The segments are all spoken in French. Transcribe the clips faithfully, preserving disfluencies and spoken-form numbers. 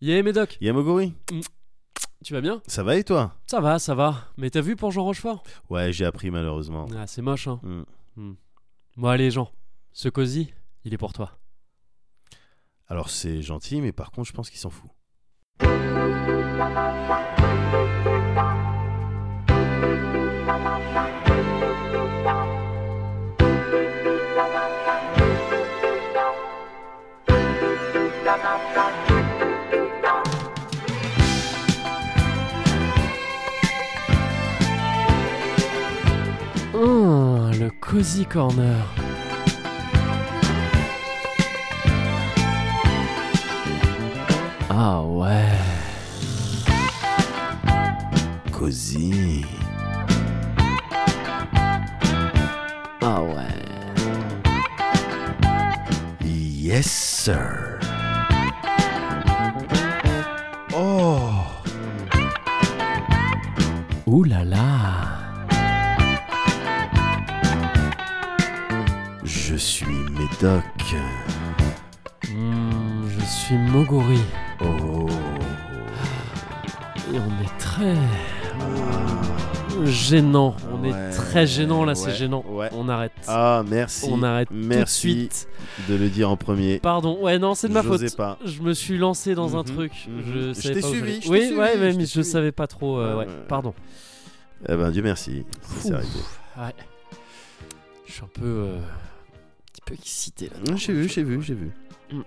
Yé Médoc. Yamoguri, Tu vas bien? ça va et toi? Ça va, ça va. Mais t'as vu pour Jean Rochefort? Ouais, j'ai appris malheureusement. Ah, c'est moche, hein. Mm. Hmm. Bon, allez, Jean. Ce cosy, il est pour toi. Alors c'est gentil, mais par contre, je pense qu'il s'en fout. Hum, le Cozy Corner. Ah ouais. Cosy. Ah ouais. Yes, sir. Oh. Ouh là là. Je suis Médoc. Hmm, je suis Moguri. Oh. Et on est très... gênant. On Ouais, est très gênant là, c'est ouais, gênant. ouais. On arrête. Ah, merci. On arrête merci tout de suite. de le dire en premier. Pardon, ouais, non, c'est de ma J'osais faute. pas. Je me suis lancé dans un Mhm, truc. mhm. Je, Je savais t'ai pas où suivi, j'allais. je t'ai Oui, suivi, ouais, je mais t'ai je suivi. savais pas trop. euh, ouais, Euh, pardon. Eh ben, Dieu merci. C'est arrêté. Ouais. Je suis un peu, euh, un petit peu excité là. Ah, J'ai vu, j'ai vu, j'ai vu. Mm.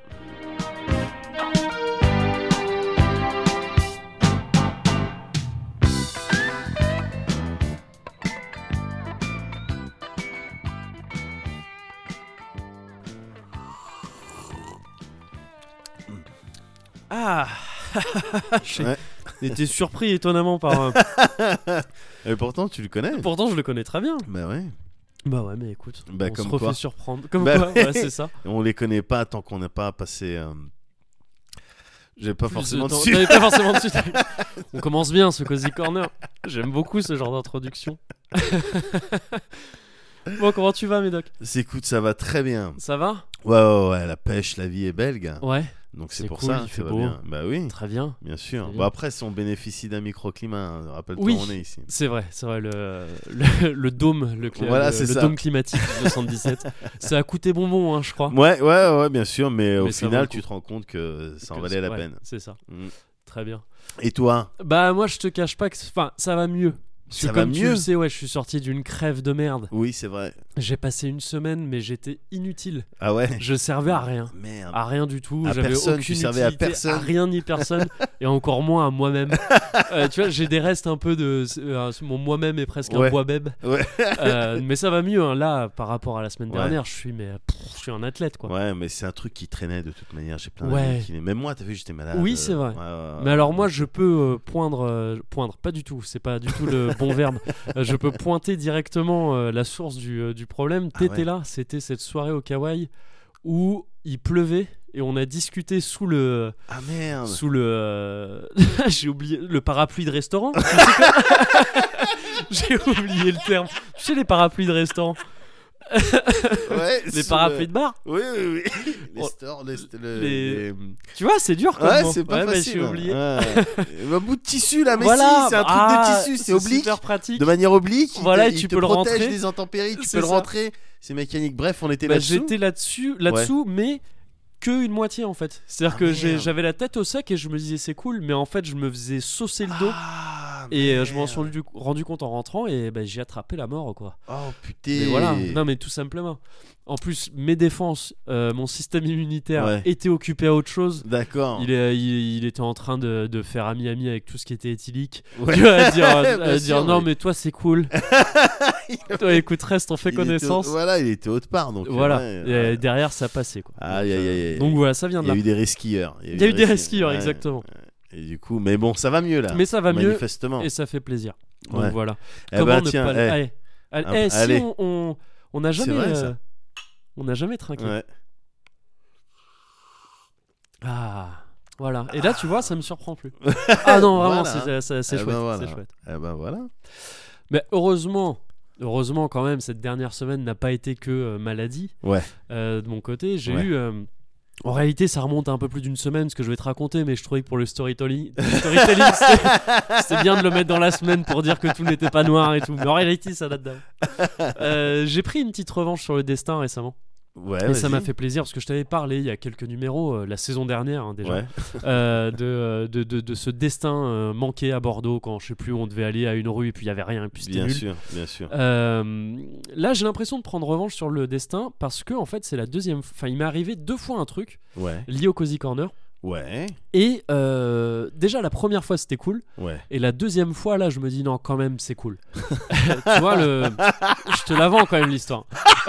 Ah. J'ai Ouais. été surpris étonnamment par. euh, Et pourtant, tu le connais. Pourtant, je le connais très bien. Bah ouais. Bah ouais, mais écoute, Bah, on comme se refait quoi. surprendre. Comme Bah quoi, ouais. ouais, c'est ça. On les connaît pas tant qu'on n'a pas passé. euh, J'ai pas Plus forcément de temps- dessus. T'avais pas forcément dessus. t'avais- On commence bien ce Cozy Corner. J'aime beaucoup ce genre d'introduction. Bon, comment tu vas, Médoc? Écoute, ça va très bien. Ça va? Ouais, ouais, ouais, la pêche, la vie est belle, gars. Ouais, Donc c'est c'est pour cool, ça il que fait ça va beau. bien. Bah oui, très bien. bien sûr. Très bien. Bon, après, si on bénéficie d'un microclimat, hein, rappelle-toi Oui. où on est ici. C'est vrai, c'est vrai, le, le, le dôme, le, cl- Voilà, le, c'est le ça. dôme climatique du soixante-dix-sept. Ça a coûté bonbon, hein, je crois. Ouais, ouais, ouais, bien sûr, mais, au Mais ça vaut final, le coup. tu te rends compte que ça en Que valait c'est- la ouais, peine. C'est ça, Mm. très bien. Et toi? Bah, moi, je te cache pas que. Enfin, ça va mieux. Parce que Ça va comme tu mieux le sais, ouais, je suis sorti d'une crève de merde. Oui, c'est vrai. J'ai passé une semaine, mais j'étais inutile. Ah ouais? Je servais à rien. Merde. À rien du tout, À j'avais personne, aucune tu servais à utilité, personne. rien ni personne, et encore moins à moi-même. Euh, tu vois, j'ai des restes un peu de euh, mon moi-même est presque Ouais. un bois-beb. Ouais. Euh, mais ça va mieux hein. Là par rapport à la semaine Ouais. dernière, je suis mais pff, je suis un athlète quoi. Ouais, mais c'est un truc qui traînait de toute manière. J'ai plein Ouais. d'amis qui... Même moi, t'as vu, j'étais malade. Oui, c'est vrai. Ouais, ouais, Mais ouais. alors moi je peux euh, poindre euh, poindre pas du tout, c'est pas du tout le bon verbe. Euh, je peux pointer directement euh, la source du, euh, du problème. Ah T'étais ouais. là, c'était cette soirée au Kawaii où il pleuvait et on a discuté sous le Ah merde. sous le euh, j'ai oublié le parapluie de restaurant. Tu sais quoi j'ai oublié le terme. Tu sais les parapluies de restaurant, Ouais, les sous parapluies le- de bar. Oui, oui, oui. Les Oh. stores, les... le- Les- les- Tu vois, c'est dur comme Ouais, mot. c'est pas Ouais, mais facile. j'ai oublié. Ouais. Un bout de tissu là, mais Voilà, si, c'est un truc ah, de tissu, c'est oblique. super pratique. De manière oblique, il Voilà, te, et il tu te peux le protège rentrer. des intempéries, tu C'est peux le ça. rentrer. C'est mécanique. Bref, on était Bah, là-dessus. j'étais là-dessus, là-dessous, mais que une moitié en fait. C'est-à-dire Ah, que j'ai- merde. j'avais la tête au sec et je me disais c'est cool, mais en fait je me faisais saucer le dos. Ah, Et euh, je m'en merde. suis rendu, rendu compte en rentrant et bah, j'ai attrapé la mort quoi. Oh putain. Mais voilà, non mais tout simplement. En plus, mes défenses, euh, mon système immunitaire Ouais. était occupé à autre chose. D'accord. Il, est, il, il était en train de, de faire ami-ami avec tout ce qui était éthylique. Ouais. Tu vois, à dire, à Bien dire sûr, non mais- mais toi c'est cool. Toi écoute, reste, on fait Il était connaissance. au- Voilà, il était haute part donc. Voilà, ouais, et ouais. derrière ça passait quoi. Aïe, aïe, aïe, aïe. Donc voilà, ça vient Il de y a là. eu des resquilleurs. Il y a eu des resquilleurs, ouais. exactement. Et du coup, mais bon, ça va mieux là. Mais ça va mieux manifestement. et ça fait plaisir. Donc Ouais. voilà. Eh Comment ben, ne tiens, pas le- eh. Allez, allez, Ah, eh, si allez. on, on, on n'a jamais, vrai, ça. euh, on n'a jamais trinqué. Ouais. Ah, voilà. Et là, tu vois, ça me surprend plus. Ah non, vraiment, Voilà. c'est, c'est, c'est Eh chouette, ben voilà. c'est chouette. Eh ben voilà. Mais heureusement, heureusement quand même, cette dernière semaine n'a pas été que euh, maladie. Ouais. Euh, de mon côté, j'ai Ouais. eu, euh, En réalité, ça remonte à un peu plus d'une semaine ce que je vais te raconter, mais je trouvais que pour le storytelling, le storytelling c'était, c'était bien de le mettre dans la semaine pour dire que tout n'était pas noir et tout. Mais en réalité, ça date d'avant. Euh, j'ai pris une petite revanche sur le destin récemment. Ouais, et vas-y. ça m'a fait plaisir parce que je t'avais parlé il y a quelques numéros, euh, la saison dernière hein, déjà, Ouais. euh, de, de, de, de ce destin euh, manqué à Bordeaux quand je sais plus où on devait aller à une rue et puis il y avait rien et puis c'était Bien nul. sûr, bien sûr. Euh, là j'ai l'impression de prendre revanche sur le destin parce que en fait c'est la deuxième f- enfin il m'est arrivé deux fois un truc Ouais, lié au Cozy Corner ouais, et euh, déjà la première fois c'était cool ouais. et la deuxième fois là je me dis non quand même c'est cool. Tu vois le je te la vends quand même l'histoire.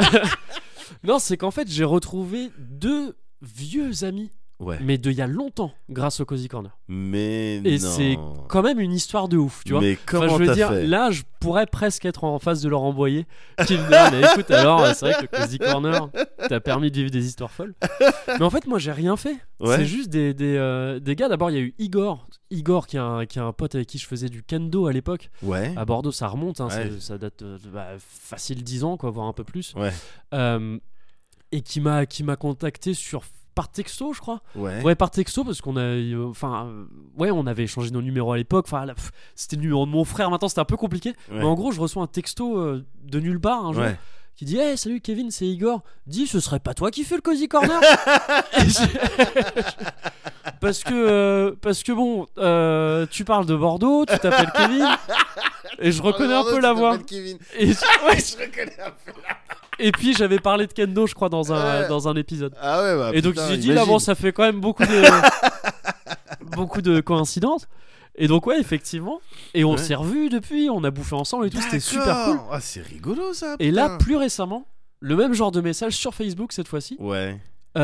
Non c'est qu'en fait j'ai retrouvé deux vieux amis Ouais. mais de il y a longtemps grâce au Cozy Corner. Mais Et non. c'est quand même une histoire de ouf, tu vois. Mais comment Enfin, je veux t'as dire, fait là, je pourrais presque être en face de leur envoyé qui me dit, mais écoute, alors, c'est vrai que le Cozy Corner t'a permis de vivre des histoires folles. Mais en fait, moi, j'ai rien fait. Ouais. C'est juste des, des, euh, des gars. D'abord, il y a eu Igor. Igor, qui est, un, qui est un pote avec qui je faisais du kendo à l'époque. Ouais. À Bordeaux, ça remonte. Hein, Ouais. c'est- ça date de, bah, facile dix ans, quoi, voire un peu plus. Ouais. Euh, et qui m'a, qui m'a contacté sur. Par texto, je crois. Ouais. Ouais, par texto, parce qu'on a. euh, Enfin, euh, ouais, on avait échangé nos numéros à l'époque. Enfin, là, pff, c'était le numéro de mon frère. Maintenant, c'était un peu compliqué. Ouais. Mais en gros, je reçois un texto euh, de nulle part un jour Ouais. qui dit hey, salut Kevin, c'est Igor. Dis, ce serait pas toi qui fais le Cozy Corner Et je- Parce que, euh, parce que bon, euh, tu parles de Bordeaux, tu t'appelles Kevin. Et je reconnais un peu la voix. Kevin. Et, je- ouais, Je reconnais un peu. et puis, j'avais parlé de kendo, je crois, dans un, Ouais. dans un épisode. Ah ouais, bah. Et donc putain, j'ai dit là imagine. bon ça fait quand même beaucoup de beaucoup de coïncidences et donc ouais effectivement et on Ouais. s'est revus depuis on a bouffé ensemble et tout c'était super cool. D'accord. Ah, c'est rigolo ça. Et là putain. plus récemment le même genre de message sur Facebook cette fois-ci Ouais.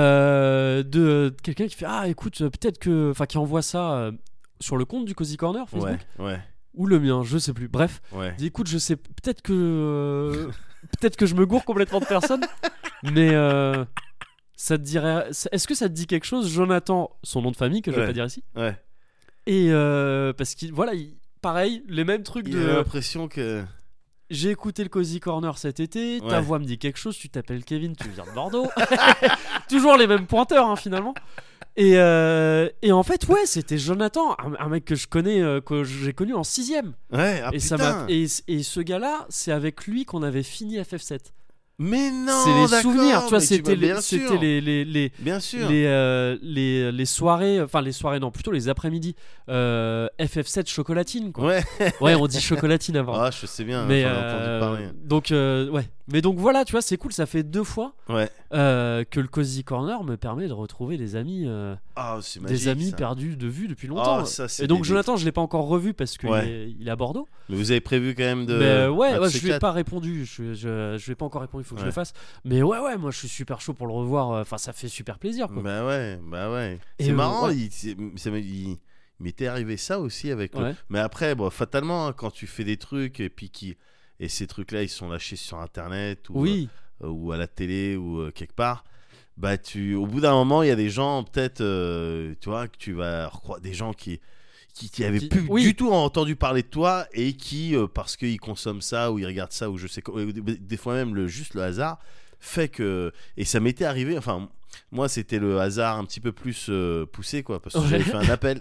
euh, de quelqu'un qui fait ah écoute euh, peut-être que enfin qui envoie ça euh, sur le compte du Cozy Corner Facebook Ouais. Ouais. ou le mien je sais plus bref Ouais. il dit écoute je sais peut-être que euh, peut-être que je me gourre complètement de personne mais euh, ça te dirait est-ce que ça te dit quelque chose Jonathan son nom de famille que je vais Ouais. pas dire ici Ouais. et euh, parce qu'il voilà il- pareil les mêmes trucs Il de a l'impression que. j'ai écouté le Cozy Corner cet été ta Ouais. voix me dit quelque chose tu t'appelles Kevin tu viens de Bordeaux toujours les mêmes pointeurs hein, finalement et, euh, et en fait ouais c'était Jonathan un, un mec que je connais euh, que j'ai connu en sixième Ouais. Ah et, ça putain. m'a, et, et ce gars là c'est avec lui qu'on avait fini F F sept. Mais non. C'est les d'accord, souvenirs, tu vois, mais c'était, m'as- les, bien c'était sûr. les, les, les, Bien sûr. les, euh, les, les soirées, enfin les soirées, non, plutôt les après-midi, euh, F F sept chocolatine, quoi. Ouais. Ouais, on dit chocolatine avant. Ah, je sais bien. mais j'en ai euh, entendu parler. donc, euh, ouais. Mais donc voilà, tu vois, c'est cool, ça fait deux fois Ouais. euh, que le Cozy Corner me permet de retrouver des amis, euh, Ah, c'est magique. des amis ça. perdus de vue depuis longtemps. Ah, ça, c'est Et donc des- Jonathan, je l'ai pas encore revu parce qu'il Ouais. est, il est à Bordeaux. Mais vous avez prévu quand même de. Mais euh, ouais, un de ouais ces je lui ai quatre pas répondu. Je, je, je lui ai pas encore répondu. Il faut que je Ouais. le fasse. Mais ouais, ouais, moi je suis super chaud pour le revoir. Enfin, ça fait super plaisir. Quoi. Bah ouais, bah ouais. Et C'est euh, marrant, ouais. il, c'est- ça m'a- il- il m'était arrivé ça aussi avec le... Ouais. Mais après, bon, fatalement, hein, quand tu fais des trucs et puis qui... Et ces trucs-là, ils sont lâchés sur Internet ou, Oui, euh, ou à la télé ou euh, quelque part. Bah tu... Au bout d'un moment, il y a des gens, peut-être, euh, tu vois, que tu vas recroiser des gens qui... qui qui avaient Qui- plus oui. du tout entendu parler de toi et qui, euh, parce qu'ils consomment ça ou ils regardent ça ou je sais quoi, ou des, des fois même le, juste le hasard fait que... Et ça m'était arrivé, enfin... Moi, c'était le hasard un petit peu plus euh, poussé, quoi, parce que Ouais. j'avais fait un appel.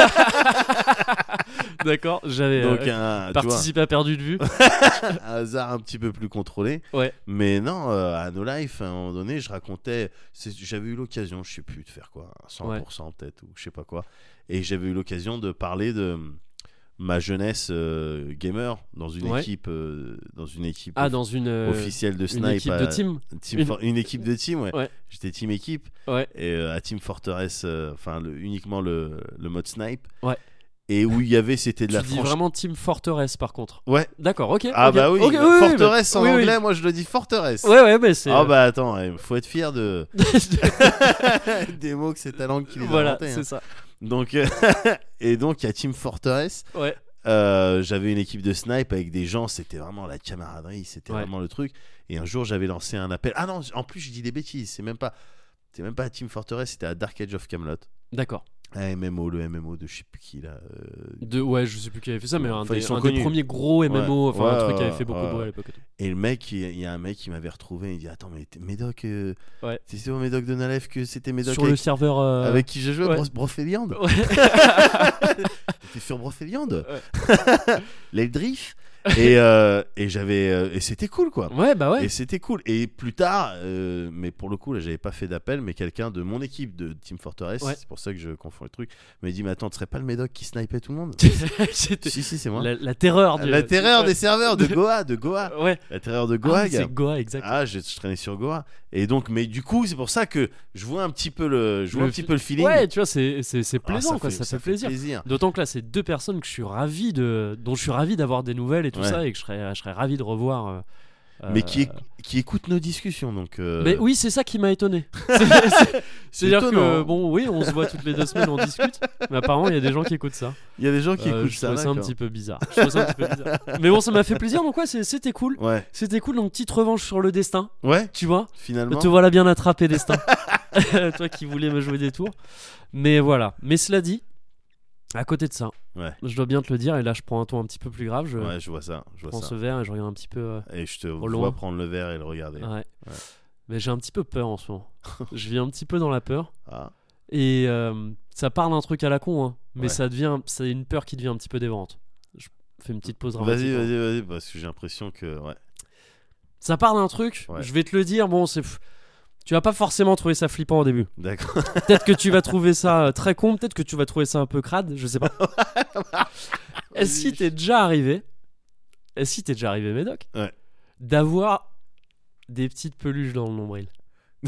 d'accord. J'avais Donc, euh, un, tu vois, participé à perdu de vue. un hasard un petit peu plus contrôlé. Ouais. Mais non, euh, à No Life, à un moment donné, je racontais. c'est- J'avais eu l'occasion, je sais plus, de faire quoi, cent pour cent peut-être, ou je sais pas quoi. Et j'avais eu l'occasion de parler de ma jeunesse euh, gamer dans une Ouais. équipe, euh, dans une équipe Ah, off- dans une, euh, officielle de une Snipe. équipe à- de team. team Une- for- une équipe de team, ouais. Ouais. J'étais team équipe. Ouais. Et euh, à Team Fortress, euh, enfin le- uniquement le, le mode snipe. Ouais. Et où il y avait, c'était de Tu la dis franchise. vraiment Team Fortress par contre. Ouais. D'accord, ok. Ah ok, bah oui, ok, oui, oui, Fortress bah- en oui, oui. anglais, moi je le dis Fortress. Ouais, ouais, mais c'est. Ah euh, bah attends, il faut être fier de des mots que c'est ta langue qui les a voilà, inventés, hein. c'est ça. Donc euh, et donc il y a Team Fortress. Ouais. Euh, j'avais une équipe de snipe avec des gens, c'était vraiment la camaraderie, c'était Ouais. vraiment le truc. Et un jour j'avais lancé un appel. Ah non, en plus je dis des bêtises, c'est même pas, c'est même pas à Team Fortress, c'était à Dark Age of Camelot. D'accord. Ah, M M O, le M M O de je sais plus qui là. euh, De, ouais, je sais plus qui avait fait ça, mais un, Enfin, des, ils sont un des connus. premiers gros M M O, Ouais. enfin Ouais, un truc qui ouais, avait fait beaucoup ouais, de bruit à ouais. l'époque. et tout. Et le mec, il il y a un mec qui m'avait retrouvé, il dit attends mais t'es Médoc, euh, Ouais. c'est au Médoc de Nalef que c'était Médoc Sur avec, le serveur. euh, avec qui j'ai joué, ouais. Bros- Brofeliande. Ouais. T'es sur Brofeliande, Ouais. l'Eldrift. et euh, et j'avais euh, et c'était cool quoi. Ouais, bah ouais. Et c'était cool. Et plus tard, euh, mais pour le coup, là, j'avais pas fait d'appel, mais quelqu'un de mon équipe de Team Fortress, Ouais. c'est pour ça que je confonds les trucs, m'a dit mais attends, tu serais pas le Médoc qui snipait tout le monde? C'était Si si, c'est moi. la, la terreur. Du... La terreur ouais. des serveurs de Goa, de Goa. Ouais. La terreur de Ah, Goa. oui, gars. c'est Goa, exact. Ah, je, je traînais sur Goa. Et donc, mais du coup, c'est pour ça que je vois un petit peu le, je vois Le un petit fi- peu le feeling. Ouais, tu vois, c'est c'est c'est Ah, plaisant, quoi. Ça, fait plaisir. plaisir. D'autant que là, c'est deux personnes que je suis ravi de, dont je suis ravi d'avoir des nouvelles et tout Ouais. ça, et que je serais, je serais ravi de revoir. euh, Mais euh, qui, éc- qui écoute nos discussions, donc. euh, Mais oui, c'est ça qui m'a étonné. C'est- c'est- C'est-à-dire que étonnant. bon, oui, on se voit toutes les deux semaines, on discute, mais apparemment il y a des gens qui écoutent ça. Il y a des gens qui Euh, écoutent je ça. trouve ça un d'accord. petit peu bizarre. Je trouve ça un petit peu bizarre. Mais bon, ça m'a fait plaisir, donc ouais, c'est- c'était cool. Ouais. C'était cool, donc petite revanche sur le destin, Ouais. tu vois. Finalement. Te voilà bien attrapé, destin. Toi qui voulais me jouer des tours. Mais voilà. Mais cela dit, à côté de ça, Ouais. je dois bien te le dire, et là je prends un ton un petit peu plus grave. Je Ouais, je vois ça. Je vois prends ça. ce verre et je regarde un petit peu. euh, Et je te au vois loin. prendre le verre et le regarder. Ouais. Ouais. Mais j'ai un petit peu peur en ce moment. Je vis un petit peu dans la peur. Ah. Et euh, ça part d'un truc à la con, hein, mais Ouais. ça devient, c'est une peur qui devient un petit peu dévorante. Je fais une petite pause dramatique. Vas-y, hein. vas-y, vas-y, parce que j'ai l'impression que. Ouais. Ça part d'un truc, Ouais. je vais te le dire, bon, c'est. Tu vas pas forcément trouver ça flippant au début. D'accord. Peut-être que tu vas trouver ça euh, très con, peut-être que tu vas trouver ça un peu crade, je sais pas. Est-ce qu'il t'est déjà arrivé, est-ce qu'il t'est déjà arrivé, Médoc, Ouais. d'avoir des petites peluches dans le nombril? Tu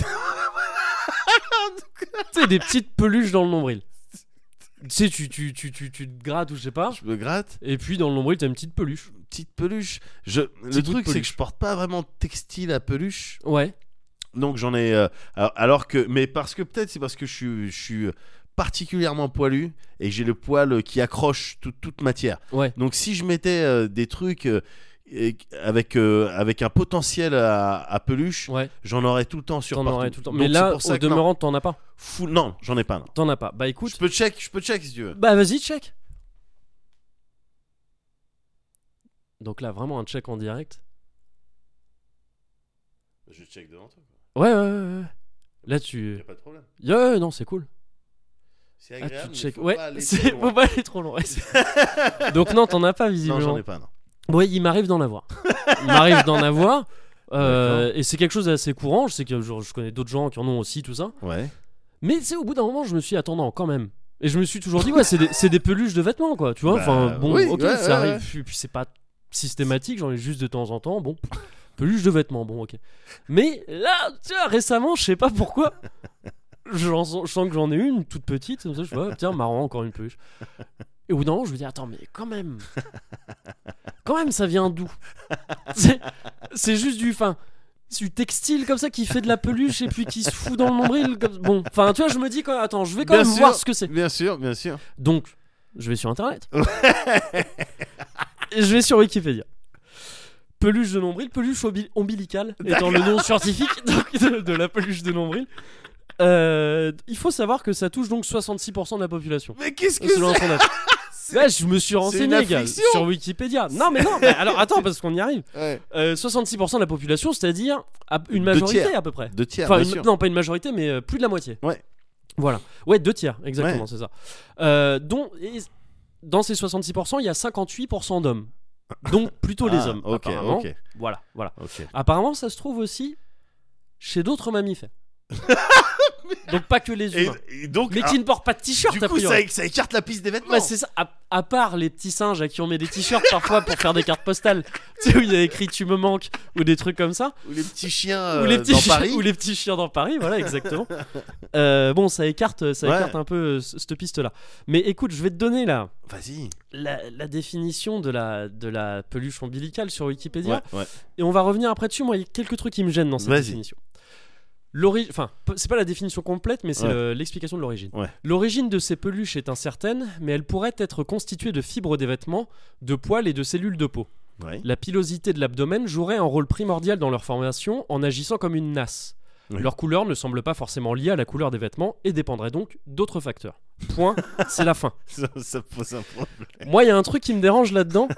sais, des petites peluches dans le nombril. Tu sais, tu, tu, tu, tu, tu te grattes ou je sais pas, Je me gratte. et puis dans le nombril, t'as une petite peluche. Petite peluche. Je... Le bout de truc, c'est que peluche. je porte pas vraiment de textile à peluche. Ouais. Donc j'en ai. euh, alors, alors que. Mais parce que peut-être c'est parce que je suis, je suis particulièrement poilu et j'ai le poil qui accroche tout- toute matière. Ouais. Donc si je mettais euh, des trucs euh, et- avec, euh, avec un potentiel à, à peluche, Ouais. j'en aurais tout le temps sur T'en partout. aurais tout le temps. Donc, Mais c'est là, pour ça au que non. demeurant, t'en as pas. Full- non, j'en ai pas. Non. T'en as pas. Bah écoute. Je peux check, je peux check si tu veux. Bah vas-y, check. Donc là, vraiment un check en direct. Je check devant toi. Ouais, ouais, ouais. ouais. Là, tu. pas de problème. Ouais, ouais, non, c'est cool. C'est Ah, agréable. tu mais check. faut Ouais, pas aller c'est- trop loin. faut pas aller trop loin. ouais, c'est- Donc non, t'en as pas Non, visiblement. j'en ai pas. Non. Ouais, il m'arrive d'en avoir. Il m'arrive d'en avoir. euh, et c'est quelque chose d'assez courant. Je sais que genre, je connais d'autres gens qui en ont aussi, tout ça. Ouais. Mais c'est au bout d'un moment, je me suis attendant quand même. Et je me suis toujours dit, ouais, c'est des, c'est des peluches de vêtements, quoi. Tu vois, Bah, enfin, bon, oui, ok, ouais, ça ouais, arrive. ouais. Puis, puis c'est pas systématique, j'en ai juste de temps en temps. Bon, peluche de vêtements, bon, ok. Mais là, tu vois, récemment, je sais pas pourquoi. J'en sens- je sens que j'en ai une toute petite, comme ça, je vois, tiens, marrant, encore une peluche. Et au bout d'un moment, je me dis, attends, mais quand même, quand même, ça vient d'où? C'est c'est juste du, fin, c'est du textile comme ça qui fait de la peluche et puis qui se fout dans le nombril. Comme... Bon, enfin, tu vois, je me dis, quand, attends, je vais quand Bien même sûr. voir ce que c'est. Bien sûr, bien sûr. Donc, je vais sur internet. Et je vais sur Wikipédia. Peluche de nombril, peluche ombi- ombilicale étant le nom scientifique donc, de, de la peluche de nombril. Euh, il faut savoir que ça touche donc soixante-six pour cent de la population. Mais qu'est-ce que Selon un c'est? sondage. Là, je me suis renseigné, une gars, affliction. sur Wikipédia. Non, mais non, mais alors attends, parce qu'on y arrive. Ouais. Euh, soixante-six pour cent de la population, c'est-à-dire à- une Deux majorité tiers. à peu près. Deux tiers, Enfin, bien une- sûr. non, pas une majorité, mais euh, plus de la moitié. Ouais. Voilà. Ouais, deux tiers, exactement, Ouais. c'est ça. Euh, dont, et dans ces soixante-six pour cent, il y a cinquante-huit pour cent d'hommes. Donc plutôt les Ah, hommes. ok, apparemment. ok. Voilà, voilà. Ok. Apparemment, ça se trouve aussi chez d'autres mammifères. Donc pas que les Et, humains. et donc, Mais ah, qui ne portent pas de t-shirt, du a coup, priori. ça, ça écarte la piste des vêtements. Bah, c'est ça, à, à part les petits singes à qui on met des t-shirts parfois pour faire des cartes postales, tu sais, où il y a écrit tu me manques ou des trucs comme ça, Ou les petits chiens euh, ou, les petits dans chiens, Paris. ou les petits chiens dans Paris, voilà, exactement. Euh, bon, ça écarte, ça Ouais. écarte un peu euh, c- cette piste-là. Mais écoute, je vais te donner là Vas-y. la, la définition de la, de la peluche ombilicale sur Wikipédia, Ouais, ouais. et on va revenir après dessus. Moi, il y a quelques trucs qui me gênent dans cette Vas-y. définition. L'origine, enfin, p- c'est pas la définition complète, mais c'est Ouais. le- l'explication de l'origine. Ouais. L'origine de ces peluches est incertaine, mais elle pourrait être constituée de fibres des vêtements, de poils et de cellules de peau. Ouais. La pilosité de l'abdomen jouerait un rôle primordial dans leur formation en agissant comme une nasse. Oui. Leur couleur ne semble pas forcément liée à la couleur des vêtements et dépendrait donc d'autres facteurs. Point, c'est la fin. Ça, ça pose un problème. Moi, il y a un truc qui me dérange là-dedans.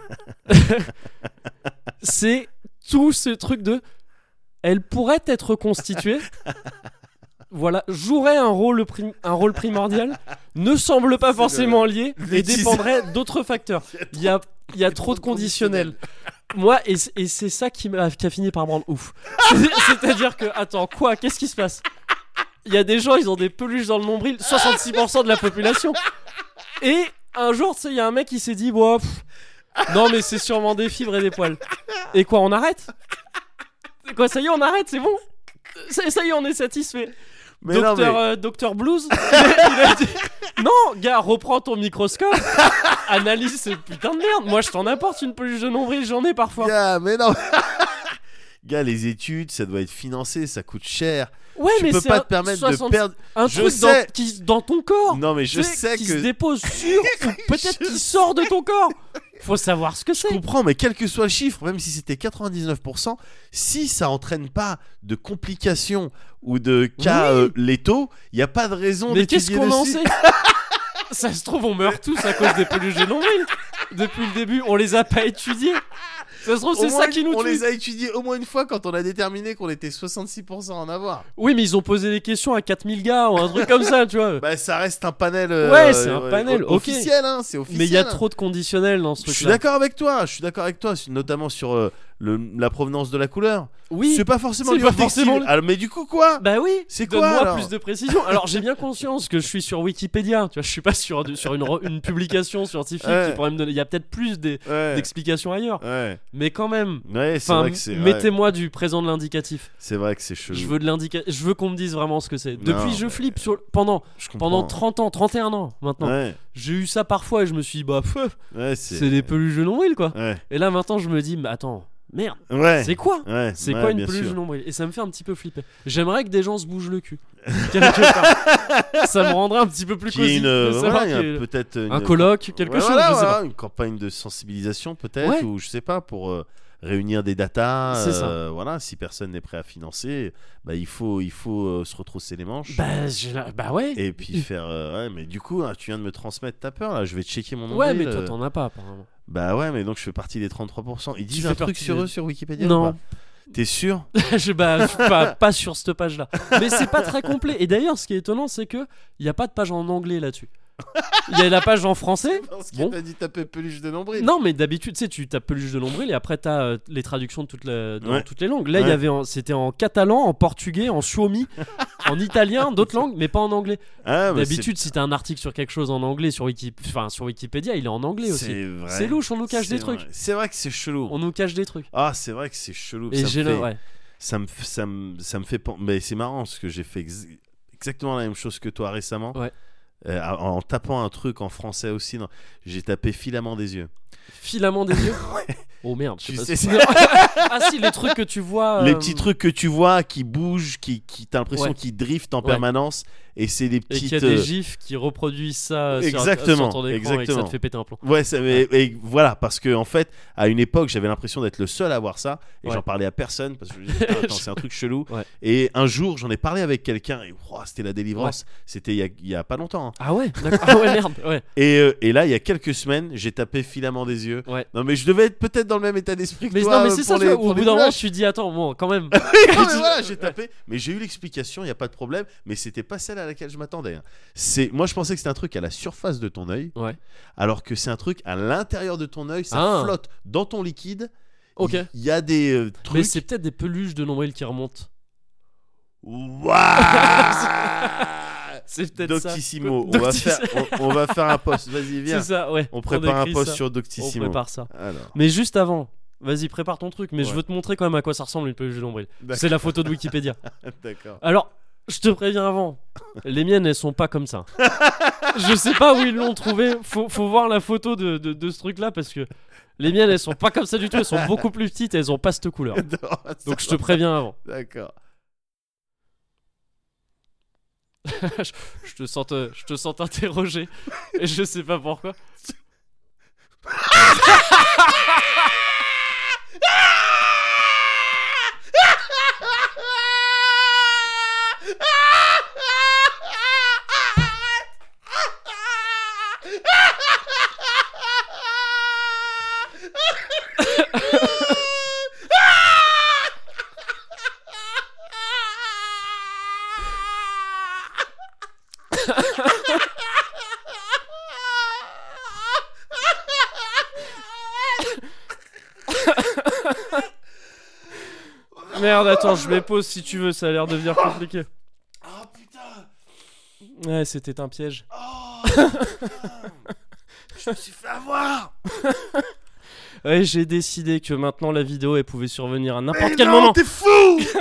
C'est tout ce truc de... Elle pourrait être constituée... Voilà, jouerait un rôle, prim- un rôle primordial, ne semble pas C'est forcément le- lié le et teaser. dépendrait d'autres facteurs. Il y a, il y a trop de conditionnels. Moi, et, c- et c'est ça qui, m'a, qui a fini par me rendre ouf. C'est- C'est-à-dire que, attends, quoi? Qu'est-ce qui se passe? Il y a des gens, ils ont des peluches dans le nombril, soixante-six pour cent de la population. Et un jour, tu sais, il y a un mec qui s'est dit, bon, pff, non, mais c'est sûrement des fibres et des poils. Et quoi, on arrête? C'est quoi, ça y est, on arrête, c'est bon? ça, ça y est, on est satisfait. Mais non, Docteur, mais- euh, Docteur Blues, il a dit non, gars, reprends ton microscope, analyse ce putain de merde. Moi, je t'en apporte une peluche de nombril, j'en ai parfois. Gars, mais non. Gars, les études, ça doit être financé, ça coûte cher. Ouais, tu mais peux c'est pas un, te permettre soixante de perdre. un Je truc sais. dans, qui, dans ton corps. Non, mais je Tu sais, sais qui que. se dépose sur ou peut-être Je qui sort de ton corps. Faut savoir ce que Je c'est. comprends, mais quel que soit le chiffre, même si c'était quatre-vingt-dix-neuf pour cent, si ça entraîne pas de complications ou de cas Oui. euh, létaux, il n'y a pas de raison Mais qu'est-ce d'étudier qu'on en dessus. sait? Ça se trouve, on meurt tous à cause des peluches de nombril. Depuis le début, on les a pas étudiées. Ça se trouve, Au c'est moins, ça qui nous on tue. les a étudiés au moins une fois quand on a déterminé qu'on était soixante-six pour cent en avoir. Oui, mais ils ont posé des questions à quatre mille gars ou un truc comme ça, tu vois. Bah, ça reste un panel. euh, Ouais, c'est un panel, o- ok. officiel, hein, c'est officiel. Mais il y a hein. trop de conditionnels dans ce Je truc-là. suis d'accord avec toi, je suis d'accord avec toi, notamment sur euh, le, la provenance de la couleur. Oui. C'est pas forcément C'est lié pas au textile. forcément- Alors, mais du coup, quoi Bah oui. C'est quoi, Donne-moi alors plus de précision. Alors j'ai bien conscience que je suis sur Wikipédia. Tu vois, je suis pas sur sur une, re- une publication scientifique Ouais. qui pourrait me donner. Il y a peut-être plus des- Ouais. d'explications ailleurs. Ouais, Mais quand même. ouais c'est Enfin, vrai que c'est. ouais. mettez-moi du présent de l'indicatif. C'est vrai que c'est chelou. Je veux de l'indica. Je veux qu'on me dise vraiment ce que c'est. Depuis, Non, je mais- flippe sur pendant Je comprends. pendant trente ans, trente et un ans maintenant. Ouais, J'ai eu ça parfois et je me suis dit bah pff, ouais, c'est des peluches de nombril quoi. Ouais, Et là maintenant je me dis mais attends merde. ouais. C'est quoi? Ouais, C'est ouais, quoi une bien peluche sûr. de nombril? Et ça me fait un petit peu flipper. J'aimerais que des gens se bougent le cul. Quelque part. Ça me rendrait un petit peu plus Qu'il y ait cosy une, de euh, savoir voilà, il y a qu'il y a peut-être une- un colloque, quelque Ouais, chose, voilà, je sais voilà, pas. une campagne de sensibilisation peut-être, Ouais. ou je sais pas, pour euh, réunir des datas. C'est ça. euh, Voilà, si personne n'est prêt à financer, bah il faut, il faut euh, se retrousser les manches. Bah, j'ai la- bah ouais. Et puis faire. euh, ouais, mais du coup, hein, tu viens de me transmettre ta peur là. Je vais checker mon Ouais, nombril, mais toi euh. t'en as pas apparemment. Bah ouais, mais donc je fais partie des trente-trois pour cent. Ils disent fais un truc partie sur des- eux sur Wikipédia ou Non. pas T'es sûr je, bah, je suis pas, pas sur cette page-là. Mais c'est pas très complet. Et d'ailleurs, ce qui est étonnant, c'est que il y a pas de page en anglais là-dessus. Il y a la page en français. Parce qu'il Bon. t'a dit taper peluche de nombril. Non, mais d'habitude, tu sais, tu tapes peluche de nombril et après t'as euh, les traductions de toutes les, dans Ouais. toutes les langues. Là, il y Ouais. avait, en- c'était en catalan, en portugais, en suomi, en italien, d'autres langues, mais pas en anglais. Ah, mais D'habitude, si t'as un article sur quelque chose en anglais sur, Wiki... enfin, sur Wikipédia, il est en anglais c'est- aussi. C'est vrai. C'est louche, on nous cache C'est des trucs. vrai. C'est vrai que c'est chelou. On nous cache des trucs. Ah, c'est vrai que c'est chelou. Et ça, me j'ai fait... le. Ouais. ça me f- ça me ça me fait pen- mais c'est marrant parce que j'ai fait ex- exactement la même chose que toi récemment. Ouais. Euh, en, en tapant un truc en français aussi, non. J'ai tapé filament des yeux. Filament des yeux. Oh merde, je sais Tu pas sais, si- c'est- Ah si, les trucs que tu vois. Les euh, petits trucs que tu vois qui bougent, qui, qui t'as l'impression Ouais. qu'ils driftent en Ouais. permanence, et c'est des Et petites. qu'il y a des euh, gifs qui reproduisent ça sur, Exactement, sur ton écran et que ça exactement. te fait péter un plomb. Ouais, ça, mais- et voilà, parce que en fait, à une époque, j'avais l'impression d'être le seul à voir ça, et Ouais. j'en parlais à personne parce que je me disais, Putain, attends, c'est un truc chelou. Ouais. Et un jour, j'en ai parlé avec quelqu'un, et ouah, c'était la délivrance. C'était il y a, il y a pas longtemps. hein. Ah ouais, d'accord. Ah ouais, merde. Ouais. Et, euh, et là, il y a quelques semaines, j'ai tapé filament des yeux. Ouais. Non, mais je devais être peut-être dans le même état d'esprit que Mais toi. non, mais euh, c'est pour ça, tu les- vois, pour au les bout d'un moment, moulages. tu te dis, attends, bon, quand même. Non, mais Tu- voilà, j'ai tapé, mais j'ai eu l'explication, il y a pas de problème, mais c'était pas celle à laquelle je m'attendais. hein. C'est, moi, je pensais que c'était un truc à la surface de ton œil, Ouais. alors que c'est un truc à l'intérieur de ton œil, ça Ah. flotte dans ton liquide. Ok. Il il y a des euh, trucs. Mais c'est peut-être des peluches de nombril qui remontent. Waouh C'est peut-être ça. Doctissimo. On va, faire, on, on va faire un post. Vas-y, viens. C'est ça, ouais. On prépare un écrit post ça. sur On Doctissimo. prépare ça. Alors, Mais juste avant, vas-y, prépare ton truc. Mais je Ouais. veux te montrer quand même à quoi ça ressemble une peluche de nombril. D'accord. C'est la photo de Wikipédia. d'accord. Alors, je te préviens avant, les miennes elles sont pas comme ça. Je sais pas où ils l'ont trouvé. Faut, faut voir la photo de, de, de ce truc là parce que les miennes elles sont pas comme ça du tout. Elles sont beaucoup plus petites et elles ont pas cette couleur. Donc je te préviens avant. D'accord. je, je te sens, te- je te sens t'interroger et je sais pas pourquoi. Merde, attends, je mets pause si tu veux, ça a l'air de devenir compliqué. Oh putain. Ouais, c'était un piège. Oh putain. Je me suis fait avoir. Ouais, j'ai décidé que maintenant la vidéo elle pouvait survenir à n'importe Mais quel non, moment. T'es fou.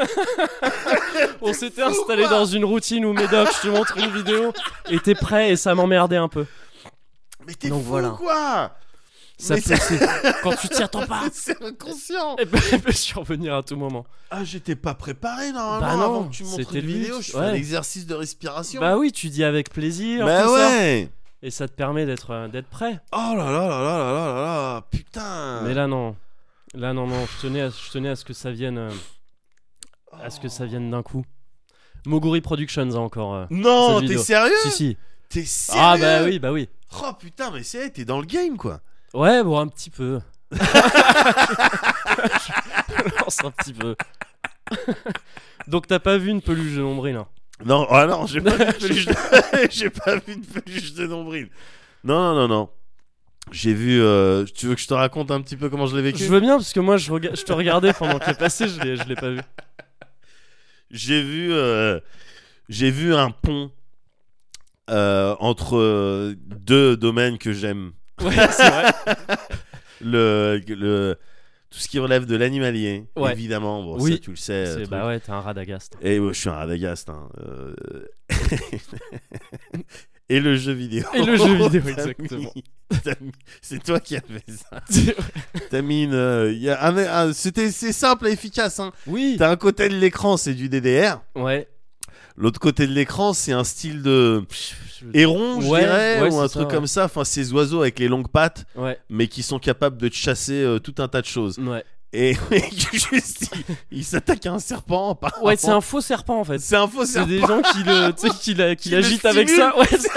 On T'es s'était fou, installé quoi. dans une routine où Médoc, je te montre une vidéo et t'es prêt et ça m'emmerdait un peu. Mais t'es Donc fou voilà. quoi. Ça Mais peut, c'est- quand tu t'y attends pas, C'est inconscient. elle peut, elle peut survenir à tout moment. Ah, j'étais pas préparé normalement Bah non, avant que tu montres c'était une le but, vidéo. Je fais ouais. un exercice de respiration. Bah oui, tu dis avec plaisir. Bah tout ça, ouais. et ça te permet d'être euh, d'être prêt. Oh là là là là là là là là. Putain. Mais là non, là non non, je tenais à, je tenais à ce que ça vienne, euh, à ce que ça vienne d'un coup. Moguri Productions a encore. euh, Non, cette t'es vidéo. sérieux? Si si. T'es sérieux? Ah bah oui bah oui. Oh putain, mais c'est t'es dans le game quoi. Ouais, bon, un petit peu. Je lance un petit peu. Donc, t'as pas vu une peluche de nombril, hein? Non, ah non, j'ai pas vu de peluche de... j'ai pas vu de peluche de nombril. Non, non, non, non. J'ai vu. Euh... Tu veux que je te raconte un petit peu comment je l'ai vécu? Je veux bien, parce que moi, je, rega- je te regardais pendant qu'elle passait, je l'ai, je l'ai pas vu. J'ai vu. Euh... J'ai vu un pont euh, entre euh, deux domaines que j'aime. Ouais, c'est vrai. Le, le, tout ce qui relève de l'animalier, Ouais. évidemment. Bon, Oui. ça, tu le sais. C'est- truc. bah ouais, t'es un radagast. Et ouais, je suis un radagast. Hein. Euh... Et le jeu vidéo. Et le jeu vidéo, T'as exactement. mis- t'as mis- C'est toi qui as fait ça. C'est vrai. T'as mis une. euh, y a un- un- C'était, c'est simple et efficace. Hein. Oui. T'as un côté de l'écran, c'est du D D R. Ouais. L'autre côté de l'écran, c'est un style de héron, je Ouais, dirais, ouais, ou un c'est truc ça, comme ouais. ça. Enfin, ces oiseaux avec les longues pattes, Ouais. mais qui sont capables de te chasser euh, tout un tas de choses. Ouais. Et juste, il, il s'attaque à un serpent. Par Ouais, c'est un faux serpent en fait. C'est un faux C'est serpent. des gens qui le, tu sais, qui la- qui Qui le l'agitent avec stimulent. ça. Ouais. c'est-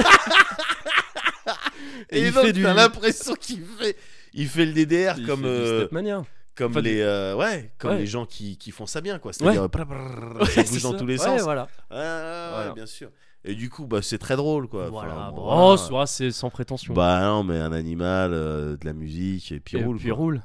Et, Et il donc, fait du- t'as l'impression qu'il fait, il fait le D D R Il comme, fait du euh, Stepmania. comme Enfin, les, euh, ouais, comme ouais. les gens qui, qui font ça bien, quoi. C'est-à-dire, Ouais. brrr, brrr, Ouais, ça c'est bouge dans ça. tous les Ouais, sens. voilà. Ouais, ouais, ouais, Voilà. bien sûr. Et du coup, bah, c'est très drôle, quoi. Enfin, Voilà. bon, Bon, voilà. oh, c'est vrai, c'est sans prétention. Bah non, mais un animal, euh, de la musique, et puis Et roule. puis quoi. roule.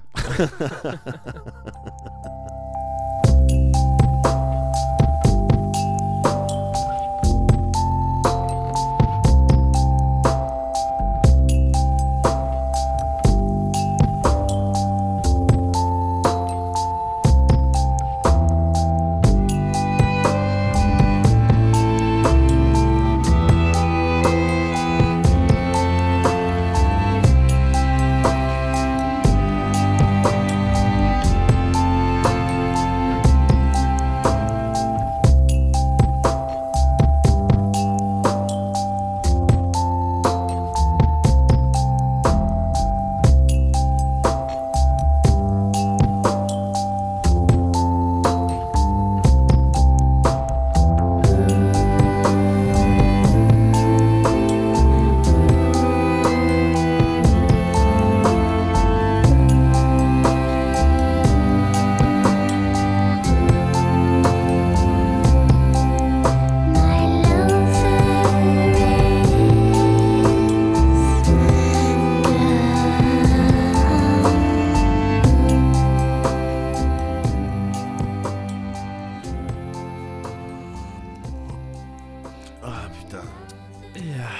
Ah putain. Et,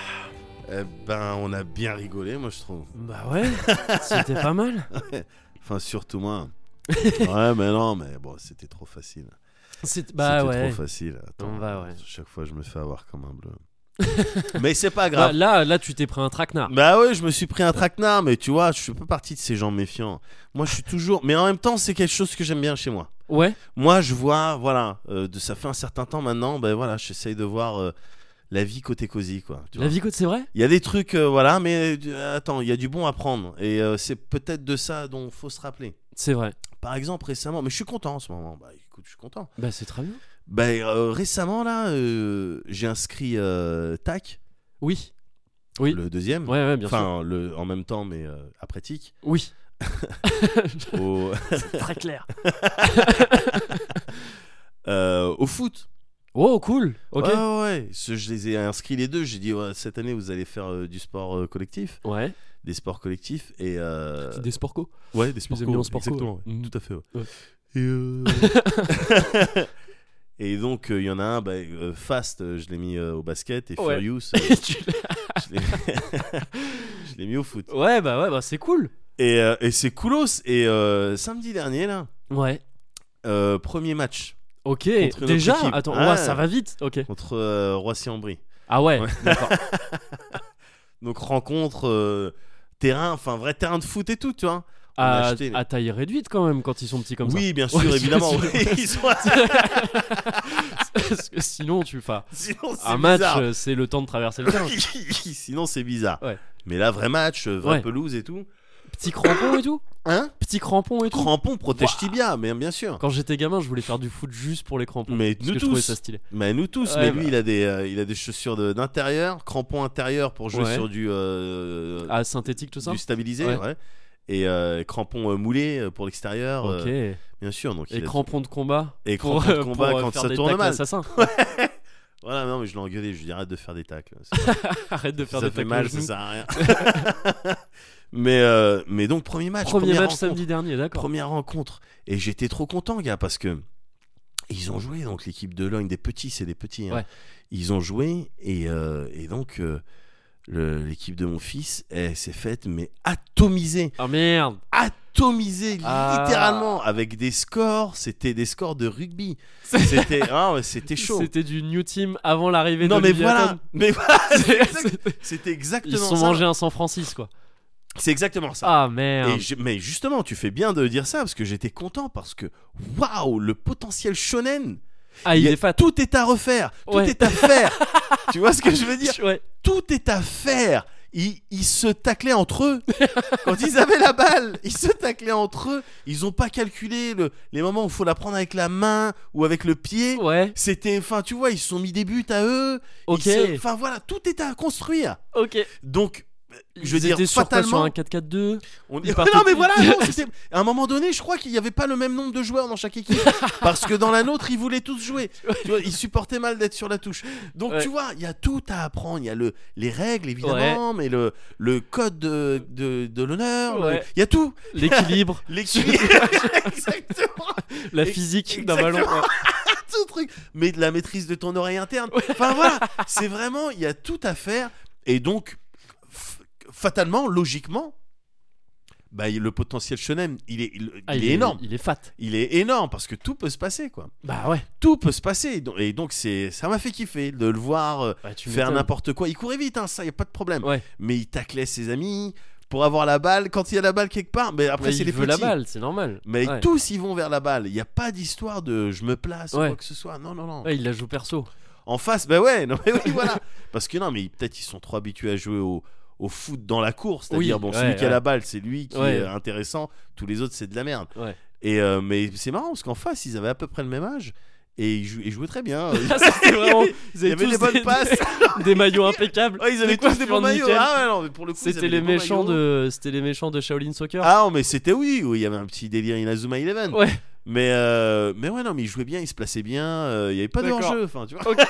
euh, Eh ben, on a bien rigolé, moi, je trouve. Bah ouais, c'était pas mal. Enfin, surtout moi. Ouais, mais non, mais bon, c'était trop facile. C'est- Bah c'était ouais. trop facile. Attends, On va, ouais. chaque fois, je me fais avoir comme un bleu. Mais c'est pas Bah, grave. là, là, tu t'es pris un traquenard. Bah ouais, je me suis pris un traquenard, mais tu vois, je suis pas partie de ces gens méfiants. Moi, je suis toujours. Mais en même temps, c'est quelque chose que j'aime bien chez moi. Ouais. Moi, je vois, voilà, euh, de, ça fait un certain temps maintenant, ben voilà, j'essaye de voir euh, la vie côté cosy, quoi. tu La vois. vie côte, c'est vrai. Il y a des trucs, euh, voilà, mais euh, attends, il y a du bon à prendre. Et euh, c'est peut-être de ça dont faut se rappeler. C'est vrai. Par exemple, récemment, mais je suis content en ce moment. Bah écoute, je suis content. Bah c'est très bien. Bah euh, récemment, là, euh, j'ai inscrit euh, T A C, Oui. Oui. le deuxième. Ouais, ouais, bien sûr. Enfin, le, en même temps, mais euh, après T I C. Oui. Au, C'est très clair. euh, au foot. Oh, cool. Ok. Ouais, ouais, ouais. Ce- je les ai inscrits les deux. J'ai dit, ouais, cette année, vous allez faire euh, du sport euh, collectif, Ouais. des sports collectifs. Et, euh, Des sport co. ouais, des sports amis en co, sport co, exactement. ouais. ouais. Mhm. Tout à fait. Ouais. Ouais. Et, euh... et donc il euh, y en a un, bah, euh, Fast, euh, je l'ai mis euh, au basket et Ouais. Furious, euh, je l'ai je l'ai mis au foot. Ouais, bah ouais, bah c'est cool. Et, euh, et c'est coolos. Et euh, samedi dernier là, Ouais. euh, premier match Ok. contre une Déjà, autre équipe. attends, Ah, ouais, ça va vite. Ok. contre euh, Roissy-en-Brie. Ah ouais. Ouais. D'accord. Donc rencontre, euh, terrain, enfin vrai terrain de foot et tout, tu vois. On a À, acheté- à taille réduite quand même quand ils sont petits comme oui, bien ça. sûr, Ouais, évidemment. sinon- oui, ils sont- Parce que sinon, tu fais Sinon, c'est un match, bizarre. euh, c'est le temps de traverser le terrain. Sinon, c'est bizarre. Ouais. Mais là, vrai match, euh, vraie Ouais. pelouse et tout. Petit crampon et tout. Hein Petit crampon et tout. Crampon protège tibia, mais bien sûr. Quand j'étais gamin, je voulais faire du foot juste pour les crampons. Mais parce nous que je trouvais tous. ça stylé. Mais nous tous. Ouais, mais bah. lui, il a des, euh, il a des chaussures de- d'intérieur, crampons intérieur pour jouer Ouais. sur du, euh, Ah, synthétique tout ça. du stabilisé, Ouais. ouais. Et euh, crampons euh, moulés euh, pour l'extérieur, Ok. euh, bien sûr. Donc Et il a- crampons de combat. Et pour, crampons de euh, combat pour, euh, quand faire ça des tourne tacles mal. assassins. Voilà, non, mais je l'ai engueulé. Je lui dis arrête de faire des tacles. Arrête de faire Ça des fait tacles mal, au ça genou. sert à rien. mais, euh, mais donc, premier match. Premier première match rencontre, samedi dernier, d'accord. Première rencontre. Et j'étais trop content, gars, parce que ils ont joué. Donc, l'équipe de Logne, des petits, c'est des petits. Hein. Ouais. Ils ont joué. Et, euh, et donc, euh, le- l'équipe de mon fils, elle s'est faite, mais atomisée. Ah merde. Atomisée, Ah. littéralement. Avec des scores. C'était des scores de rugby. C'était, ah, ouais, c'était chaud. C'était du New Team avant l'arrivée Non, de mais Olivia voilà. Tom. Mais voilà. C'est- exact- c'était- C'était exactement Ils se sont ça. mangés un San Francisco quoi. C'est exactement ça. Ah merde. Et je- mais justement, tu fais bien de dire ça parce que j'étais content parce que waouh, le potentiel shonen. Ah, il y a- est fat. Tout est à refaire, tout Ouais. est à faire. Tu vois ce que je veux dire? Ouais. Tout est à faire. Ils, ils se taclaient entre eux quand ils avaient la balle. Ils se taclaient entre eux. Ils ont pas calculé le, les moments où il faut la prendre avec la main ou avec le pied. Ouais. C'était, enfin, tu vois, ils se sont mis des buts à eux. Ils Ok. se- Enfin voilà, tout est à construire. Ok. Donc, je veux Ils dire, étaient sur quoi, sur fatalement. un quatre quatre deux. On... Ils partaient Non mais plus. voilà, non, c'était- à un moment donné, je crois qu'il n'y avait pas le même nombre de joueurs dans chaque équipe. Parce que dans la nôtre, ils voulaient tous jouer. Tu vois, ils supportaient mal d'être sur la touche. Donc Ouais. tu vois, il y a tout à apprendre. Il y a le, les règles évidemment, mais le, le code de, de, de l'honneur. le- Ouais. Il y a tout. L'équilibre. L'équilibre. Exactement. La Ex- physique d'un ballon. exactement. Tout truc. Mais de la maîtrise de ton oreille interne. Enfin voilà, c'est vraiment, il y a tout à faire. Et donc, f- fatalement, logiquement, bah, le potentiel shonen, il est, il, Ah, il est énorme. Il est fat. Il est énorme parce que tout peut se passer, quoi. Bah ouais. Tout peut se passer. Et donc- Et donc, c'est, ça m'a fait kiffer de le voir euh, Bah, tu faire m'étonnes. n'importe quoi. Il courait vite, hein, ça, il n'y a pas de problème. Ouais. Mais il taclait ses amis pour avoir la balle. Quand il y a la balle quelque part, mais après, Mais c'est il les veut petits. la balle, c'est normal. Mais Ouais. tous ils vont vers la balle. Il n'y a pas d'histoire de je me place ou Ouais. quoi que ce soit. Non, non, non. Ouais, il la joue perso. En face, bah ouais, non, mais oui, voilà. Parce que non, mais peut-être ils sont trop habitués à jouer au, au foot dans la course. C'est-à-dire, Oui, bon, ouais, celui qui a ouais. la balle, c'est lui qui Ouais. est intéressant. Tous les autres, c'est de la merde. Ouais. Et euh, mais c'est marrant parce qu'en face, ils avaient à peu près le même âge. Et ils, jou- ils jouaient très bien. Ah, c'était vraiment. Ils Il y avait tous des bonnes passes. Des, des maillots impeccables. Ouais, ils avaient Des tous des bons coiffures maillots. nickel. Ah ouais, non, mais pour le coup, ils C'était avaient les des bons méchants maillots. de. C'était les méchants de Shaolin Soccer. Ah non, mais c'était oui, oui, il y avait un petit délire Inazuma Eleven. Ouais. Mais, euh, mais ouais, non, mais ils jouaient bien, ils se plaçaient bien, euh, il n'y avait pas de D'accord. hors-jeu, enfin, tu vois. Ok.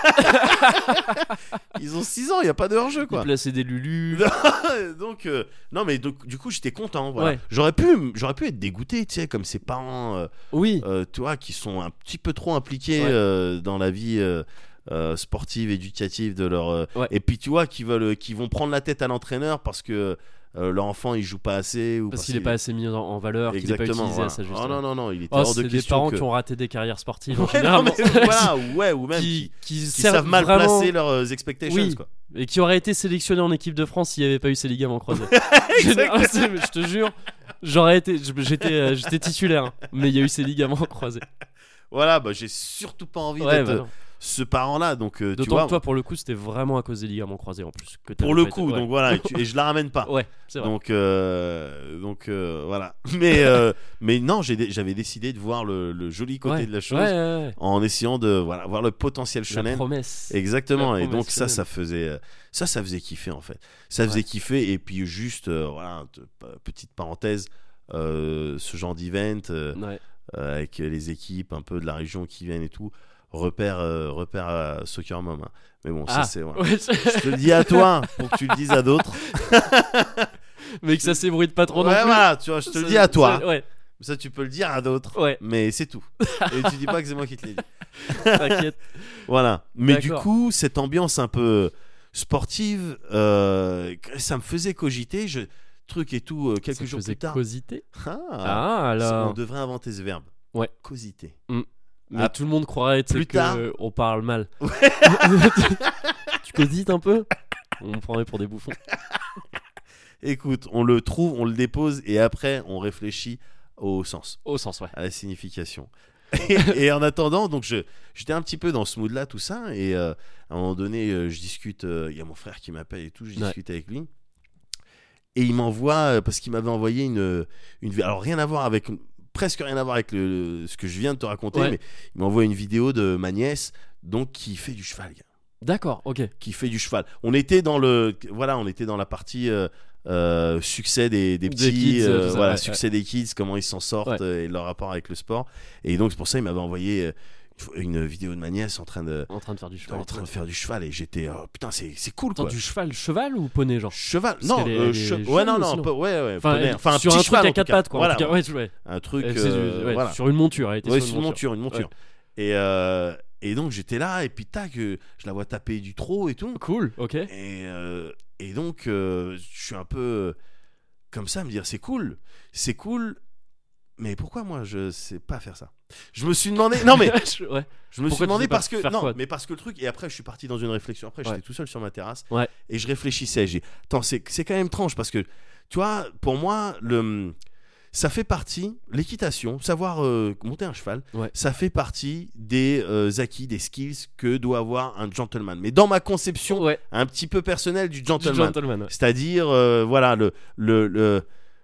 Ils ont six ans, il n'y a pas de hors-jeu, Ils quoi. plaçaient des lulus. donc, euh, non, mais donc, du coup, j'étais content, voilà. Ouais. J'aurais pu, j'aurais pu être dégoûté, tu sais, comme ces parents, euh, Oui. euh, tu vois, qui sont un petit peu trop impliqués Ouais. euh, dans la vie euh, euh, sportive, éducative de leur. euh, Ouais. Et puis, tu vois, qui, veulent, qui vont prendre la tête à l'entraîneur parce que euh, leur enfant, il joue pas assez. Ou Parce qu'il est pas assez mis en, en valeur, qu'il est pas Exactement. utilisé Voilà. à sa juste Oh, non, valeur. non, non, il était Oh, hors de c'est des question parents que... qui ont raté des carrières sportives en Ouais, général. non, mais voilà, ouais, ou même qui, qui, qui qui servent savent mal vraiment- placer leurs euh, expectations, Oui. quoi. Et qui aurait été sélectionné en équipe de France s'il n'y avait pas eu ces ligaments croisés. Exactement. Je, c'est- je te jure, j'aurais été, je- j'étais, euh, j'étais titulaire, hein, mais il y a eu ces ligaments croisés. Voilà, bah j'ai surtout pas envie Ouais, d'être bah euh, non. ce parent-là, donc euh, tu D'autant vois. que toi, pour le coup, c'était vraiment à cause des ligaments croisés en plus. Que t'avais Pour le pas été- coup, ouais. donc voilà, et, tu- et je la ramène pas. Ouais, c'est vrai. Donc, euh, donc euh, voilà. Mais, euh, mais non, j'ai dé- j'avais décidé de voir le, le joli côté Ouais. de la chose Ouais, ouais, ouais. en essayant de voilà, voir le potentiel La shonen. promesse. Exactement. La Et donc promesse ça, shonen. ça faisait, euh, ça, ça faisait kiffer en fait. Ça faisait Ouais. kiffer. Et puis juste, euh, voilà, te- p- petite parenthèse, euh, ce genre d'event euh, Ouais. euh, avec les équipes un peu de la région qui viennent et tout, repère, euh, repère à Soccer Mom. hein. Mais bon, ça Ah. c'est. Voilà. Ouais, Je te le dis à toi pour que tu le dises à d'autres. mais que ça s'ébruite pas trop Ouais, non plus. voilà, tu vois, je te le Ça- dis à toi. ça- ouais. Ça, tu peux le dire à d'autres. Ouais. Mais c'est tout. Et tu dis pas que c'est moi qui te l'ai dit. T'inquiète. Voilà. Mais D'accord. du coup, cette ambiance un peu sportive, euh, ça me faisait cogiter. Je... Truc et tout, euh, quelques Ça jours faisait plus tard. cositer. Ah, Ah, ça, alors. on devrait inventer ce verbe. Ouais. Cositer. Mais Ah, tout le monde croirait tu sais, plus que tard. on parle mal. Tu cosites un peu? On me prendrait pour des bouffons. Écoute, on le trouve, on le dépose et après, on réfléchit au sens, Au sens, ouais. à la signification. et, et en attendant, donc je, j'étais un petit peu dans ce mood-là, tout ça, et euh, à un moment donné, euh, je discute, il euh, y a mon frère qui m'appelle et tout, je Ouais. discute avec lui. Et il m'envoie, euh, parce qu'il m'avait envoyé une, une... Alors rien à voir avec... Presque rien à voir avec le, le- ce que je viens de te raconter, Ouais. mais il m'envoie une vidéo de ma nièce, donc qui fait du cheval, gars. D'accord, ok. Qui fait du cheval. On était dans le... Voilà, on était dans la partie... euh, euh, succès des, des Des petits, kids, euh, tout ça, voilà, ouais, succès des kids, comment ils s'en sortent Ouais. euh, et leur rapport avec le sport. Et donc c'est pour ça il m'avait envoyé euh, une vidéo de ma nièce en train de, En train de faire du cheval. en train de faire du cheval et j'étais oh, putain c'est c'est cool Attends, quoi. du cheval, cheval ou poney genre? Cheval, Parce non, qu'elle est- euh, elle che- est ouais jeune non ou non, sinon pas- ouais ouais, Enfin, poney. Enfin un sur petit un cheval truc à en quatre tout cas. pattes quoi. Voilà, En tout cas, ouais, ouais. un truc, Elle, c'est- euh, ouais, voilà. sur une monture, elle était Ouais, sur c'est une monture, une monture. Et euh, et donc j'étais là et puis tac, euh, je la vois taper du trot et tout. Cool, ok. Et, euh, et donc, euh, je suis un peu euh, comme ça, à me dire c'est cool, c'est cool, mais pourquoi moi je sais pas faire ça? Je me suis demandé, non mais Je- ouais. je me Pourquoi suis tu demandé sais pas parce que faire non, quoi mais parce que le truc, et après je suis parti dans une réflexion. Après, Ouais. j'étais tout seul sur ma terrasse Ouais. et je réfléchissais. J'ai, attends, c'est c'est quand même étrange parce que tu vois, pour moi le ça fait partie, l'équitation, savoir euh, monter un cheval, Ouais. ça fait partie des euh, acquis, des skills que doit avoir un gentleman. Mais dans ma conception Ouais. un petit peu personnelle du Du gentleman, gentleman, ouais. c'est-à-dire euh, voilà le, le, le,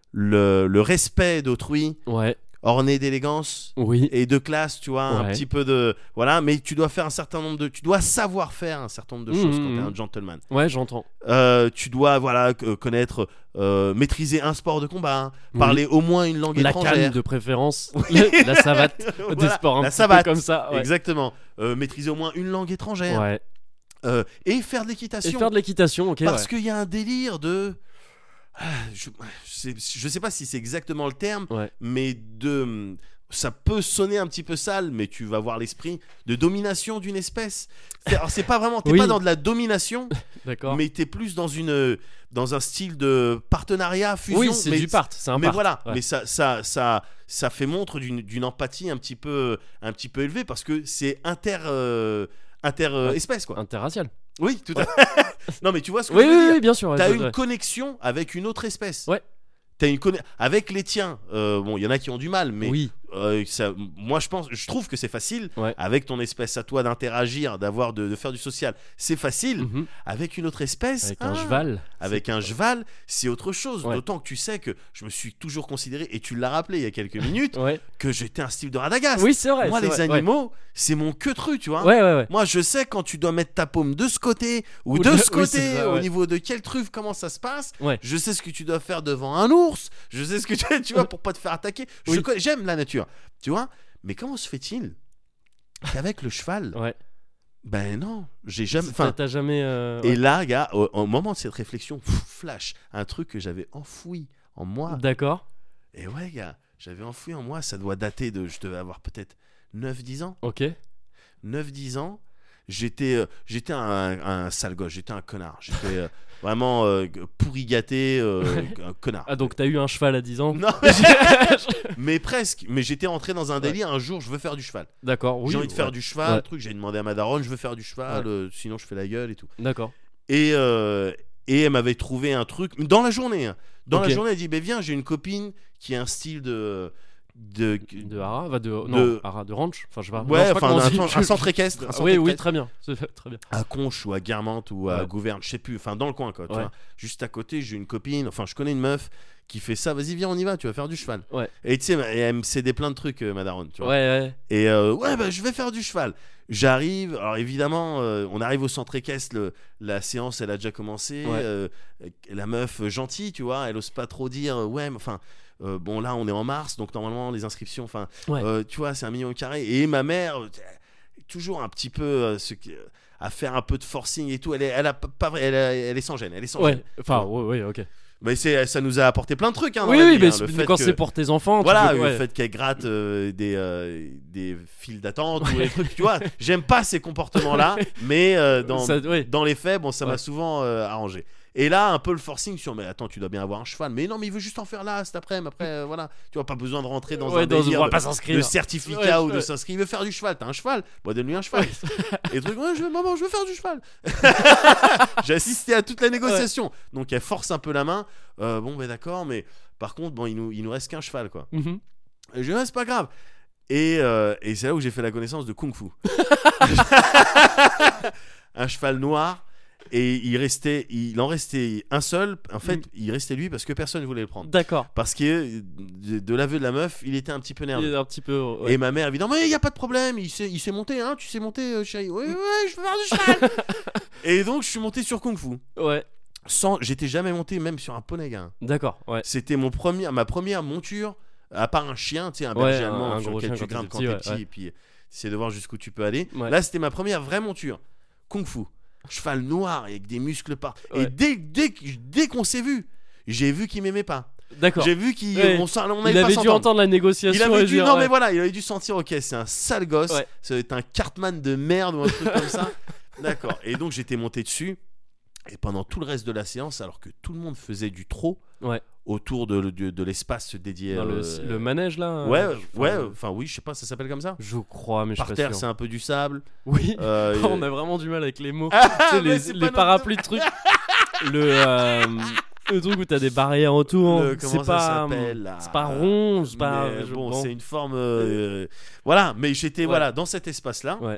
le, le respect d'autrui, Ouais. orné d'élégance Oui. et de classe, tu vois, un Ouais. petit peu de voilà, mais tu dois faire un certain nombre de, tu dois savoir faire un certain nombre de Mmh, choses mmh, quand t'es mmh. un gentleman. Ouais, j'entends. Euh, tu dois voilà c- connaître, euh, maîtriser un sport de combat, Oui. parler au moins une langue La étrangère. canne de préférence. Oui. Le- la savate. Des Voilà, sports un la petit savate. peu comme ça. Ouais. Exactement. Euh, maîtriser au moins une langue étrangère. Ouais. Euh, et faire de Et l'équitation. faire de l'équitation, ok. Parce ouais. qu'il y a un délire de. Ah, Je, je, sais, je sais pas si c'est exactement le terme, Ouais. mais de. Ça peut sonner un petit peu sale, mais tu vas voir l'esprit de domination d'une espèce. C'est- Alors c'est pas vraiment, t'es Oui. pas dans de la domination, D'accord. mais t'es plus dans une, dans un style de partenariat, fusion. Oui, c'est mais, du part. C'est un mais part. voilà, Ouais. mais ça, ça, ça, ça fait montre d'une, d'une empathie un petit peu, un petit peu élevée parce que c'est inter, euh, inter euh, Ouais. espèce quoi. Interracial. Oui, tout à fait. Non, mais tu vois ce que Oui, je veux oui, dire. oui, bien sûr. ouais, T'as je- une ouais. connexion avec une autre espèce. Ouais. T'as une conne- avec les tiens. Euh, bon, il y en a qui ont du mal, mais Oui. euh, ça, moi je pense, je trouve que c'est facile Ouais. avec ton espèce à toi d'interagir, d'avoir, de, de faire du social. C'est facile. Mhm. Avec une autre espèce, Avec ah, un cheval. avec un cheval, c'est autre chose. Ouais. D'autant que tu sais que je me suis toujours considéré, et tu l'as rappelé il y a quelques minutes, Ouais. que j'étais un style de Radagast. Oui, c'est vrai. Moi, c'est les vrai, ouais. animaux, c'est mon queutru, tu vois. Ouais, ouais, ouais. Moi, je sais quand tu dois mettre ta paume de ce côté ou, Ou de de- ce oui, côté, c'est ça, au ouais. niveau de quelle truffe, comment ça se passe. Ouais. Je sais ce que tu dois faire devant un ours. Je sais ce que tu, tu vois pour pas te faire attaquer. Je Oui. connais- J'aime la nature, tu vois. Mais comment se fait-il qu'avec le cheval, Ouais. ben non, j'ai jamais. T'as- Enfin, T'as jamais. euh, et ouais. là, gars, au, au moment de cette réflexion, pff, flash, un truc que j'avais enfoui en moi. D'accord. Et ouais, gars, j'avais enfoui en moi. Ça doit dater de, je devais avoir peut-être neuf dix ans. Ok. neuf dix ans, j'étais euh, j'étais un, un sale gosse, j'étais un connard, j'étais euh, vraiment euh, pourri gâté, euh, un connard. Ah, donc t'as eu un cheval à dix ans. Non, mais presque, mais j'étais entré dans un délire, un jour je veux faire du cheval. D'accord. Oui. J'ai envie de faire ouais. du cheval, Ouais. truc, j'ai demandé à ma daronne, je veux faire du cheval, Ouais. euh, sinon je fais la gueule et tout. D'accord. Et, euh, et elle m'avait trouvé un truc, dans la journée, hein. dans Ok. la journée elle dit, ben viens, j'ai une copine qui a un style de... de, De Hara, va de non, De- Hara de ranch. Enfin, je sais pas. Non, je ouais, sais pas enfin comment on un, dit. centre- un centre équestre. un centre Oui, oui, équestre. très bien. C'est très bien. À Conches ou à Guermantes ou à Ouais. Gouverne, je sais plus, enfin dans le coin quoi, tu Ouais. vois. Juste à côté, j'ai une copine, enfin je connais une meuf qui fait ça, vas-y viens on y va, tu vas faire du cheval. Ouais. Et tu sais, et elle me cédait plein de trucs, euh, ma daronne, tu vois. Ouais, ouais. Et euh, ouais, bah je vais faire du cheval. J'arrive, alors évidemment, euh, on arrive au centre équestre, le- la séance elle a déjà commencé. Ouais. euh, la meuf euh, gentille, tu vois, elle ose pas trop dire, euh, ouais, mais enfin. euh, bon là on est en mars donc normalement les inscriptions enfin Ouais. euh, tu vois c'est un million carré et ma mère euh, toujours un petit peu euh, ce qui- à faire un peu de forcing et tout elle est elle a pas pas vrai elle, a- elle est sans gêne elle est sans gêne Ouais. Enfin, ouais, ouais, ok. Mais c'est, ça nous a apporté plein de trucs. Hein, dans Oui, la oui, vie, mais hein, c'est- le fait quand que- c'est pour tes enfants, tu Voilà, peux- le ouais. fait qu'elle gratte euh, des, euh, des files d'attente ou des trucs, tu vois. J'aime pas ces comportements-là, mais euh, dans, Ça- ouais. dans les faits, bon, ça m'a Ouais. souvent euh, arrangé. Et là, un peu le forcing sur, mais attends, tu dois bien avoir un cheval. Mais non, mais il veut juste en faire là cet après-midi. Après, euh, voilà, tu vois, pas besoin de rentrer dans Ouais, un dans- on délire va de, pas s'inscrire. de certificat Ouais, ou de ouais. s'inscrire. Il veut faire du cheval. T'as un cheval. Bon, donne-lui un cheval. Et le truc, ouais, je veux, maman, je veux faire du cheval. J'ai assisté à toute la négociation. Donc, elle force un peu la main. Euh, bon, ben d'accord, mais par contre, bon, il nous, il nous reste qu'un cheval, quoi. Mhm. Et je dis, ouais, c'est pas grave. Et, euh, et c'est là où j'ai fait la connaissance de Kung Fu. Un cheval noir. Et il restait, il en restait un seul. En fait, Mm. il restait lui parce que personne ne voulait le prendre. D'accord. Parce que de, de l'aveu de la meuf, il était un petit peu Il nerveux. est un petit peu. ouais. Et ma mère, évidemment, mais il n'y a pas de problème, il s'est, il s'est monté, hein, tu sais monter, euh, chérie. Ouais, ouais, je veux faire du cheval. Et donc, je suis monté sur Kung Fu. Ouais. Sans, j'étais jamais monté même sur un poney, gars. D'accord. Ouais. C'était mon premier, ma première monture, à part un chien, tu sais, un Ouais, berger un- allemand un sur gros lequel chien tu quand grimpes quand t'es t'es petit, petit, ouais, et puis c'est de voir jusqu'où tu peux aller. Ouais. Là, c'était ma première vraie monture. Kung Fu. Cheval noir avec des muscles par. Et Ouais. dès, dès, dès qu'on s'est vu, j'ai vu qu'il m'aimait pas. D'accord. J'ai vu qu'il. Ouais. On, s'en- on Il allait pas avait dû s'entendre. entendre la négociation. Il avait et dû, dire, non ouais. mais voilà, il avait dû sentir, ok, c'est un sale gosse, Ouais. ça va être un Cartman de merde ou un truc comme ça. D'accord. Et donc j'étais monté dessus, et pendant tout le reste de la séance, alors que tout le monde faisait du trot Ouais. autour de, de, de l'espace dédié. Dans le, euh, le manège là. Ouais, euh, ouais, enfin, enfin oui, je sais pas, ça s'appelle comme ça. Je crois, mais je suis Par pas terre, sûr. c'est un peu du sable. Oui. Euh, On a vraiment du mal avec les mots. Ah, Tu sais, mais les c'est les pas notre- parapluies de trucs. le, euh, le truc où t'as des barrières autour. Le- comment c'est ça pas. s'appelle, là C'est pas rond. C'est pas. Mais je- bon, c'est une forme. euh, Voilà, mais j'étais Ouais. voilà dans cet espace-là. Ouais.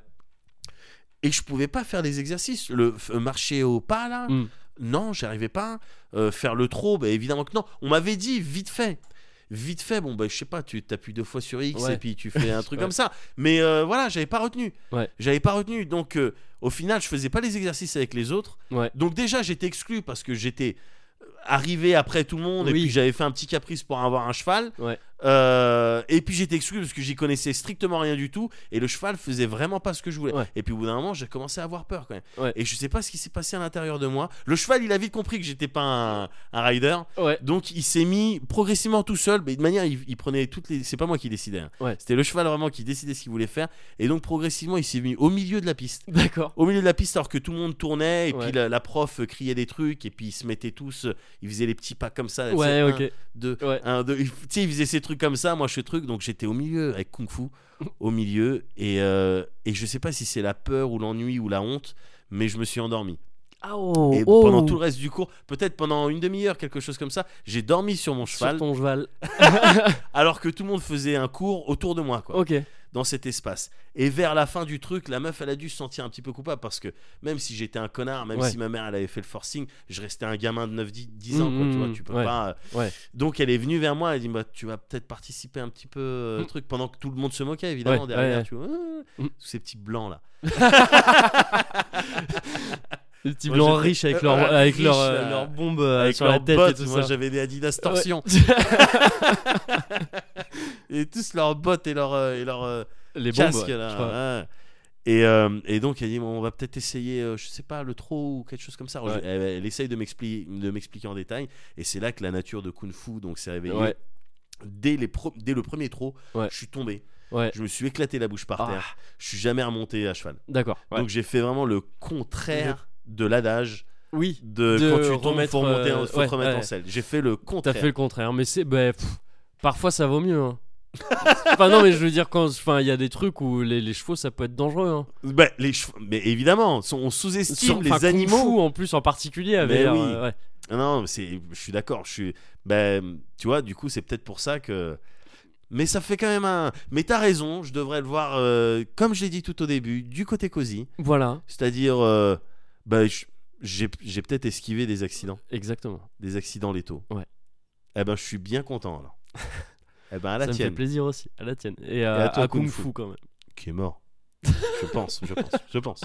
Et je pouvais pas faire les exercices. Le f- marcher au pas là, Mm. non, j'arrivais pas. Euh, faire le trot, bah, évidemment que non. On m'avait dit vite fait. Vite fait, bon, bah, je sais pas, tu t'appuies deux fois sur X Ouais. et puis tu fais un truc Ouais. comme ça. Mais euh, voilà, j'avais pas retenu. Ouais. J'avais pas retenu. Donc, euh, au final, je faisais pas les exercices avec les autres. Ouais. Donc, déjà, j'étais exclu parce que j'étais arrivé après tout le monde et Oui. puis j'avais fait un petit caprice pour avoir un cheval. Ouais. Euh, et puis j'étais exclu parce que j'y connaissais strictement rien du tout et le cheval faisait vraiment pas ce que je voulais. Ouais. Et puis au bout d'un moment, j'ai commencé à avoir peur quand même. Ouais. Et je sais pas ce qui s'est passé à l'intérieur de moi. Le cheval, il a vite compris que j'étais pas un, un rider. Ouais. Donc il s'est mis progressivement tout seul, mais de manière, il, il prenait toutes les. C'est pas moi qui décidais. hein. Ouais. C'était le cheval vraiment qui décidait ce qu'il voulait faire. Et donc progressivement, il s'est mis au milieu de la piste. D'accord. Au milieu de la piste, alors que tout le monde tournait, et Ouais. puis la, la prof criait des trucs, et puis ils se mettaient tous, euh, ils faisaient les petits pas comme ça. tu sais, Ouais, un, ok. deux, Ouais. un, deux. Tu sais, ils faisaient ces trucs comme ça, moi je fais truc, donc j'étais au milieu avec Kung Fu, au milieu, et, euh, et je sais pas si c'est la peur ou l'ennui ou la honte, mais je me suis endormi. Ah oh. Et oh. pendant tout le reste du cours, peut-être pendant une demi-heure, quelque chose comme ça, j'ai dormi sur mon Sur cheval, ton cheval. alors que tout le monde faisait un cours autour de moi, quoi, Ok. dans cet espace. Et vers la fin du truc, la meuf, elle a dû se sentir un petit peu coupable, parce que même si j'étais un connard, même Ouais. si ma mère, elle avait fait le forcing, je restais un gamin de neuf dix ans, quoi, Mmh, tu vois, mmh, tu peux ouais. pas... euh, Ouais. Donc elle est venue vers moi, elle dit bah, tu vas peut-être participer un petit peu euh, Mm. truc pendant que tout le monde se moquait évidemment Ouais, derrière, ouais, ouais. tu vois, euh, Mm. tous ces petits blancs là. Les petits Moi, blancs j'étais- riches avec euh, leur, voilà, avec leur, riches, euh, là. leur bombe euh, Avec sur leurs la tête bottes, et tout moi ça. j'avais des Adidas Torsion Ouais. et tous leurs bottes et leurs euh, et leurs euh, Les bombes. casques ouais, là. je crois. ouais. Et, euh, et donc elle dit bon, on va peut-être essayer euh, je sais pas le trot ou quelque chose comme ça. Ouais. Elle, elle essaye de m'expliquer de m'expliquer en détail et c'est là que la nature de Kung Fu donc s'est réveillée. Ouais. Dès, les pro- dès le premier trot, Ouais. je suis tombé. Ouais. Je me suis éclaté la bouche par Ah. terre. Je suis jamais remonté à cheval. D'accord. ouais. Donc j'ai fait vraiment le contraire de l'adage Oui. de, De quand tu tombes, remettre, faut remonter, en- euh, faut ouais, te remettre ouais. en selle. J'ai fait le T'as contraire. fait le contraire, mais c'est bah, pff, parfois ça vaut mieux. Hein. Enfin non, mais je veux dire quand, enfin il y a des trucs où les, les chevaux ça peut être dangereux. Hein. Bah, les chevaux- mais évidemment, on sous-estime Sur- enfin, les animaux. Kung Fu, en plus en particulier avec. Mais euh, oui. ouais. Ah non, c'est, je suis d'accord. Je suis, ben, tu vois, du coup, c'est peut-être pour ça que. Mais ça fait quand même un. Mais t'as raison, je devrais le voir, euh, comme je l'ai dit tout au début, du côté cosy. Voilà. C'est-à-dire, euh, bah, je- j'ai, j'ai peut-être esquivé des accidents, Exactement. des accidents létaux. Ouais. Eh ben, je suis bien content alors. Eh ben, à la Ça me fait tienne, plaisir aussi. À la tienne. Et, euh, à toi, à Kung Kung Fu. Fu quand même. qui est mort. Je pense, je pense, je pense.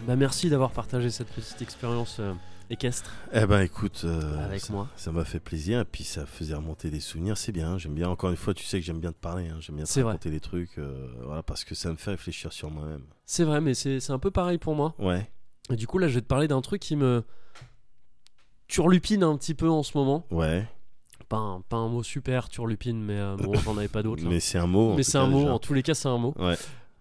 Bah merci d'avoir partagé cette petite expérience euh, équestre. Eh ben écoute, euh, avec ça, moi. Ça m'a fait plaisir et puis ça faisait remonter des souvenirs. C'est bien, j'aime bien. Encore une fois, tu sais que j'aime bien te parler, hein. J'aime bien te c'est raconter vrai. des trucs, euh, voilà, parce que ça me fait réfléchir sur moi-même. C'est vrai, mais c'est, c'est un peu pareil pour moi. Ouais. Et du coup là, je vais te parler d'un truc qui me turlupine un petit peu en ce moment. Ouais. Pas un, pas un mot super turlupine, mais euh, bon, j'en avais pas d'autre. Là. Mais c'est un mot. Mais c'est un cas, mot. déjà. En tous les cas, c'est un mot. Ouais.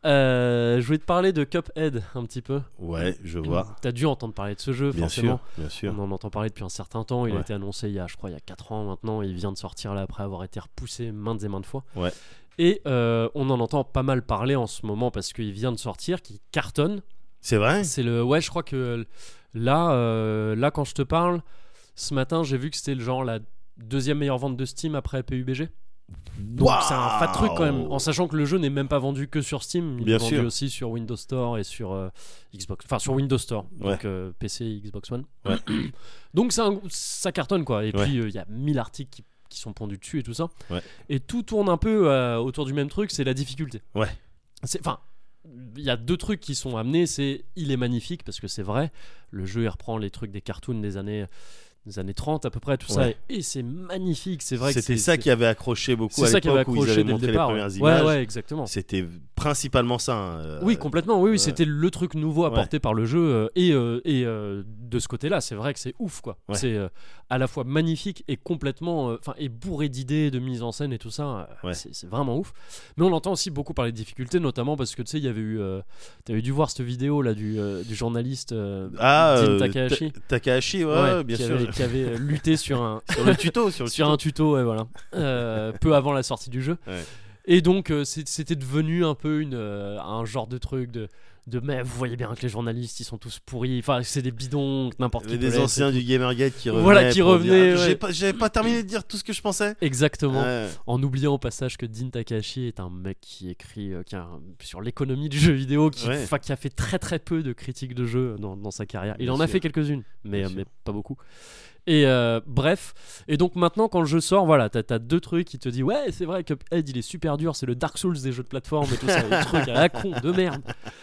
Euh, je voulais te parler de Cuphead un petit peu. Ouais, je vois. T'as dû entendre parler de ce jeu, bien forcément. Sûr, bien sûr. On en entend parler depuis un certain temps. Il ouais. a été annoncé il y a, je crois, il y a quatre ans maintenant. Il vient de sortir là après avoir été repoussé maintes et maintes fois. Ouais. Et euh, on en entend pas mal parler en ce moment parce qu'il vient de sortir, qui cartonne. C'est vrai. C'est le, ouais, je crois que là, euh, là, quand je te parle, ce matin, j'ai vu que c'était le genre la deuxième meilleure vente de Steam après P U B G. Donc wow. c'est un fat truc quand même, en sachant que le jeu n'est même pas vendu que sur Steam, il Bien est vendu sûr. aussi sur Windows Store et sur euh, Xbox, enfin sur Windows Store, ouais. donc euh, P C et Xbox One. Ouais. Donc c'est un, ça cartonne quoi. Et ouais. puis il euh, y a mille articles qui, qui sont pondus dessus et tout ça. Ouais. Et tout tourne un peu euh, autour du même truc, c'est la difficulté. Ouais. C'est, enfin, il y a deux trucs qui sont amenés, c'est il est magnifique parce que c'est vrai, le jeu il reprend les trucs des cartoons des années des années trente à peu près, tout ouais. ça, et, et c'est magnifique, c'est vrai. C'était que c'est, ça c'est... qui avait accroché beaucoup c'est à ça qui avait l'époque où ils accroché avaient montré les départ, premières ouais. images. Ouais, ouais, exactement. C'était principalement ça. Hein. Oui, complètement, oui, oui, euh... c'était le truc nouveau apporté ouais. par le jeu, euh, et, euh, et euh, de ce côté-là, c'est vrai que c'est ouf, quoi. Ouais. C'est euh, à la fois magnifique et complètement, enfin, euh, et bourré d'idées, de mise en scène et tout ça, euh, ouais. c'est, c'est vraiment ouf. Mais on entend aussi beaucoup parler de difficultés, notamment parce que tu sais, il y avait eu, euh, t'avais dû voir cette vidéo là du, euh, du journaliste euh, ah, Jin euh, Takahashi. Ta- Takahashi, ouais, ouais bien qui sûr. Avait, qui avait lutté sur un sur le tuto, sur, le sur tuto. un tuto, ouais, voilà, euh, peu avant la sortie du jeu. Ouais. Et donc euh, c'est, c'était devenu un peu une, euh, un genre de truc de, de mais vous voyez bien que les journalistes ils sont tous pourris, enfin c'est des bidons, n'importe qui. Des anciens du Gamergate qui revenaient. Voilà, qui revenaient. Dire, ouais. j'ai pas, j'avais pas terminé de dire tout ce que je pensais. Exactement. Ouais. En oubliant au passage que Jin Takahashi est un mec qui écrit euh, qui a un, sur l'économie du jeu vidéo, qui, ouais. qui a fait très très peu de critiques de jeux dans, dans sa carrière. Il bien en sûr. a fait quelques-unes, mais, euh, mais sûr. pas beaucoup. Et euh, bref, et donc maintenant quand le jeu sort, voilà, t'as, t'as deux trucs qui te disent ouais c'est vrai que Cuphead il est super dur, c'est le Dark Souls des jeux de plateforme et tout ça, des trucs à la con de merde.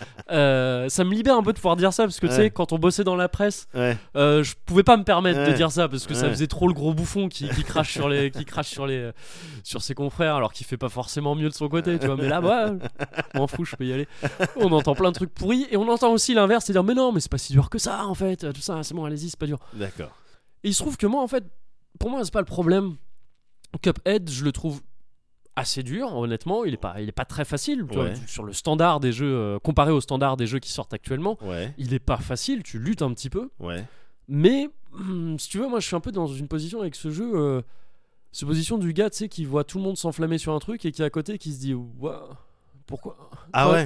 Euh, ça me libère un peu de pouvoir dire ça parce que ouais. tu sais quand on bossait dans la presse, ouais. euh, je pouvais pas me permettre ouais. de dire ça parce que ouais. ça faisait trop le gros bouffon qui, qui crache sur les, qui crache sur les, euh, sur ses confrères alors qu'il fait pas forcément mieux de son côté, tu vois. Mais là, ouais, m'en fous, je peux y aller. On entend plein de trucs pourris et on entend aussi l'inverse, c'est dire mais non mais c'est pas si dur que ça en fait, tout ça c'est bon allez-y c'est pas dur. D'accord. Et il se trouve que moi, en fait, pour moi, c'est pas le problème. Cuphead, je le trouve assez dur, honnêtement. Il est pas, il est pas très facile. Tu ouais. vois, sur le standard des jeux, euh, comparé au standard des jeux qui sortent actuellement, ouais. il est pas facile. Tu luttes un petit peu. Ouais. Mais, hum, si tu veux, moi, je suis un peu dans une position avec ce jeu. Euh, cette position du gars, tu sais, qui voit tout le monde s'enflammer sur un truc et qui est à côté, qui se dit, ouais, pourquoi Ah ouais.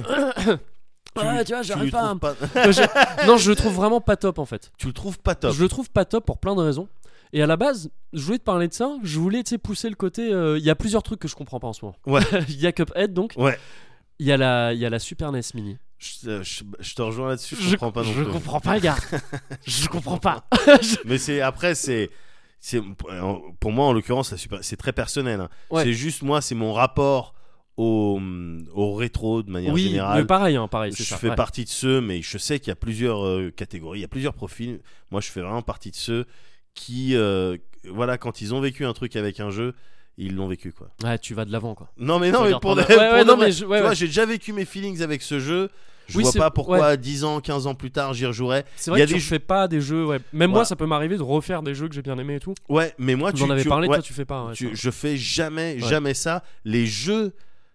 Ouais, tu vois, j'arrive pas, à... pas... Non, je le trouve vraiment pas top en fait. Tu le trouves pas top. Je le trouve pas top pour plein de raisons. Et à la base, je voulais te parler de ça. Je voulais tu sais, pousser le côté. Il euh, y a plusieurs trucs que je comprends pas en ce moment. Ouais. Il y a Cuphead donc. Ouais. Il y a la, il y a la Super N E S Mini. Je, je, je te rejoins là-dessus. Je, je comprends pas non je plus. Je comprends pas, gars. Je comprends pas. Mais c'est après c'est. C'est, pour moi, en l'occurrence, c'est très personnel. Hein. Ouais. C'est juste moi, c'est mon rapport au, au rétro de manière oui, générale. Oui, pareil, hein, pareil. Je ça, fais ouais. partie de ceux, mais je sais qu'il y a plusieurs euh, catégories, il y a plusieurs profils. Moi, je fais vraiment partie de ceux qui, euh, voilà, quand ils ont vécu un truc avec un jeu, ils l'ont vécu, quoi. Ouais, tu vas de l'avant, quoi. Non, mais non, mais pour, de, ouais, ouais, pour non, de mais je, ouais, tu vois, ouais. j'ai déjà vécu mes feelings avec ce jeu. Je oui, vois pas pourquoi ouais. dix ans, quinze ans plus tard j'y rejouerais. C'est vrai y a que tu des fais jeux... pas des jeux. Ouais. Même voilà. Moi, ça peut m'arriver de refaire des jeux que j'ai bien aimés et tout. Ouais, mais moi, tu en avais tu, parlé, ouais, toi, tu fais pas. Ouais, tu, je fais jamais, ouais. jamais ça. Les jeux,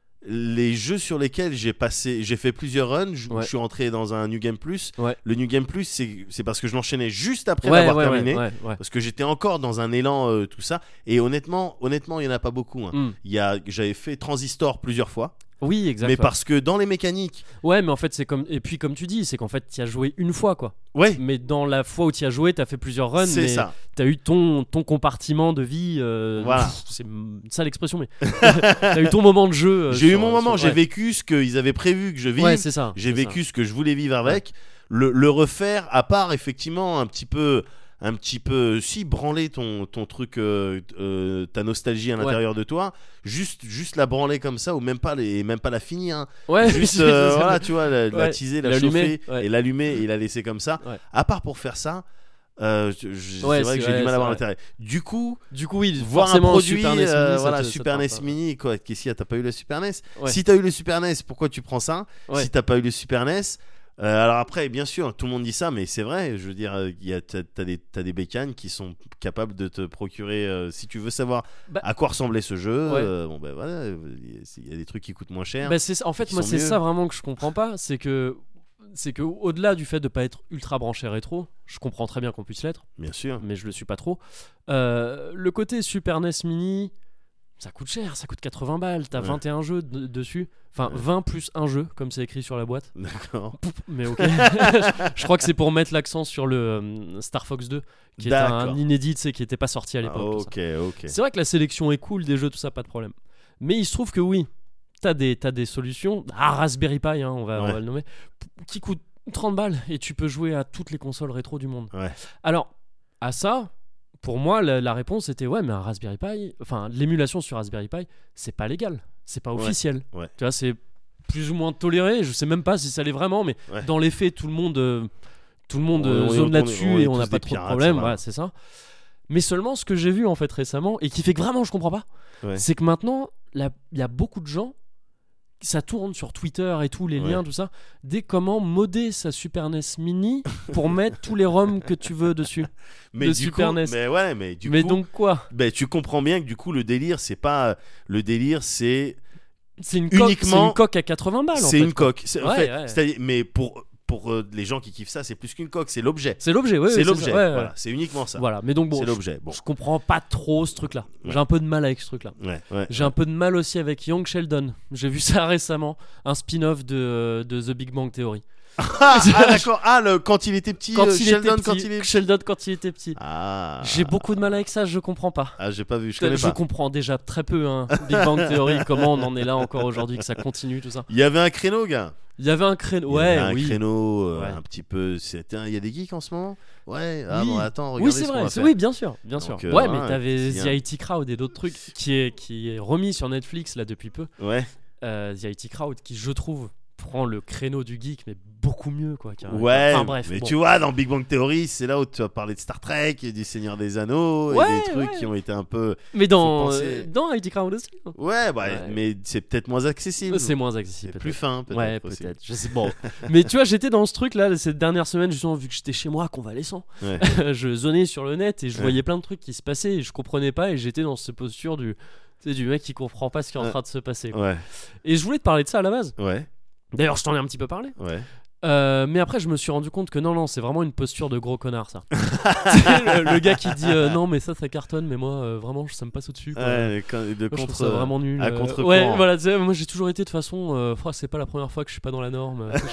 les jeux sur lesquels j'ai passé, j'ai fait plusieurs runs. Je, ouais. je suis rentré dans un New Game Plus. Ouais. Le New Game Plus, c'est, c'est parce que je l'enchaînais juste après ouais, l'avoir ouais, terminé, ouais, ouais, ouais. parce que j'étais encore dans un élan euh, tout ça. Et honnêtement, honnêtement, il y en a pas beaucoup. Hein. Mm. Il y a, j'avais fait Transistor plusieurs fois. Oui, exactement. Mais parce que dans les mécaniques. Ouais, mais en fait, c'est comme. Et puis, comme tu dis, c'est qu'en fait, tu as joué une fois, quoi. Ouais. Mais dans la fois où tu as joué, tu as fait plusieurs runs. C'est mais ça. Tu as eu ton, ton compartiment de vie. Euh... Voilà. Pff, c'est ça l'expression, mais. Tu as eu ton moment de jeu. Euh, j'ai sur, eu mon moment, sur... j'ai ouais. vécu ce qu'ils avaient prévu que je vive. Ouais, c'est ça. J'ai c'est vécu ça. ce que je voulais vivre avec. Ouais. Le, le refaire, à part effectivement un petit peu. un petit peu, si branler ton ton truc, euh, euh, ta nostalgie à l'intérieur ouais. de toi, juste juste la branler comme ça, ou même pas les, même pas la finir. Hein. Ouais. Juste euh, voilà, tu vois, la, ouais. la teaser, la l'allumer, chauffer ouais. et l'allumer et la laisser comme ça. Ouais. À part pour faire ça. Euh, je, je, ouais, c'est vrai que j'ai ouais, du mal à avoir l'intérêt. Du coup, du coup, oui, voir un produit, Super N E S euh, Mini, voilà, te, Super N E S Mini, quoi. Qu'est-ce qu'il y a ? T'as pas eu le Super N E S ? Ouais. Si t'as eu le Super N E S, pourquoi tu prends ça ? Ouais. Si t'as pas eu le Super N E S, euh, alors après, bien sûr, tout le monde dit ça, mais c'est vrai. Je veux dire, il y a t'as, t'as des t'as des bécanes qui sont capables de te procurer. Euh, si tu veux savoir bah, à quoi ressemblait ce jeu, ouais. euh, bon ben voilà, il y a des trucs qui coûtent moins cher. Bah c'est, en fait, moi, c'est mieux. Ça vraiment que je comprends pas, c'est que. C'est que au-delà du fait de pas être ultra branché rétro, je comprends très bien qu'on puisse l'être. Bien sûr. Mais je le suis pas trop. Euh, le côté Super N E S Mini, ça coûte cher, ça coûte quatre-vingts balles. T'as ouais. vingt et un jeux de- dessus. Enfin, ouais. vingt plus un jeu, comme c'est écrit sur la boîte. D'accord. Mais ok. Je crois que c'est pour mettre l'accent sur le euh, Star Fox deux, qui D'accord. est un inédit, tu sais, qui était pas sorti à l'époque. Ah, ok, ok. C'est vrai que la sélection est cool, des jeux, tout ça, pas de problème. Mais il se trouve que oui. T'as des, t'as des solutions, ah, Raspberry Pi, hein, on, va, ouais. on va le nommer, qui coûtent trente balles et tu peux jouer à toutes les consoles rétro du monde. Ouais. Alors, à ça, pour moi, la, la réponse était ouais, mais un Raspberry Pi, enfin, l'émulation sur Raspberry Pi, c'est pas légal, c'est pas officiel. Ouais. Ouais. Tu vois, c'est plus ou moins toléré, je sais même pas si ça l'est vraiment, mais ouais. dans les faits, tout le monde, euh, tout le monde on, zone on, là-dessus on, on et on n'a pas trop pirates, de problème, voilà, c'est ça. Mais seulement, ce que j'ai vu en fait récemment, et qui fait que vraiment je comprends pas, ouais. c'est que maintenant, il y a beaucoup de gens. Ça tourne sur Twitter et tout, les ouais. liens, tout ça. Dès comment modder sa Super N E S Mini pour mettre tous les ROM que tu veux dessus. Mais de du Super coup, N E S. Mais ouais, mais du mais coup. donc quoi ? Ben tu comprends bien que du coup le délire, c'est pas le délire, c'est. C'est une coque, uniquement. C'est une coque à quatre-vingts balles. C'est en fait, une coque. C'est, ouais, en fait, ouais. c'est-à-dire, mais pour. Pour euh, les gens qui kiffent ça, c'est plus qu'une coque, c'est l'objet. C'est l'objet, oui. C'est oui, l'objet, c'est, ouais, voilà, ouais. c'est uniquement ça. Voilà, mais donc bon, c'est l'objet. Je, bon. je comprends pas trop ce truc-là. Ouais. J'ai un peu de mal avec ce truc-là. Ouais, ouais, J'ai ouais. un peu de mal aussi avec Young Sheldon. J'ai vu ça récemment, un spin-off de, de The Big Bang Theory. ah, ah d'accord, ah le, quand il était petit, quand euh, il Sheldon, était petit, quand il est... Sheldon quand il était petit. Ah. J'ai beaucoup de mal avec ça, je comprends pas. Ah, j'ai pas vu, je connais je pas. Je comprends déjà très peu, hein, Big Bang Theory, comment on en est là encore aujourd'hui, que ça continue, tout ça. Il y avait un créneau, gars. Il y avait un créneau, ouais, il y avait un oui. créneau, euh, ouais. un petit peu. C'était un... Il y a des geeks en ce moment. Ouais. Ah oui. bon, attends, regardez oui, c'est ce vrai. qu'on va c'est... faire. Oui, bien sûr, bien Donc, sûr. Euh, ouais, ouais, mais t'avais The I T Crowd et d'autres trucs qui est qui est remis sur Netflix là depuis peu. Ouais. Euh, The I T Crowd, qui je trouve prend le créneau du geek, mais beaucoup mieux, quoi. Ouais. Enfin, bref. Mais bon. tu vois, dans Big Bang Theory, c'est là où tu vas parler de Star Trek, et du Seigneur des Anneaux, ouais, et des trucs ouais. qui ont été un peu. Mais dans euh, dans I T Crowd aussi. Hein. Ouais, bah, ouais, mais c'est peut-être moins accessible. C'est moins accessible. C'est peut-être. plus fin, peut-être. Ouais, aussi. peut-être. Je sais bon. Mais tu vois, j'étais dans ce truc là cette dernière semaine, justement, vu que j'étais chez moi convalescent. Ouais. Je zonais sur le net et je ouais. voyais plein de trucs qui se passaient et je comprenais pas et j'étais dans cette posture du, tu sais, du mec qui comprend pas ce qui est en train de se passer. Quoi. Ouais. Et je voulais te parler de ça à la base. Ouais. D'ailleurs, je t'en ai un petit peu parlé. Ouais. Euh, mais après, je me suis rendu compte que non, non, c'est vraiment une posture de gros connard, ça. le, le gars qui dit euh, non, mais ça, ça cartonne, mais moi, euh, vraiment, ça me passe au-dessus. Quoi. Ouais, de moi, contre. Je trouve ça vraiment nul. À euh, contre ouais, voilà. Moi, j'ai toujours été de toute façon. Euh, frère, c'est pas la première fois que je suis pas dans la norme. je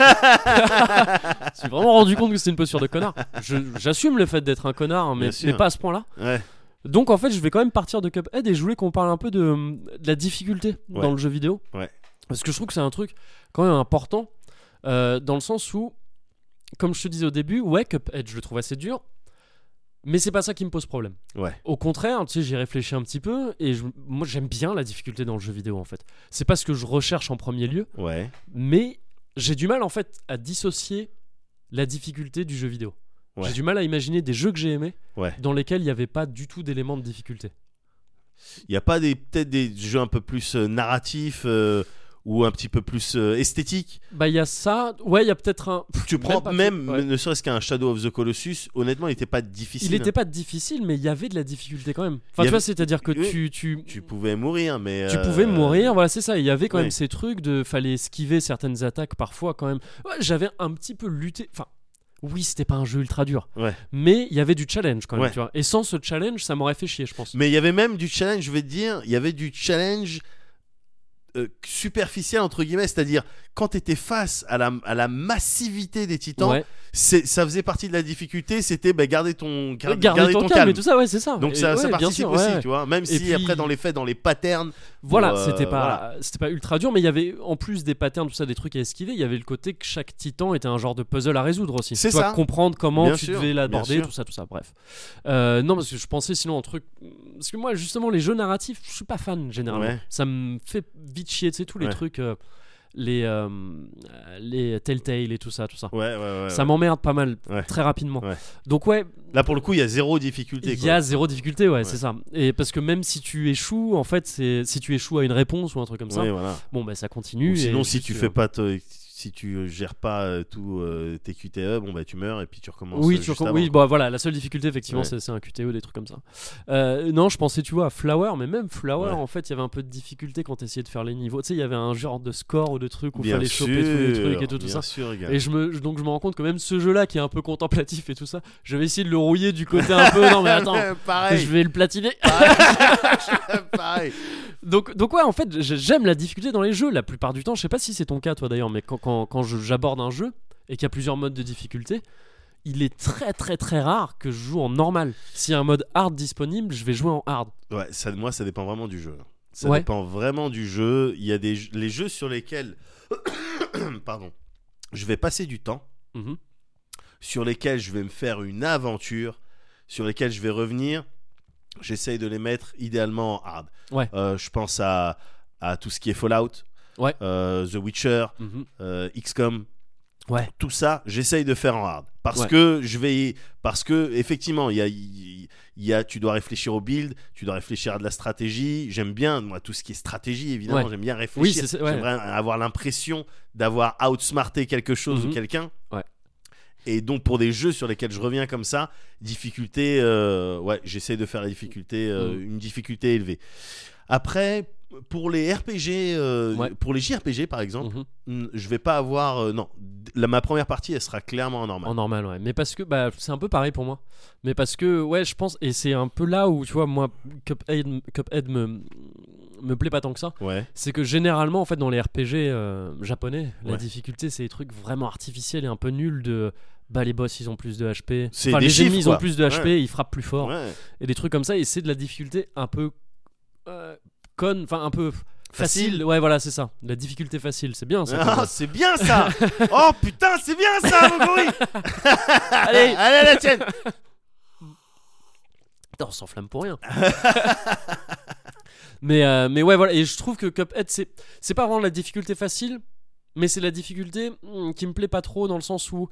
me suis vraiment rendu compte que c'est une posture de connard. Je, j'assume le fait d'être un connard, mais, mais pas à ce point-là. Ouais. Donc en fait, je vais quand même partir de Cuphead et je voulais qu'on parle un peu de, de la difficulté ouais. dans le jeu vidéo. Ouais. Parce que je trouve que c'est un truc quand même important. Euh, dans le sens où, comme je te disais au début, ouais, Cuphead, je le trouve assez dur, mais c'est pas ça qui me pose problème. Ouais. Au contraire, tu sais, j'y réfléchi un petit peu et je, moi j'aime bien la difficulté dans le jeu vidéo en fait. C'est pas ce que je recherche en premier lieu, ouais. mais j'ai du mal en fait à dissocier la difficulté du jeu vidéo. Ouais. J'ai du mal à imaginer des jeux que j'ai aimés ouais. dans lesquels il n'y avait pas du tout d'éléments de difficulté. Il n'y a pas des, peut-être des jeux un peu plus euh, narratifs euh... ou un petit peu plus euh, esthétique. Bah il y a ça, ouais, il y a peut-être un. Tu même prends même, ouais. ne serait-ce qu'un Shadow of the Colossus, honnêtement, il n'était pas difficile. Il n'était pas difficile, mais il y avait de la difficulté quand même. Enfin, il tu avait... vois, c'est-à-dire que oui, tu, tu. Tu pouvais mourir, mais. Tu euh... pouvais mourir, voilà, c'est ça. Il y avait quand oui. même ces trucs de. Fallait esquiver certaines attaques parfois quand même. Ouais, j'avais un petit peu lutté. Enfin. Oui, c'était pas un jeu ultra dur, ouais. mais il y avait du challenge quand même, ouais. tu vois. Et sans ce challenge, ça m'aurait fait chier, je pense. Mais il y avait même du challenge, je vais te dire, il y avait du challenge euh, superficiel entre guillemets, c'est-à-dire quand t'étais face à la, à la massivité des titans, ouais. c'est, ça faisait partie de la difficulté, c'était bah, garder ton, gar- garder, garder ton, ton calme, calme. Et tout ça, ouais, c'est ça. Donc et, ça, ouais, ça participe sûr, aussi, ouais. tu vois. Même et si puis, après, dans les faits, dans les patterns. Voilà, euh, c'était pas, voilà. c'était pas ultra dur, mais il y avait en plus des patterns, tout ça, des trucs à esquiver. Il y avait le côté que chaque titan était un genre de puzzle à résoudre aussi. C'est tu vois, ça. comprendre comment Bien tu sûr, devais l'aborder, bien sûr. tout ça, tout ça. Bref. Euh, non, parce que je pensais sinon un truc. Parce que moi, justement, les jeux narratifs, je suis pas fan généralement. Ouais. Ça me fait vite chier, tu sais, tous les Ouais. trucs. Euh, les euh, les Telltale et tout ça tout ça Ouais, ouais, ouais. ça ouais. m'emmerde pas mal Ouais. très rapidement Ouais. donc ouais Là, pour le coup, il y a zéro difficulté. il quoi. y a zéro difficulté ouais, Ouais. c'est ça et parce que même si tu échoues en fait c'est si tu échoues à une réponse ou un truc comme ça Oui, voilà. bon bah ça continue Ou sinon, et si juste, tu euh, fais pas, te- si tu euh, gères pas euh, tout euh, tes Q T E, bon bah tu meurs et puis tu recommences. oui, euh, tu juste recom- avant, oui quoi. bah voilà la seule difficulté effectivement Ouais. c'est, c'est un Q T E des trucs comme ça euh, non je pensais tu vois à Flower mais même Flower Ouais. en fait il y avait un peu de difficulté quand t'essayais de faire les niveaux tu sais il y avait un genre de score ou de trucs où il Bien fallait sûr, choper tous les trucs et tout, tout bien ça sûr, gars. et je me je- donc je me rends compte que même ce jeu là qui est un peu contemplatif et tout ça je vais essayer de le rouiller du côté un peu non mais attends pareil. je vais le platiner pareil. donc, donc ouais en fait j- j'aime la difficulté dans les jeux la plupart du temps je sais pas si c'est ton cas toi d'ailleurs mais quand, quand, quand je- j'aborde un jeu et qu'il y a plusieurs modes de difficulté il est très très très rare que je joue en normal s'il y a un mode hard disponible je vais jouer en hard Ouais, ça, moi, ça dépend vraiment du jeu. Ça Ouais. dépend vraiment du jeu. Il y a des jeux- les jeux sur lesquels, pardon, je vais passer du temps, Mhm. sur lesquels je vais me faire une aventure, sur lesquels je vais revenir. J'essaye de les mettre idéalement en hard. Ouais. Euh, je pense à, à tout ce qui est Fallout, Ouais. euh, The Witcher, Mhm. euh, X COM. Ouais. Tout ça, j'essaye de faire en hard parce Ouais. que je vais, parce que effectivement, il y a, il y a, tu dois réfléchir au build, tu dois réfléchir à de la stratégie. J'aime bien moi tout ce qui est stratégie, évidemment. Ouais. J'aime bien Oui, réfléchir. c'est ça, ouais. J'aimerais avoir l'impression d'avoir outsmarté quelque chose Mhm. ou quelqu'un. Ouais. Et donc pour des jeux sur lesquels je reviens comme ça, difficulté, euh, ouais, j'essaie de faire la difficulté, euh, Mhm. une difficulté élevée. Après, pour les R P G, euh, Ouais. pour les J R P G par exemple, Mhm. mm, je vais pas avoir, euh, non, la, ma première partie, elle sera clairement en normal. En normal, ouais. Mais parce que bah, c'est un peu pareil pour moi. Mais parce que, ouais, je pense, et c'est un peu là où, tu vois, moi, Cuphead, Cuphead me, me plaît pas tant que ça. Ouais. C'est que généralement, en fait, dans les R P G euh, japonais, la Ouais. difficulté, c'est des trucs vraiment artificiels et un peu nuls de. Bah, les boss, ils ont plus de H P. C'est Enfin, des les chiffres, ennemis, ils quoi. ont plus de H P, Ouais. ils frappent plus fort. Ouais. Et des trucs comme ça, et c'est de la difficulté un peu. Euh, conne, enfin, un peu. Facile. Facile. Ouais, voilà, c'est ça. La difficulté facile, c'est bien ça. Ah, c'est bien ça. Oh putain, c'est bien ça, Moguri. Allez. Allez, la tienne. Putain, on s'enflamme pour rien. mais, euh, mais ouais, voilà. Et je trouve que Cuphead, c'est, c'est pas vraiment la difficulté facile, mais c'est la difficulté hmm, qui me plaît pas trop dans le sens où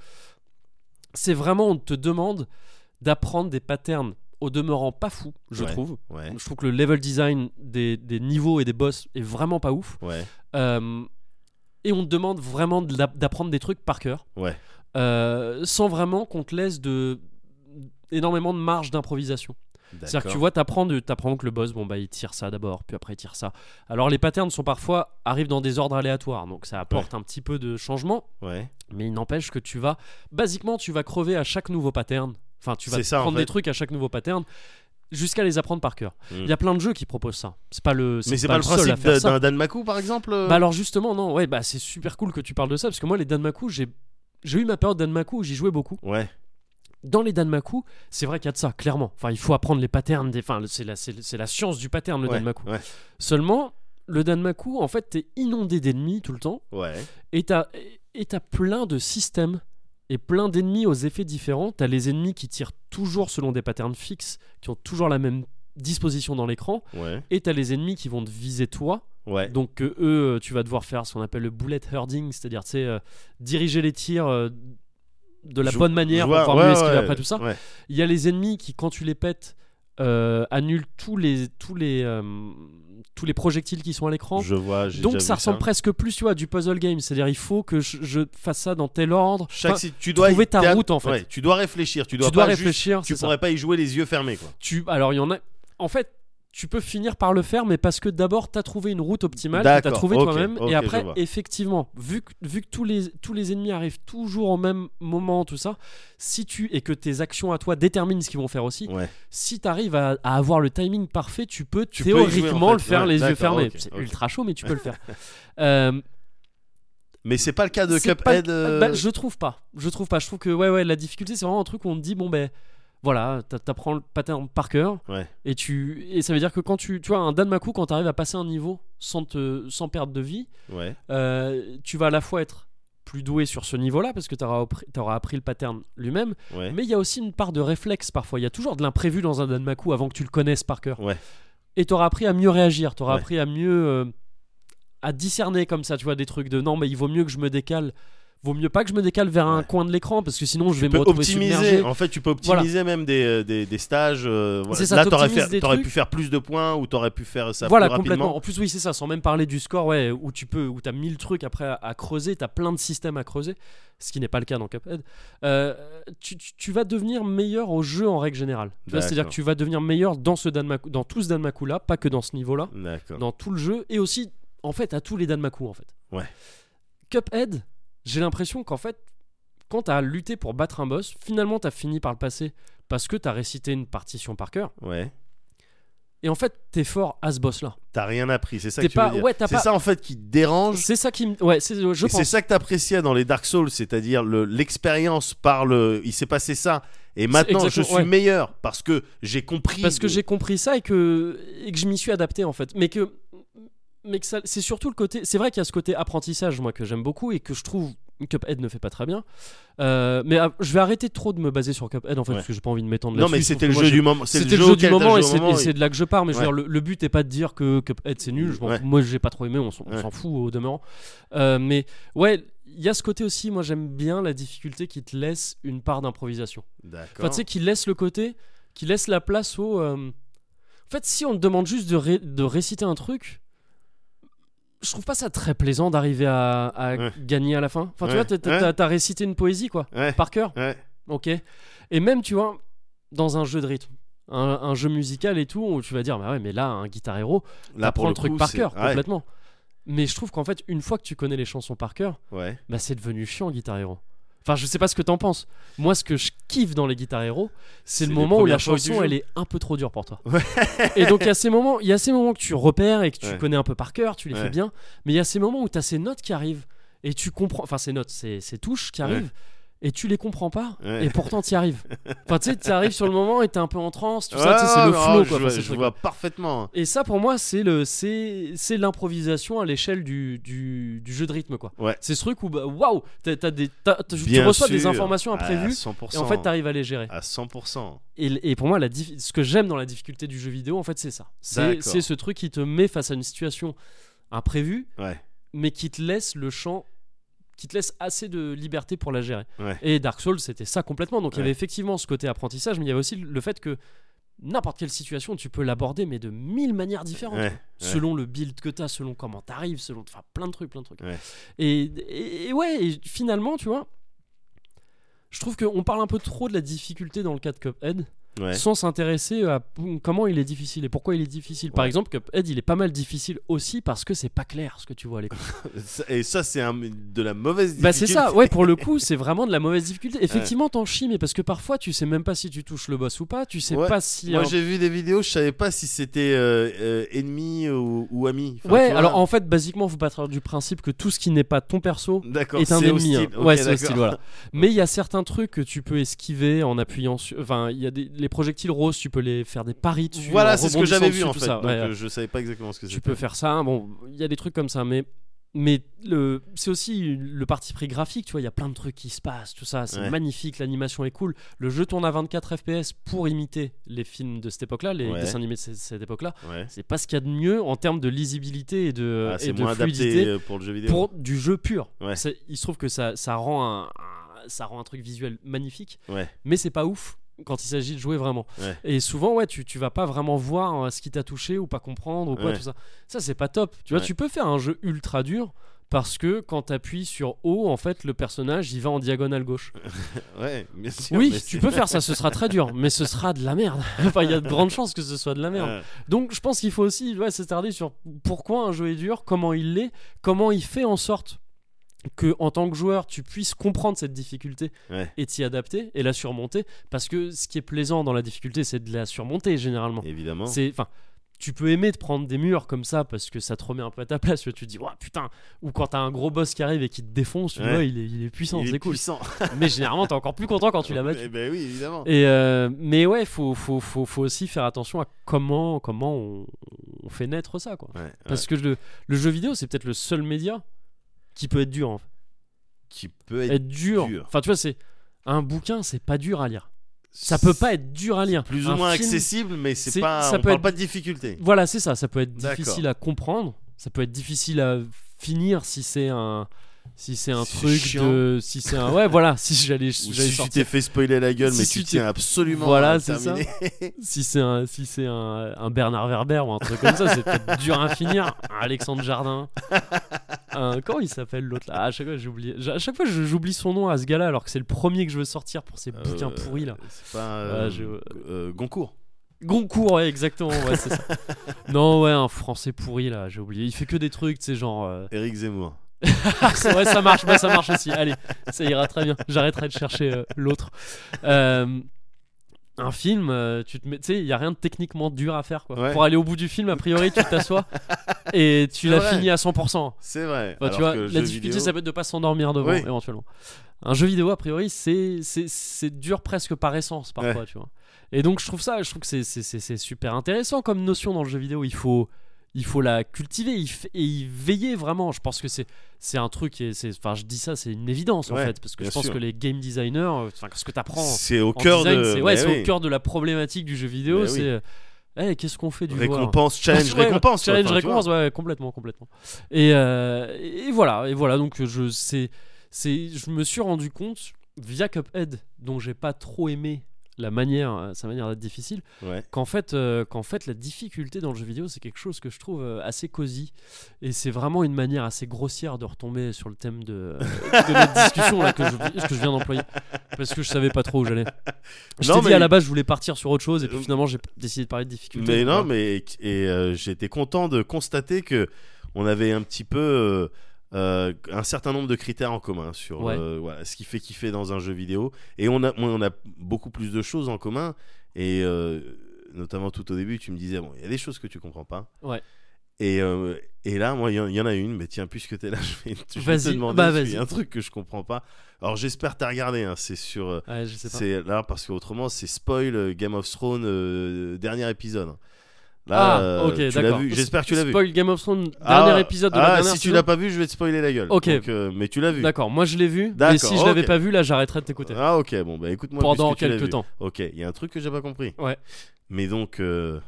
c'est vraiment, on te demande d'apprendre des patterns au demeurant pas fou, je Ouais. trouve. Ouais. Je trouve que le level design des, des niveaux et des boss est vraiment pas ouf. Ouais. Euh, et on te demande vraiment de la- d'apprendre des trucs par cœur. Ouais. Euh, sans vraiment qu'on te laisse de, énormément de marge d'improvisation. C'est-à-dire que tu vois, t'apprends, de, t'apprends que le boss, bon bah il tire ça d'abord, puis après il tire ça. Alors les patterns sont parfois, arrivent dans des ordres aléatoires, donc ça apporte un petit peu de changement, Ouais. mais il n'empêche que tu vas, basiquement tu vas crever à chaque nouveau pattern, enfin tu vas C'est ça, en prendre fait. des trucs à chaque nouveau pattern, jusqu'à les apprendre par cœur. Il Mm. y a plein de jeux qui proposent ça, c'est pas le, Mais c'est pas pas le seul à principe faire de- ça. d'un Danmaku, par exemple. euh Bah alors justement, non, ouais, bah c'est super cool que tu parles de ça, parce que moi les Danmaku, j'ai, j'ai eu ma période Danmaku où j'y jouais beaucoup. Ouais. Dans les Danmaku, c'est vrai qu'il y a de ça, clairement. Enfin, il faut apprendre les patterns. Des... Enfin, c'est la, c'est, c'est la science du pattern, le Ouais. Danmaku. Ouais. Seulement, le Danmaku, en fait, t'es inondé d'ennemis tout le temps. Ouais. Et t'as, et t'as plein de systèmes et plein d'ennemis aux effets différents. T'as les ennemis qui tirent toujours selon des patterns fixes, qui ont toujours la même disposition dans l'écran. Ouais. Et t'as les ennemis qui vont te viser toi. Ouais. Donc que eux, tu vas devoir faire ce qu'on appelle le bullet herding, c'est-à-dire, tu sais, euh, diriger les tirs... euh, de la Je- bonne manière je pour vois- pouvoir ouais, mieux esquiver ouais, après tout ça. Ouais. Il y a les ennemis qui, quand tu les pètes, euh, annulent tous les, tous, les, euh, tous les projectiles qui sont à l'écran. Je vois. J'ai Donc déjà ça vu ressemble presque plus, tu vois, à du puzzle game. C'est-à-dire, il faut que je, je fasse ça dans tel ordre. Chaque, Enfin, si- tu dois trouver ta t'es à- route, en fait. Ouais, tu dois réfléchir. Tu dois tu dois pas juste- réfléchir. Tu c'est ça. pourrais pas y jouer les yeux fermés, quoi. Tu, alors, il y en a. En fait, tu peux finir par le faire, mais parce que d'abord, tu as trouvé une route optimale, que tu as D'accord, trouvé ok, toi-même. ok, Et après, je vois. effectivement, vu que, vu que tous, les, tous les ennemis arrivent toujours au même moment, tout ça, si tu, et que tes actions à toi déterminent ce qu'ils vont faire aussi, Ouais. si tu arrives à, à avoir le timing parfait, tu peux Tu peux y jouer, théoriquement en fait. le faire Ouais, les yeux d'accord, fermés. ok, C'est ok. ultra chaud, mais tu peux le faire. Euh, Mais c'est pas le cas de c'est Cuphead. pas- euh, bah, je trouve pas. Je trouve pas. Je trouve que ouais, ouais, la difficulté, c'est vraiment un truc où on te dit, bon, ben voilà, t'a- t'apprends le pattern par cœur. Ouais. Et, tu, et ça veut dire que quand tu, tu vois, un Danmaku, quand tu arrives à passer un niveau sans, te, sans perdre de vie, Ouais. euh, tu vas à la fois être plus doué sur ce niveau-là parce que tu auras appris, t'auras appris le pattern lui-même, Ouais. mais il y a aussi une part de réflexe parfois. Il y a toujours de l'imprévu dans un Danmaku avant que tu le connaisses par cœur. Ouais. Et tu auras appris à mieux réagir, tu auras Ouais. appris à mieux euh, à discerner comme ça, tu vois, des trucs de non, mais il vaut mieux que je me décale. Vaut mieux pas que je me décale vers un Ouais. coin de l'écran parce que sinon je Tu vais me peux retrouver optimiser. submergé. En fait, tu peux optimiser même des, euh, des, des stages. euh, voilà. C'est ça, Là, t'aurais, t'optimises fait- des t'aurais trucs. pu faire plus de points ou t'aurais pu faire ça Voilà, plus complètement. rapidement. En plus, oui, c'est ça, sans même parler du score, ouais, où tu peux, où t'as mille trucs après à, à creuser, t'as plein de systèmes à creuser, ce qui n'est pas le cas dans Cuphead. Euh, tu, tu, tu vas devenir meilleur au jeu en règle générale. Tu vois, c'est-à-dire D'accord. que tu vas devenir meilleur dans ce Danmaku, dans tout ce Danmaku là, pas que dans ce niveau-là, D'accord. dans tout le jeu et aussi, en fait, à tous les Danmaku en fait. Ouais. Cuphead, j'ai l'impression qu'en fait, quand t'as lutté pour battre un boss, finalement t'as fini par le passer parce que t'as récité une partition par cœur. Ouais. Et en fait, t'es fort à ce boss-là. T'as rien appris, c'est ça T'es que tu pas- veux dire. ouais, t'as c'est pas- ça en fait qui te dérange. C'est ça qui me. Ouais, c'est, je Et pense. c'est ça que t'appréciais dans les Dark Souls, c'est-à-dire le, l'expérience par le. Il s'est passé ça, et maintenant je exactement, suis ouais. meilleur parce que j'ai compris. Parce que de- j'ai compris ça et que, et que je m'y suis adapté en fait. Mais que, mais que ça, c'est surtout le côté. C'est vrai qu'il y a ce côté apprentissage, moi, que j'aime beaucoup et que je trouve Cuphead ne fait pas très bien. Euh, mais ah, je vais arrêter trop de me baser sur Cuphead en fait, Ouais. parce que j'ai pas envie de m'étendre Non, là-dessus. mais je trouve c'était que le moi, jeu j'ai- du moment. C'est C'était le jeu du auquel t'as moment joué et au c'est, moment, et c'est de là que je pars. Mais je veux Ouais. dire, le, le but est pas de dire que Cuphead c'est nul. Je m'en Ouais. fous. Moi, j'ai pas trop aimé. On s'en, on Ouais. s'en fout au demeurant. Euh, mais ouais, il y a ce côté aussi. Moi, j'aime bien la difficulté qui te laisse une part d'improvisation. D'accord. Enfin, tu sais, qui laisse le côté, qui laisse la place au. euh, En fait, si on te demande juste de, ré- de réciter un truc, je trouve pas ça très plaisant d'arriver à, à Ouais. gagner à la fin. Enfin, tu Ouais. vois, t'as, t'as- Ouais. t'as- t'as récité une poésie, quoi, Ouais. par cœur. Ouais. Ok. Et même, tu vois, dans un jeu de rythme, un, un jeu musical et tout, où tu vas dire, bah ouais, mais là, un Guitar Hero, Là pour t'apprends le le truc coup, par c'est- cœur, ouais. complètement. Mais je trouve qu'en fait, une fois que tu connais les chansons par cœur, Ouais. bah c'est devenu chiant, Guitar Hero. Enfin, je sais pas ce que t'en penses. Moi, ce que je kiffe dans les Guitar Hero, c'est, C'est le les moment où la premières fois que tu chanson, joues. elle est un peu trop dure pour toi. Ouais. Et donc, il y a ces moments, il y a ces moments que tu repères et que tu Ouais. connais un peu par cœur, tu les Ouais. fais bien. Mais il y a ces moments où tu as ces notes qui arrivent et tu comprends. Enfin, ces notes, ces, ces touches qui Ouais. arrivent. Et tu les comprends pas, Ouais. et pourtant tu y arrives. Enfin, tu sais, tu arrives sur le moment et t'es un peu en transe, tout Ouais, ça, tu sais, c'est le ouais, flow, je quoi. vois- Enfin, c'est Je le truc. vois parfaitement. Et ça, pour moi, c'est le, c'est, c'est l'improvisation à l'échelle du, du, du jeu de rythme, quoi. Ouais. C'est ce truc où, bah, waouh, t'as, t'as des, t'as- tu Bien reçois des sûr. informations À imprévues, cent pour et cent. en fait, t'arrives à les gérer. À cent pour cent. Et, et pour moi, la dif- ce que j'aime dans la difficulté du jeu vidéo, en fait, c'est ça. C'est, D'accord. c'est ce truc qui te met face à une situation imprévue, Ouais. mais qui te laisse le champ, qui te laisse assez de liberté pour la gérer. Ouais. Et Dark Souls, c'était ça complètement. Donc il y Ouais. avait effectivement ce côté apprentissage, mais il y avait aussi le fait que n'importe quelle situation, tu peux l'aborder, mais de mille manières différentes. Ouais. quoi. Selon le build que tu as, selon comment tu arrives, selon. Enfin, plein de trucs, plein de trucs. Ouais. Et, et, et ouais, et finalement, tu vois, je trouve qu'on parle un peu trop de la difficulté dans le cas de Cuphead. Ouais. Sans s'intéresser à p- comment il est difficile et pourquoi il est difficile. Par Ouais. exemple, Cuphead, il est pas mal difficile aussi parce que c'est pas clair ce que tu vois à l'écran. Et ça, c'est un- de la mauvaise difficulté. Bah c'est ça, ouais, pour le coup, c'est vraiment de la mauvaise difficulté. Effectivement, t'en chies, mais parce que parfois, tu sais même pas si tu touches le boss ou pas, tu sais Ouais. pas si... Moi, un- j'ai vu des vidéos, je savais pas si c'était euh, euh, ennemi ou, ou ami. Enfin, Ouais, tu vois. alors en fait, basiquement, faut partir du principe que tout ce qui n'est pas ton perso D'accord, est un c'est ennemi. hein. hostile. Ok, Ouais, c'est d'accord. hostile, voilà. Mais il y a certains trucs que tu peux esquiver en appuyant sur... Enfin, il y a des... les projectiles roses, tu peux les faire des paris dessus. Voilà, en c'est ce que rebondissant j'avais vu dessus, en tout fait. ça. Donc Ouais, euh, ouais. je savais pas exactement ce que Tu c'était. peux faire ça, bon, il y a des trucs comme ça, mais... Mais le, c'est aussi le parti pris graphique, tu vois, il y a plein de trucs qui se passent, tout ça, c'est Ouais. magnifique, l'animation est cool. Le jeu tourne à vingt-quatre F P S pour imiter les films de cette époque-là, les Ouais. dessins animés de cette, cette époque-là. Ouais. C'est pas ce qu'il y a de mieux en termes de lisibilité et de, Ah, et c'est de moins fluidité adapté euh, pour le jeu vidéo. pour du jeu pur. Ouais. C'est- il se trouve que ça, ça, rend un, un- ça rend un truc visuel magnifique, Ouais. mais c'est pas ouf quand il s'agit de jouer vraiment. Ouais. Et souvent, ouais, tu, tu vas pas vraiment voir euh, ce qui t'a touché ou pas comprendre ou quoi, Ouais. tout ça. Ça, c'est pas top. Tu vois, Ouais. tu peux faire un jeu ultra dur parce que quand t'appuies sur O, en fait, le personnage, il va en diagonale gauche. Ouais, bien sûr. Oui, mais tu c'est- peux faire ça, ce sera très dur, mais ce sera de la merde. Enfin, il y a de grandes chances que ce soit de la merde. Ouais. Donc, je pense qu'il faut aussi ouais, s'attarder sur pourquoi un jeu est dur, comment il l'est, comment il fait en sorte que en tant que joueur tu puisses comprendre cette difficulté Ouais. et t'y adapter et la surmonter, parce que ce qui est plaisant dans la difficulté, c'est de la surmonter généralement. Évidemment. C'est enfin tu peux aimer te prendre des murs comme ça parce que ça te remet un peu à ta place. Tu, vois, tu te dis, ouais, putain. Ou quand t'as un gros boss qui arrive et qui te défonce, tu Ouais. vois, il est, il est puissant, Il c'est est cool. puissant. Mais généralement, t'es encore plus content quand tu l'as battu. Eh ben oui, évidemment. Et euh, mais ouais, faut, faut, faut, faut aussi faire attention à comment, comment on, on fait naître ça, quoi. Ouais, ouais. Parce que le, le jeu vidéo, c'est peut-être le seul média qui peut être dur, en fait. Qui peut être, Être dur. dur. Enfin, tu vois, c'est un bouquin, c'est pas dur à lire. Ça peut pas être dur à lire. plus Un ou moins film, accessible, mais c'est c'est- pas. ça On peut parle être- pas de difficulté. Voilà, c'est ça. Ça peut être D'accord. difficile à comprendre. Ça peut être difficile à finir si c'est un, si c'est un C'est truc chiant. de, si c'est un, ouais, voilà. Si j'allais, Ou j'allais si tu sortir. t'es fait spoiler la gueule, Si mais tu tu t'es- tiens absolument Voilà, à c'est ça. terminer. Si c'est un, si c'est un, un Bernard Werber ou un truc comme ça, c'est peut-être dur à finir. Un Alexandre Jardin. Un, comment il s'appelle l'autre là? À chaque fois, j'oublie. À chaque fois, je- j'oublie son nom à ce gars-là, alors que c'est le premier que je veux sortir pour ces bouquins Euh, pourris là. C'est pas. euh, Ouais, j'ai- euh, Goncourt. Goncourt, ouais, exactement. Ouais, c'est ça. Non, ouais, un français pourri là, j'ai oublié. Il fait que des trucs, tu sais, genre. euh, Éric Zemmour. c'est vrai, ça marche, bah, ça marche aussi. Allez, ça ira très bien. J'arrêterai de chercher euh, l'autre. Euh, un film, euh, tu te mets, tu sais, il y a rien de techniquement dur à faire quoi. Ouais. Pour aller au bout du film, a priori, tu t'assois et tu C'est l'as vrai. fini à cent pour cent. C'est vrai. Enfin, tu Alors vois, que le la jeu difficulté, vidéo- ça peut être de pas s'endormir devant, Oui. éventuellement. Un jeu vidéo, a priori, c'est c'est c'est dur presque par essence parfois, tu vois. Et donc, je trouve ça, je trouve que c'est c'est c'est c'est super intéressant comme notion dans le jeu vidéo. Il faut il faut la cultiver il f- et y veiller vraiment. Je pense que c'est c'est un truc et c'est, enfin, je dis ça, c'est une évidence en Ouais, fait, parce que bien je pense sûr. que les game designers, euh, enfin, ce que t'apprends C'est au en cœur design, de. c'est ouais, mais c'est oui. au cœur de la problématique du jeu vidéo. Mais oui. C'est euh, hey, qu'est-ce qu'on fait du joueur Récompense, challenge, Ouais, récompense. quoi. challenge, Enfin, tu vois. récompense, ouais, complètement, complètement. Et, euh, et voilà, et voilà. Donc je c'est c'est je me suis rendu compte via Cuphead, dont j'ai pas trop aimé la manière, euh, sa manière d'être difficile, Ouais. qu'en fait, euh, qu'en fait la difficulté dans le jeu vidéo, c'est quelque chose que je trouve euh, assez cosy, et c'est vraiment une manière assez grossière de retomber sur le thème de, euh, de notre discussion là que je, que je viens d'employer, parce que je savais pas trop où j'allais. Je Non, t'ai dit mais- à la base je voulais partir sur autre chose, et puis Euh, finalement j'ai décidé de parler de difficulté. Mais donc, non, voilà. mais et euh, j'étais content de constater que on avait un petit peu euh, euh, un certain nombre de critères en commun sur Ouais. euh, voilà, ce qui fait kiffer dans un jeu vidéo. Et on a, on a beaucoup plus de choses en commun. Et euh, notamment tout au début, tu me disais, bon, il y a des choses que tu comprends pas. Ouais. Et, euh, et là, moi, il y, en- il y en a une, mais tiens, puisque tu es là, je vais, je vais te Vas-y, demander bah, s'il y vas-y. a un truc que je comprends pas. Alors j'espère que tu as regardé, hein, c'est sur. euh, Ouais, je sais pas. c'est là parce qu'autrement, c'est spoil euh, Game of Thrones, euh, dernier épisode. Ah, euh, ok, tu l'as d'accord. vu. J'espère que tu l'as vu. Spoil Game of Thrones, Ah, dernier épisode de ah, la dernière si tu saison. l'as pas vu, je vais te spoiler la gueule. Ok. Donc, euh, mais tu l'as vu. D'accord, moi je l'ai vu, mais D'accord, si je l'avais ok. pas vu, là j'arrêterais de t'écouter. Ah ok, bon bah écoute-moi Pendant puisque tu l'as quelques vu. temps. Ok, il y a un truc que j'ai pas compris. Ouais. Mais donc, euh...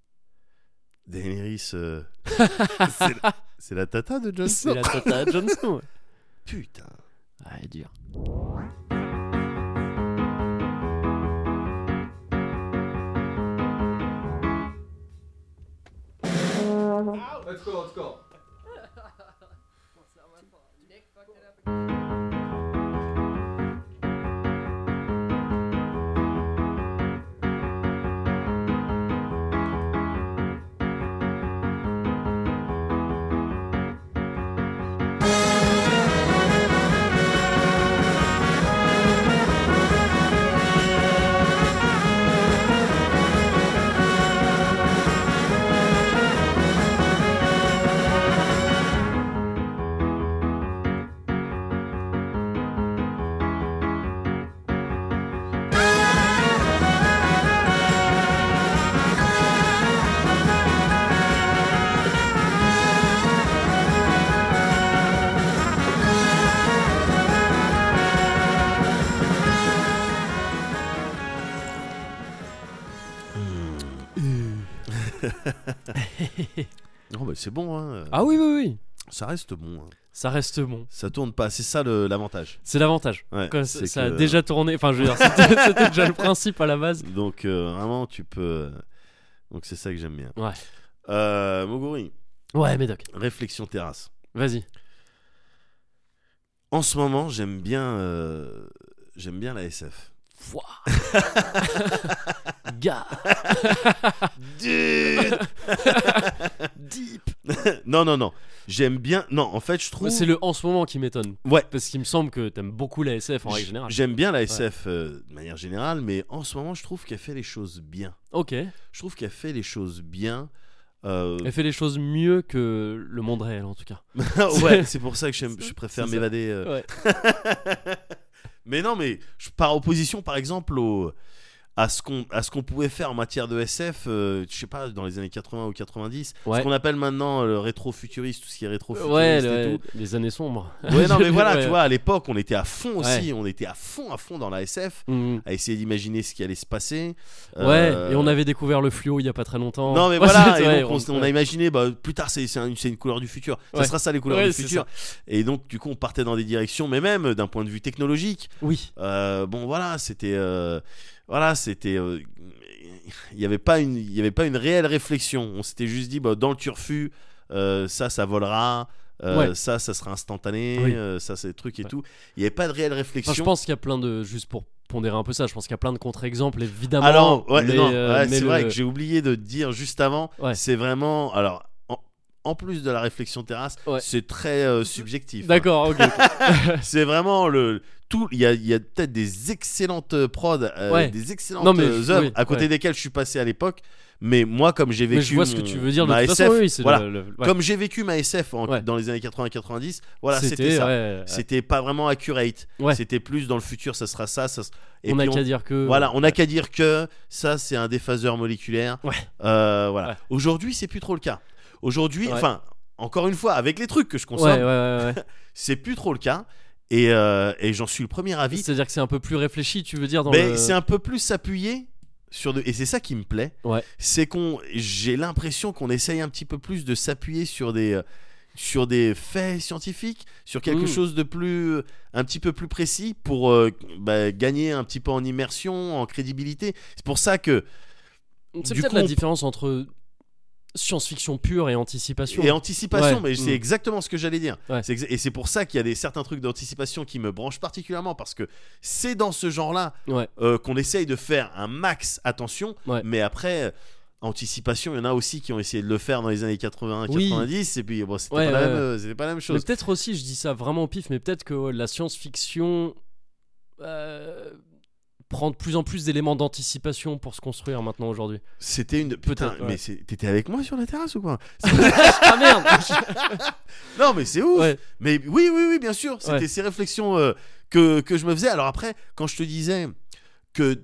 Daenerys, euh, c'est la... c'est la tata de Jon C'est Snow. la tata Jon Snow. Putain. Ouais, dur. Let's go, let's go. Non bah c'est bon, hein. Ah oui, oui, oui. Ça reste bon. hein. Ça reste bon. Ça tourne pas. C'est ça le- l'avantage. C'est l'avantage. Ouais, Quand c'est ça a que- déjà tourné. Enfin, je veux dire, c'était c'était déjà le principe à la base. Donc euh, vraiment, tu peux. Donc c'est ça que j'aime bien. Ouais. Euh, Moguri, Ouais, Médoc. réflexion terrasse. Vas-y. En ce moment, j'aime bien, euh, j'aime bien la S F. Fouah. Gars. Dude Deep. Non, non, non. J'aime bien. Non, en fait, je trouve. C'est le en ce moment qui m'étonne. Ouais. Parce qu'il me semble que t'aimes beaucoup la S F en règle générale. J'aime bien la S F euh, de manière générale, mais en ce moment, je trouve qu'elle fait les choses bien. Ok. Je trouve qu'elle fait les choses bien. Euh... Elle fait les choses mieux que le monde réel, en tout cas. Ouais, c'est pour ça que j'aime, je préfère m'évader. Euh... Ouais. Mais non, mais je, par opposition, par exemple, au, à, ce qu'on, à ce qu'on pouvait faire en matière de S F, euh, je sais pas, dans les années quatre-vingts ou quatre-vingt-dix, ouais. ce qu'on appelle maintenant le rétro-futuriste, tout ce qui est rétro-futuriste ouais, et le, tout. Les années sombres. Ouais, non, mais voilà, ouais. tu vois, à l'époque, on était à fond aussi, ouais. on était à fond, à fond dans la S F, mmh. à essayer d'imaginer ce qui allait se passer. Ouais, euh... et on avait découvert le fluo il y a pas très longtemps. Non, mais ouais, voilà, et ouais, donc on, on a imaginé, bah, plus tard, c'est, c'est, un, c'est une couleur du futur. Ça ouais. sera ça, les couleurs ouais, du futur. Et donc, du coup, on partait dans des directions, mais même d'un point de vue technologique. Oui. Euh, bon, voilà, c'était. Euh, voilà, c'était. Euh, il n'y avait pas une il y avait pas une réelle réflexion, on s'était juste dit bah, dans le turfu euh, ça ça volera euh, ouais. ça ça sera instantané oui. euh, ça c'est des trucs et ouais. tout, il n'y avait pas de réelle réflexion. Enfin, je pense qu'il y a plein de, juste pour pondérer un peu ça, je pense qu'il y a plein de contre-exemples évidemment. Alors ouais, mais, non, euh, ouais, mais c'est le... vrai que j'ai oublié de dire juste avant, ouais. c'est vraiment alors en, en plus de la réflexion terrasse ouais. c'est très euh, subjectif. D'accord, hein. ok. C'est vraiment le tout, il y a, il y a peut-être des excellentes prods, euh, ouais. des excellentes non, mais, œuvres oui, à côté ouais. desquelles je suis passé à l'époque. Mais moi, comme j'ai vécu mais je vois mon, ce que tu veux dire de ma toute S F, façon, oui, c'est voilà, le, le, ouais. comme j'ai vécu ma S F en, ouais. dans les années quatre-vingts quatre-vingt-dix, voilà, c'était, c'était ça. Ouais, c'était pas vraiment accurate. Ouais. C'était plus dans le futur, ça sera ça. ça et on n'a qu'à dire que. Voilà, on n'a qu'à dire que ça, c'est un déphaseur moléculaire. Ouais. Euh, voilà. Ouais. Aujourd'hui, c'est plus trop le cas. Aujourd'hui, ouais. enfin, encore une fois, avec les trucs que je consomme, ouais, ouais, ouais, ouais. c'est plus trop le cas. Et, euh, et j'en suis le premier avis. C'est-à-dire que c'est un peu plus réfléchi, tu veux dire dans ben, le... c'est un peu plus s'appuyer sur de... et c'est ça qui me plaît. Ouais. C'est qu'on, j'ai l'impression qu'on essaye un petit peu plus de s'appuyer sur des, sur des faits scientifiques, sur quelque mmh. chose de plus, un petit peu plus précis pour euh, bah, gagner un petit peu en immersion, en crédibilité. C'est pour ça que c'est peut-être coup, la on... différence entre science-fiction pure et anticipation. Et anticipation, ouais. mais mmh. c'est exactement ce que j'allais dire. Ouais. C'est exa- et c'est pour ça qu'il y a des certains trucs d'anticipation qui me branchent particulièrement, parce que c'est dans ce genre-là ouais. euh, qu'on essaye de faire un max attention, ouais. mais après... Anticipation, il y en a aussi qui ont essayé de le faire dans les années quatre-vingts quatre-vingt-dix, oui. et puis bon, c'était, ouais, pas ouais, la même, ouais. c'était pas la même chose. Mais peut-être aussi, je dis ça vraiment au pif, mais peut-être que ouais, la science-fiction euh, prend de plus en plus d'éléments d'anticipation pour se construire maintenant aujourd'hui. C'était une putain, peut-être, ouais. mais c'est... t'étais avec moi sur la terrasse ou quoi? Ah merde. Non mais c'est ouf. Ouais. Mais oui oui oui bien sûr, c'était ouais. ces réflexions euh, que que je me faisais. Alors après, quand je te disais que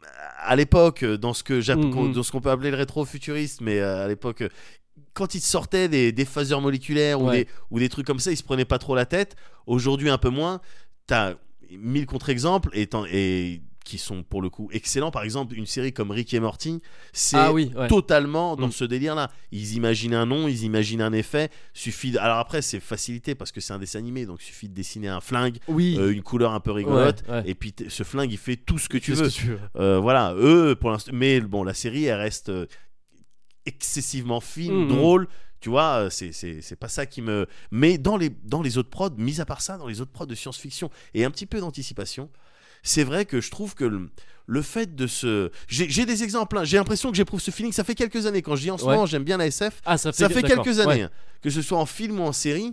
à l'époque, dans ce que mmh, dans ce qu'on peut appeler le rétro-futuriste, mais euh, à l'époque, quand ils sortaient des, des phaseurs moléculaires ouais. ou, des, ou des trucs comme ça, ils se prenaient pas trop la tête. Aujourd'hui, un peu moins. T'as mille contre-exemples et, et qui sont pour le coup excellents. Par exemple, une série comme Rick et Morty, c'est ah oui, ouais. totalement dans mmh. ce délire-là. Ils imaginent un nom, ils imaginent un effet. Suffit de... Alors après, c'est facilité parce que c'est un dessin animé, donc il suffit de dessiner un flingue, oui. euh, une couleur un peu rigolote, ouais, ouais. et puis t- ce flingue, il fait tout ce que tu Qu'est-ce veux. Que tu veux. Euh, voilà, eux, pour l'instant. Mais bon, la série, elle reste euh, excessivement fine, mmh. drôle. Tu vois, c'est, c'est, c'est pas ça qui me. Mais dans les, dans les autres prods, mis à part ça, dans les autres prods de science-fiction et un petit peu d'anticipation, c'est vrai que je trouve que le, le fait de se. J'ai, j'ai des exemples, hein. J'ai l'impression que j'éprouve ce feeling. Ça fait quelques années. Quand je dis en ce ouais. moment, j'aime bien la S F. Ah, ça fait, ça fait quelques années. Ouais. Hein, que ce soit en film ou en série.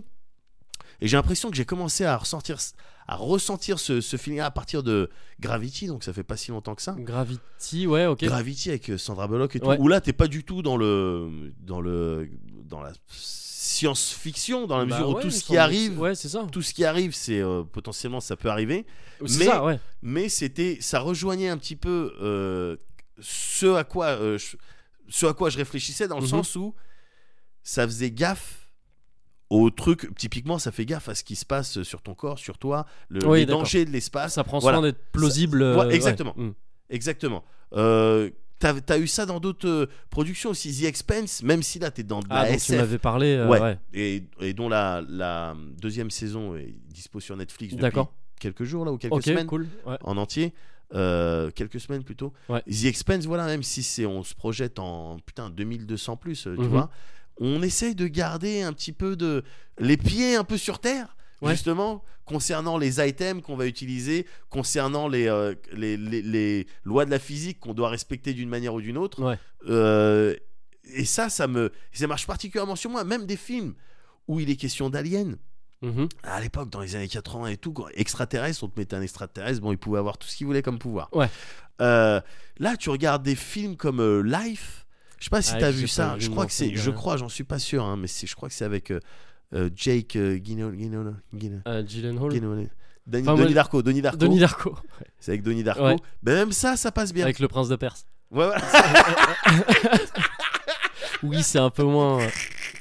Et j'ai l'impression que j'ai commencé à ressentir, à ressentir ce, ce feeling à partir de Gravity, donc ça fait pas si longtemps que ça. Gravity, ouais, ok. Gravity avec Sandra Bullock et tout. Ouais. Où là, t'es pas du tout dans le, dans le, dans la science-fiction, dans la mesure bah où ouais, tout ce qui arrive, ouais, c'est ça. tout ce qui arrive, c'est euh, potentiellement ça peut arriver. C'est mais, ça, ouais. mais c'était, ça rejoignait un petit peu euh, ce à quoi, euh, je, ce à quoi je réfléchissais dans le mm-hmm. sens où ça faisait gaffe. Au truc, typiquement, ça fait gaffe à ce qui se passe sur ton corps, sur toi, le, oui, les d'accord. dangers de l'espace. Ça prend voilà. soin d'être plausible. Ça, ouais, euh, exactement. Ouais. Exactement. Euh, t'as, t'as eu ça dans d'autres euh, productions aussi, The Expanse, même si là t'es dans de la ah, S F. Tu m'avais parlé. Euh, ouais. ouais. Et, et dont la, la deuxième saison est dispo sur Netflix depuis d'accord. quelques jours là ou quelques okay, semaines. Cool. Ouais. En entier. Euh, quelques semaines plutôt. Ouais. The Expanse, voilà, même si c'est, on se projette en putain deux mille deux cents plus, tu mm-hmm. vois. On essaye de garder un petit peu de les pieds un peu sur terre, ouais. justement, concernant les items qu'on va utiliser, concernant les, euh, les, les, les lois de la physique qu'on doit respecter d'une manière ou d'une autre. Ouais. Euh, et ça, ça me, ça marche particulièrement sur moi. Même des films où il est question d'aliens. Mmh. À l'époque, dans les années quatre-vingts et tout, extraterrestre, on te mettait un extraterrestre, bon, il pouvait avoir tout ce qu'il voulait comme pouvoir. Ouais. Euh, là, tu regardes des films comme euh, Life. Je sais pas si Ah, t'as j'ai vu pas ça. vu, Je non, crois que ça c'est, me dit je rien. crois, j'en suis pas sûr, hein, mais c'est, je crois que c'est avec euh, euh, Jake euh, Gyllenhaal, Gyllenhaal, Gyllenhaal, Euh, Gyllenhaal. Gyllenhaal. Donnie, Enfin, moi, Donnie Darko, Donnie Darko. Donnie Darko. C'est avec Donnie Darko. Ouais. Ben même ça, ça passe bien. Avec le prince de Perse. Ouais, voilà. Oui, c'est un peu moins. euh,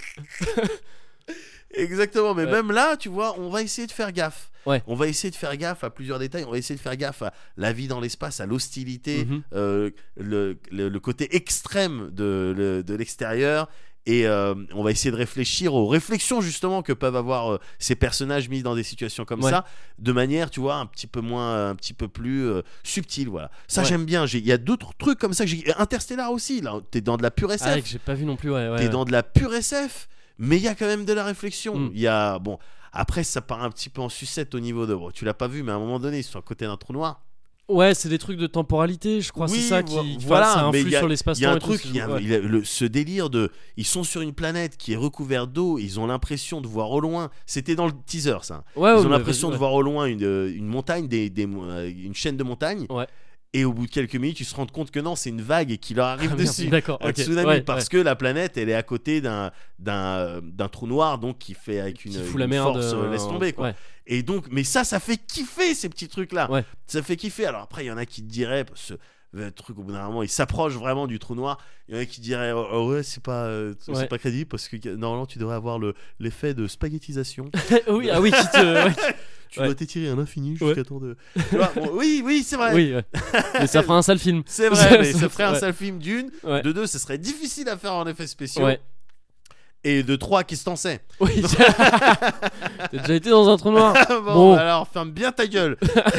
Exactement, mais Ouais. même là, tu vois, on va essayer de faire gaffe. Ouais. On va essayer de faire gaffe à plusieurs détails. On va essayer de faire gaffe à la vie dans l'espace, à l'hostilité, Mhm. euh, le, le, le côté extrême de, le- de l'extérieur. Et euh, on va essayer de réfléchir aux réflexions justement que peuvent avoir euh, ces personnages mis dans des situations comme Ouais. ça, de manière, tu vois, un petit peu moins, un petit peu plus euh, subtile. Voilà. Ça, Ouais. j'aime bien. J'ai- Il y a d'autres trucs comme ça que j'ai. Interstellar aussi. Là, t'es dans de la pure S F. Ah, que j'ai pas vu non plus, ouais. ouais, T'es ouais. dans de la pure S F, mais il y a quand même de la réflexion. Mm. Il y a bon. Après, ça part un petit peu en sucette au niveau de. Bon, tu l'as pas vu, mais à un moment donné, ils sont à côté d'un trou noir. Ouais, c'est des trucs de temporalité, je crois. Oui, c'est ça vo- qui. enfin, voilà, ça mais influe il y a- sur Il y l'espace-temps. a un et tout, truc, c'est- il y a, ouais. il y a le- ce délire de. Ils sont sur une planète qui est recouverte d'eau, ils ont l'impression de voir au loin. C'était dans le teaser, ça. Ouais, Ils ouais, ont mais l'impression vas-y, de ouais. voir au loin une, une montagne, des, des, euh, une chaîne de montagnes. Ouais. Et au bout de quelques minutes, ils se rendent compte que non, c'est une vague et qui leur arrive Ah, merde, dessus. D'accord, Un ok. tsunami Ouais, parce ouais. que la planète elle est à côté d'un d'un d'un trou noir donc qui fait avec une, Qui fout une la merde. force euh, euh, laisse tomber quoi. Ouais. Et donc mais ça ça fait kiffer ces petits trucs là. Ouais. Ça fait kiffer. Alors après il y en a qui te diraient ce le truc au bout d'un moment il s'approche vraiment du trou noir. Il y en a qui diraient oh, oh ouais c'est pas euh, c'est Ouais. pas crédible parce que normalement tu devrais avoir le l'effet de spaghettisation. oui, ah oui, qui te. ouais. Tu Ouais. dois t'étirer à l'infini Ouais. jusqu'à temps de. Tu vois, bon, oui oui c'est vrai. Oui, ouais. Mais ça fera un sale film. C'est vrai mais ça ferait un Ouais. sale film d'une. Ouais. De deux ce serait difficile à faire en effets spéciaux. Ouais. Et de trois qu'est-ce que t'en sais? Oui. T'as déjà été dans un trou noir. bon, Bon. alors ferme bien ta gueule.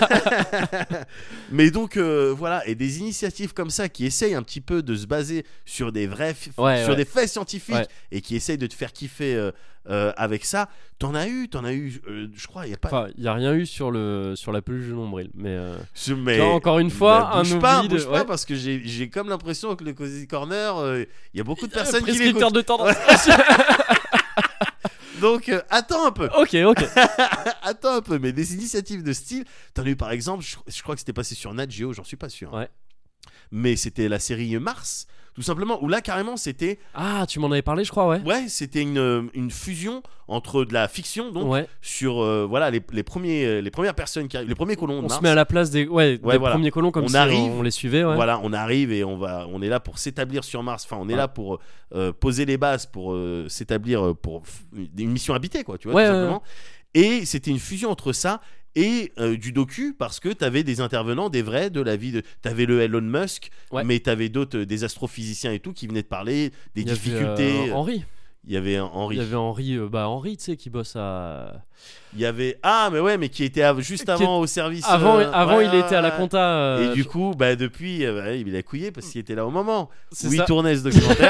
Mais donc euh, voilà, et des initiatives comme ça qui essayent un petit peu de se baser sur des vrais, fi- Ouais, sur ouais. des faits scientifiques Ouais. et qui essayent de te faire kiffer euh, euh, avec ça. T'en as eu, t'en as eu, euh, je crois, il y a pas. Enfin, il y a rien eu sur le sur la peluche de nombril, mais. euh, Je- mais là, encore une fois, bah, bouge un pas, oubli de- bouge pas ouais. parce que j'ai j'ai comme l'impression que le Cozy Corner, euh, il y a beaucoup de personnes qui Prescripteur l'écoutent. de tendance. Donc euh, attends un peu. ok, ok. Attends un peu, mais des initiatives de style, t'en as eu par exemple, je, je crois que c'était passé sur Nat Geo, j'en suis pas sûr. Ouais. Mais c'était la série Mars, tout simplement, où là carrément c'était, Ah, tu m'en avais parlé, je crois, ouais. ouais, c'était une, une fusion entre de la fiction, donc Ouais. sur euh, voilà les, les premiers, les premières personnes qui arrivent, les premiers colons de On Mars. se met à la place des, ouais, Ouais, des voilà. premiers colons comme On si arrive, on, on les suivait, ouais. Voilà, on arrive et on va, on est là pour s'établir sur Mars. Enfin, on est Ouais. là pour euh, poser les bases, pour euh, s'établir euh, pour f- une mission habitée, quoi, tu vois, Ouais, tout ouais, simplement. Et c'était une fusion entre ça et euh, du docu parce que t'avais des intervenants, des vrais de la vie de. T'avais le Elon Musk, Ouais. mais t'avais d'autres, euh, des astrophysiciens et tout qui venaient de parler des Il y avait, difficultés. euh, Henri. Il y avait un Henri. Il y avait Henri, euh, bah Henri, tu sais, qui bosse à. Il y avait ah mais ouais mais qui était av- juste Qui avant au service. Avant, euh, avant ouais, il était à la ouais. compta. euh, Et du je- coup, bah depuis, euh, bah, il a couillé parce qu'il était là au moment c'est où il ça. tournait ce documentaire.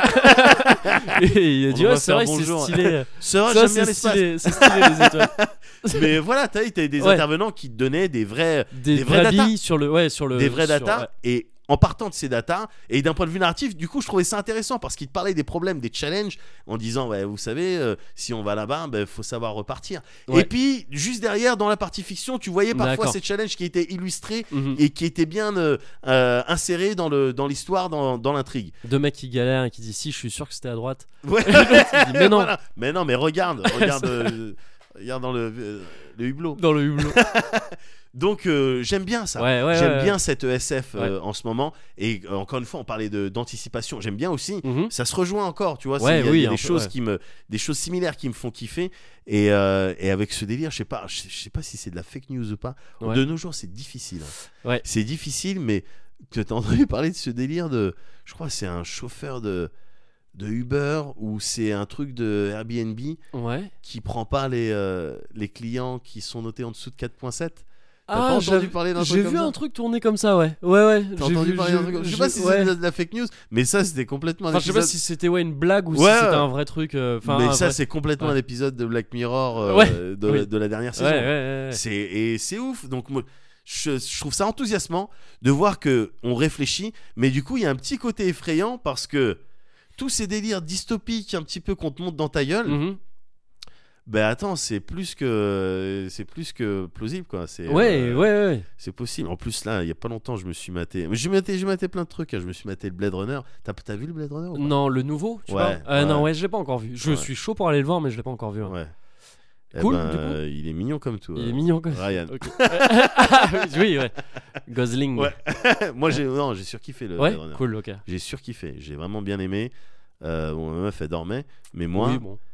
Et il a On dit va ouais, c'est faire vrai, bonjour. c'est stylé. C'est vrai, Ça, j'aime bien c'est l'espace. stylé, c'est stylé les étoiles. Mais voilà, t'as t'as des Ouais. intervenants qui te donnaient des vrais, Des, Des vrais vrais datas. billes sur le, ouais, sur le. des vrais sur- datas. ouais. Et en partant de ces datas, et d'un point de vue narratif, du coup, je trouvais ça intéressant parce qu'il te parlait des problèmes, des challenges, en disant, ouais, vous savez, euh, si on va là-bas, il faut savoir repartir. Ouais. Et puis, juste derrière, dans la partie fiction, tu voyais parfois D'accord. ces challenges qui étaient illustrés Mhm. et qui étaient bien euh, euh, insérés dans le dans l'histoire, dans, dans l'intrigue. Deux mecs qui galèrent et qui disent si, je suis sûr que c'était à droite. Ouais. Il dit, mais non. Voilà. Mais non, mais regarde, regarde, euh, regarde dans le, euh, le hublot. Dans le hublot. Donc euh, j'aime bien ça. Ouais, ouais, j'aime ouais, bien cette E S F euh, Ouais. en ce moment. Et euh, encore une fois, on parlait de d'anticipation. J'aime bien aussi. Mhm. Ça se rejoint encore, tu vois. Ouais, c'est- il y a, oui, il y a un des peu, choses ouais. qui me, des choses similaires qui me font kiffer. Et, euh, et avec ce délire, je sais pas, je sais, je sais pas si c'est de la fake news ou pas. Ouais. De nos jours, c'est difficile. hein. Ouais. C'est difficile, mais tu as entendu parler de ce délire de, je crois, que c'est un chauffeur de de Uber ou c'est un truc de Airbnb Ouais. qui prend pas les euh, les clients qui sont notés en dessous de quatre virgule sept. T'as Ah, pas entendu j'avais- parler d'un truc J'ai comme vu ça un truc tourner comme ça, ouais. Ouais, ouais. T'as j'ai entendu vu- parler j'ai- d'un truc comme- Je sais j'ai- pas si ouais. c'est de la, de la fake news, mais ça c'était complètement un Enfin, je sais pas épisode. si c'était ouais, une blague ou Ouais, si c'était ouais. un vrai truc. euh, Enfin, mais un ça vrai- c'est complètement ouais. un épisode de Black Mirror euh, Ouais, de, oui. de la dernière Ouais, saison. ouais, ouais, ouais. C'est et c'est ouf. Donc moi, je, je trouve ça enthousiasmant de voir que on réfléchit, mais du coup il y a un petit côté effrayant parce que tous ces délires dystopiques un petit peu qu'on te montre dans ta gueule, Mhm. Ben attends, c'est plus que c'est plus que plausible quoi. C'est Ouais, euh, ouais, ouais. c'est possible. En plus là, il y a pas longtemps, je me suis maté. Mais j'ai maté, j'ai maté plein de trucs. Hein. Je me suis maté le Blade Runner. T'as, t'as vu le Blade Runner ou pas? Non, le nouveau, tu Ouais, vois euh, ouais. Non, ouais, je l'ai pas encore vu. Je Ouais. suis chaud pour aller le voir, mais je l'ai pas encore vu. Ouais. Ouais. Eh Cool, ben, du coup. euh, il est mignon comme tout. Il euh, est mignon quoi. Ryan. Ok. Oui, ouais. Gosling. Ouais. Moi j'ai non, j'ai surkiffé le Ouais, Blade Runner. cool, ok. J'ai surkiffé. J'ai vraiment bien aimé. Euh, bon, ma meuf elle dormait, mais moi, Oui, bon.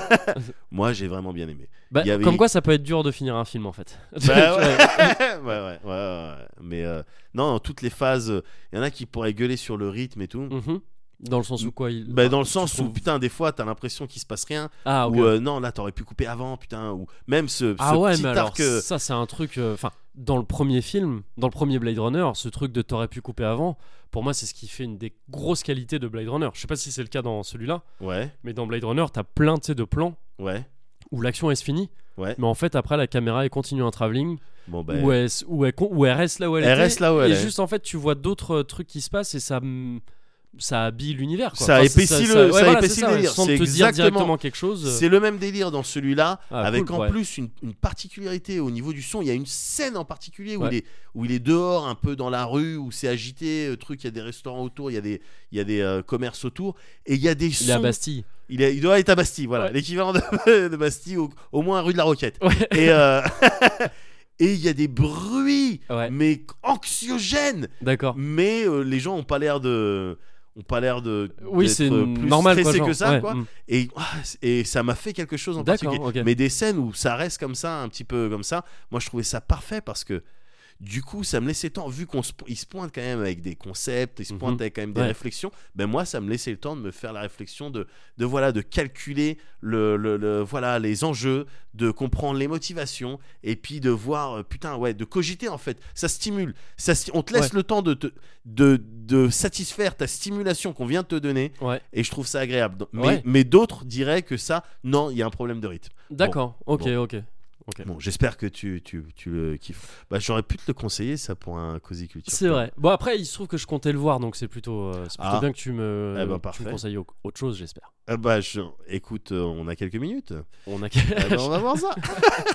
moi j'ai vraiment bien aimé. Bah, Il y avait- Comme quoi, ça peut être dur de finir un film en fait. Bah ouais. ouais, ouais, ouais, ouais, ouais. Mais euh, non, dans toutes les phases, il y en a qui pourraient gueuler sur le rythme et tout. Mhm. Dans le sens où quoi il... Bah, dans le tu sens où trouves- putain des fois t'as l'impression qu'il se passe rien Ah, ok. ou euh, non là t'aurais pu couper avant putain ou même ce, Ah ce ouais, petit mais alors arc euh, ça c'est un truc. Enfin, dans le premier film, dans le premier Blade Runner, ce truc de t'aurais pu couper avant, pour moi c'est ce qui fait une des grosses qualités de Blade Runner. Je sais pas si c'est le cas dans celui-là, ouais mais dans Blade Runner, t'as plein tu sais, de plans ouais où l'action elle se finit, ouais mais en fait après la caméra elle continue un travelling bon bah où, elle, s- où, elle, con- où elle reste là où elle, Elle était, reste là où elle et est. juste en fait tu vois d'autres euh, trucs qui se passent et ça mm, ça habille l'univers quoi. Ça Enfin, épaissit ça- le- ouais, ça voilà, épaissit c'est le ouais, délire. sans C'est te dire exactement- directement quelque chose. c'est le même délire dans celui-là Ah, avec cool, en ouais. plus une, une particularité au niveau du son. Il y a une scène en particulier où, Ouais. il, est, où il est dehors un peu dans la rue où c'est agité euh, truc il y a des restaurants autour il y a des, il y a des euh, commerces autour et il y a des Il est à sons Bastille. il, est- il doit être à Bastille voilà Ouais. l'équivalent de, de Bastille au, au moins rue de la Roquette Ouais. et euh, et il y a des bruits Ouais. mais anxiogènes D'accord. mais euh, les gens ont pas l'air de ont pas l'air de Oui, d'être c'est plus normal quoi, stressés genre. que ça Ouais, quoi mm. et, ah, et ça m'a fait quelque chose en D'accord, particulier ok. mais des scènes où ça reste comme ça un petit peu comme ça moi je trouvais ça parfait parce que du coup ça me laissait le temps vu qu'on se, il se pointe quand même avec des concepts il se pointe Mhm. avec quand même des Ouais. réflexions ben moi ça me laissait le temps de me faire la réflexion de, de voilà de calculer le, le, le- voilà les enjeux de comprendre les motivations et puis de voir euh, putain ouais de cogiter en fait ça stimule ça sti- on te laisse Ouais. le temps de, te, de de satisfaire ta stimulation qu'on vient de te donner Ouais. et je trouve ça agréable Donc, mais, Ouais. mais d'autres diraient que ça non il y a un problème de rythme D'accord. Ok, Bon. ok. Ok. bon j'espère que tu, tu, tu le kiffes bah j'aurais pu te le conseiller ça pour un Cozy Culture C'est Club. vrai. Bon après, il se trouve que je comptais le voir, donc c'est plutôt, euh, c'est plutôt Ah. bien que tu me, Eh ben, tu parfait. me conseilles au- autre chose, j'espère. Ah bah je... écoute euh, on a quelques minutes On a. Eh ben, on va voir ça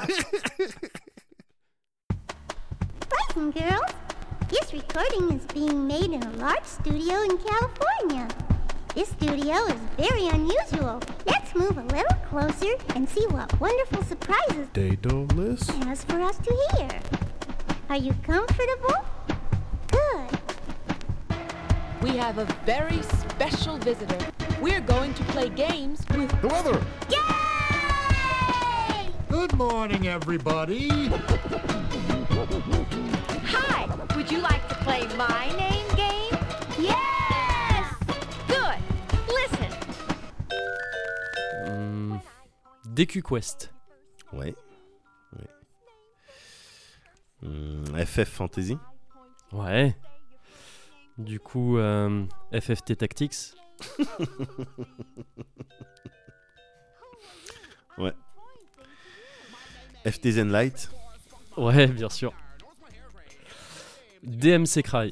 Listen, girls. This recording is being made in a large studio in California. This studio is very unusual. Let's move a little closer and see what wonderful surprises Daedalus it has for us to hear. Are you comfortable? Good. We have a very special visitor. We're going to play games with The weather. Yay! Good morning, everybody. Hi! Would you like to play my name game? Yes! Good! Listen! Hmm. D Q Quest. ouais ouais Hum, F F Fantasy Ouais. Du coup, euh, F F T Tactics. ouais F T Zen Light Ouais, bien sûr. D M C Cry.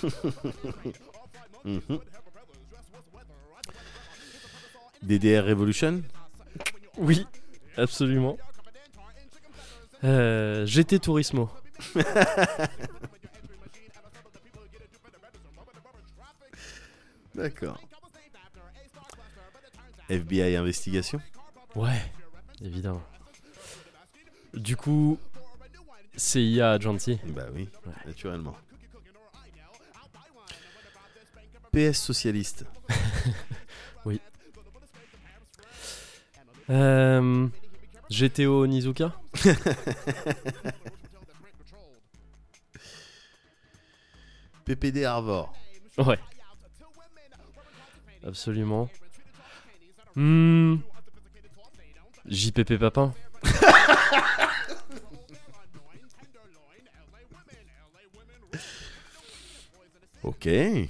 Mhm. D D R Revolution Oui, absolument. Euh, G T Turismo. d'accord F B I Investigation Ouais, évidemment. Du coup, C I A Agenti. bah oui Ouais. naturellement P S Socialiste Euh, G T O Nizuka. P P D Arvor Ouais. Absolument. Hmm. J P P Papin. ok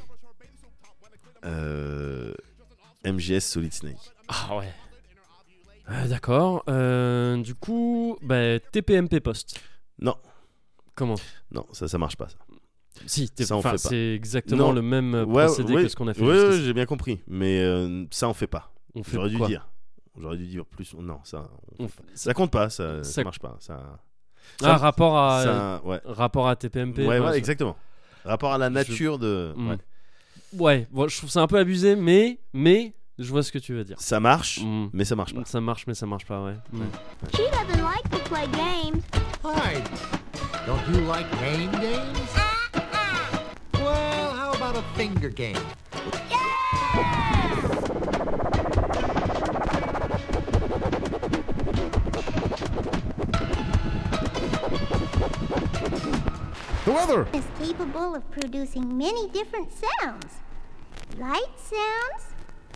euh... M G S Solid Snake Ah ouais. Euh, D'accord. Euh, du coup, bah, T P M P Post. non Comment? non ça ça marche pas ça. Si, t'es- Ça, on enfin, fait pas. c'est exactement Non. le même euh, Ouais, procédé ouais, que ce qu'on a fait ouais, jusqu'ici. ouais, j'ai bien compris mais euh, ça on fait pas On fait j'aurais dû quoi? dire J'aurais dû dire plus. Non, ça, On on- f- ça compte pas, ça, ça ça- marche pas. Ça, Ah, ça- rapport à ça- ouais. rapport à T P M P. Ouais, ouais, ouais, ça- exactement. Rapport à la nature de. Mm. ouais. Ouais, bon, je trouve ça un peu abusé, mais mais je vois ce que tu veux dire. Ça marche, Mm. mais ça marche pas. Ça marche, mais ça marche pas, ouais. Ouais. She doesn't like to play games. Hi. Don't you like name games? Well, how about a finger game? The weather. Is capable of producing many different sounds. Light sounds,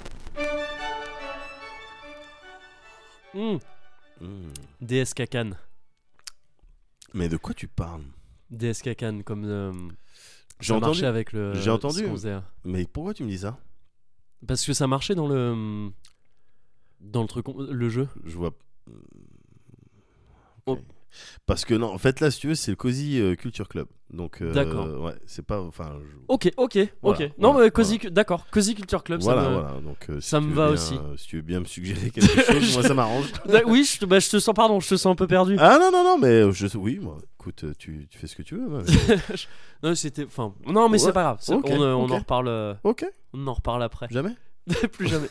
Mm. Mm. D S K Cannes. Mais de quoi tu parles? D S K Cannes, comme euh, J'ai ça entendu. marchait avec le. J'ai entendu. ce qu'on faisait. Mais pourquoi tu me dis ça? Parce que ça marchait dans le dans le truc, le jeu. Je vois. Oh. Ok. Parce que non, en fait là, si tu veux, c'est le Cozy euh, Culture Club. Donc. euh, D'accord. Ouais, c'est pas. Enfin. je- Ok, ok, Voilà, ok. Non, voilà, mais Cozy, d'accord. Cozy Culture Club, Voilà, ça me. voilà. Donc, euh, si ça tu me veux va bien, aussi. euh, si tu veux bien me suggérer quelque chose, moi ça m'arrange. Bah, oui, je te, bah, je te sens, pardon, je te sens un peu perdu. Ah non, non, non, mais euh, je, oui, moi, écoute, euh, tu, tu fais ce que tu veux. moi, mais- Non, c'était, enfin, non, mais Ouais, c'est pas grave. c'est- ok, on, euh, on ok. en reparle, euh, Ok, on en reparle après. jamais. Plus jamais.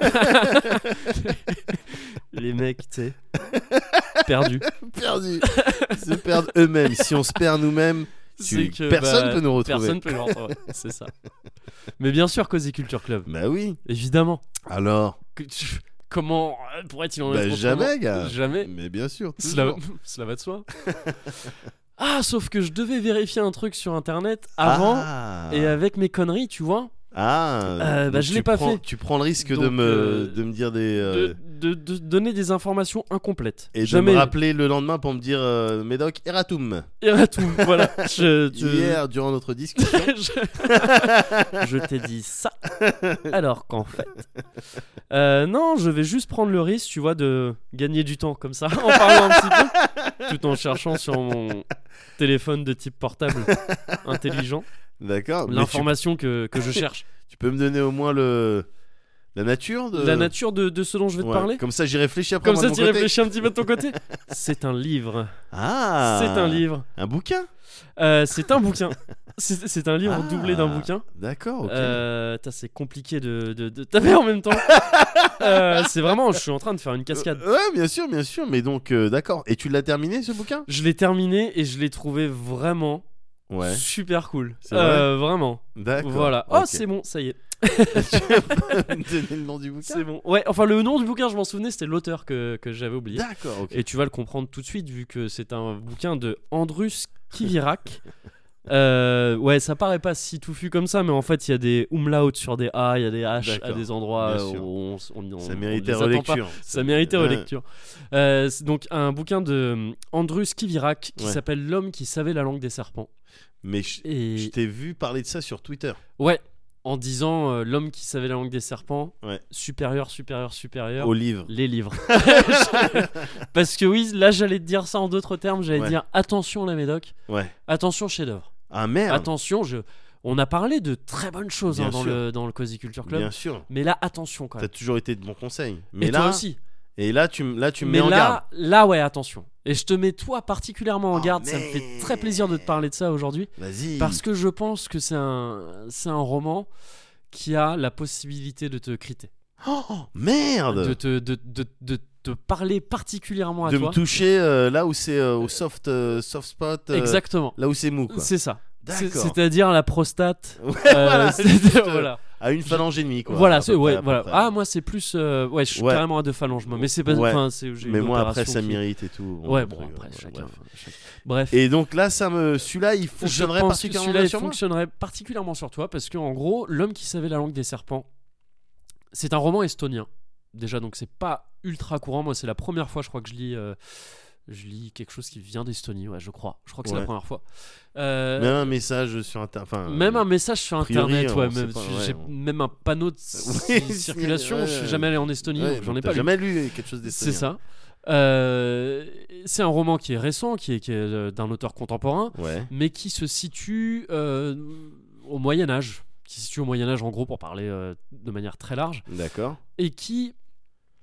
Les mecs, tu sais, perdus. Perdu. Ils se perdent eux-mêmes. Si on se perd nous-mêmes, C'est tu... que, personne bah, peut nous retrouver. Personne peut nous retrouver. C'est ça. Mais bien sûr, Cozy Culture Club. Bah oui. Évidemment. Alors, Que tu- Comment euh, pourrait-il en bah être jamais, autrement gars. Jamais. Mais bien sûr. Cela, toujours. cela va de soi. Ah, sauf que je devais vérifier un truc sur internet avant Ah. et avec mes conneries, tu vois. Ah. Euh, bah, donc je tu l'ai pas prends- fait. Tu prends le risque de Donc, me, euh, de me dire des. euh, De, de- de donner des informations incomplètes. Et de Jamais. me rappeler le lendemain pour me dire euh, Médoc Eratum. Eratum, voilà. Je, tu- Hier, durant notre discussion. je, je t'ai dit ça. Alors qu'en fait. Euh, non, je vais juste prendre le risque, tu vois, de gagner du temps comme ça, en parlant un petit peu, tout en cherchant sur mon téléphone de type portable intelligent D'accord. mais tu, l'information que, que je cherche. tu peux me donner au moins le la nature de. La nature de, de ce dont je vais te Ouais, parler. Comme ça, j'y réfléchis après. Comme moi, ça, de mon tu côté. réfléchis un petit peu de ton côté. C'est un livre. Ah. C'est un livre. Un bouquin. Euh, c'est un bouquin. C'est c'est un livre Ah, doublé d'un bouquin. D'accord. Ok. Euh, tain, c'est compliqué de, de, de taper en même temps. Euh, c'est vraiment, je suis en train de faire une cascade. Euh, ouais, bien sûr, bien sûr. Mais donc, euh, d'accord. Et tu l'as terminé ce bouquin? Je l'ai terminé et je l'ai trouvé vraiment Ouais. super cool. C'est Euh, vraiment. D'accord. Voilà. Oh, ok. c'est bon, ça y est. Tu peux me donner le nom du bouquin? C'est bon. Ouais, enfin, le nom du bouquin, je m'en souvenais, c'était l'auteur que, que j'avais oublié. D'accord. Ok. Et tu vas le comprendre tout de suite vu que c'est un bouquin de Andrus Kivirak. Euh, ouais, ça paraît pas si touffu comme ça, mais en fait, il y a des umlauts sur des A, il y a des H à D'accord, des endroits bien où sûr. on, on, on- Ça on méritait les attend pas. relecture. Ça méritait Ouais. relecture. Euh, c'est donc un bouquin de euh, Andrus Kivirak qui Ouais. s'appelle L'homme qui savait la langue des serpents. Mais je, Et je t'ai vu parler de ça sur Twitter. ouais, en disant euh, l'homme qui savait la langue des serpents, Ouais. supérieur, supérieur, supérieur. Au livre. Les livres. Parce que oui, là j'allais te dire ça en d'autres termes, j'allais Ouais. dire attention la médoc, Ouais. attention chef-d'œuvre. Ah merde. Attention, je... on a parlé de très bonnes choses Bien hein, dans, sûr. le, dans le Cozy Culture Club, Bien sûr. mais là attention quand T'as même. toujours été de bons conseils. Mais Et là, toi aussi. et là, tu, m- là, tu me mais mets en garde. là, là ouais attention. Et je te mets toi particulièrement en Oh, garde, ça me fait très plaisir de te parler de ça aujourd'hui, Vas-y. parce que je pense que c'est un, c'est un roman qui a la possibilité de te criter, Oh, merde. de te, de, de, de te parler particulièrement à De toi. me toucher euh, là où c'est euh, au soft, euh, soft spot. euh, Exactement. Là où c'est mou, quoi. C'est ça. C'est- D'accord. C'est-à-dire la prostate. Ouais, euh, voilà, c'est- juste, euh, voilà. À une phalange et demie, quoi. Voilà, à peu c'est près, ouais, à peu voilà. près. Ah moi c'est plus euh, ouais, je suis Ouais. carrément à deux phalanges moi, mais c'est pas Ouais. enfin c'est j'ai Mais une moi, après, opération ça qui- mérite et tout. Ouais, Un bon truc, après euh, chacun. bref. chacun. Bref. Et donc là, ça me, celui-là, il Je fonctionnerait pense que particulièrement celui-là bien il sur moi. fonctionnerait particulièrement sur toi parce que en gros, L'homme qui savait la langue des serpents, c'est un roman estonien. Déjà donc c'est pas ultra courant, moi c'est la première fois je crois que je lis euh, je lis quelque chose qui vient d'Estonie, ouais, je crois. Je crois que c'est Ouais. la première fois. Euh, Même un message sur internet. Enfin, Même un message sur a priori, internet, on ouais, sait même, pas, j'ai ouais, on- même un panneau de Oui, circulation. ouais, Je suis ouais. jamais allé en Estonie, ouais, donc j'en donc ai t'as pas lu. jamais lu quelque chose d'estonien. C'est ça. Euh, c'est un roman qui est récent, qui est, qui est euh, d'un auteur contemporain, Ouais. mais qui se situe euh, au Moyen Âge, qui se situe au Moyen Âge en gros pour parler euh, de manière très large, D'accord. et qui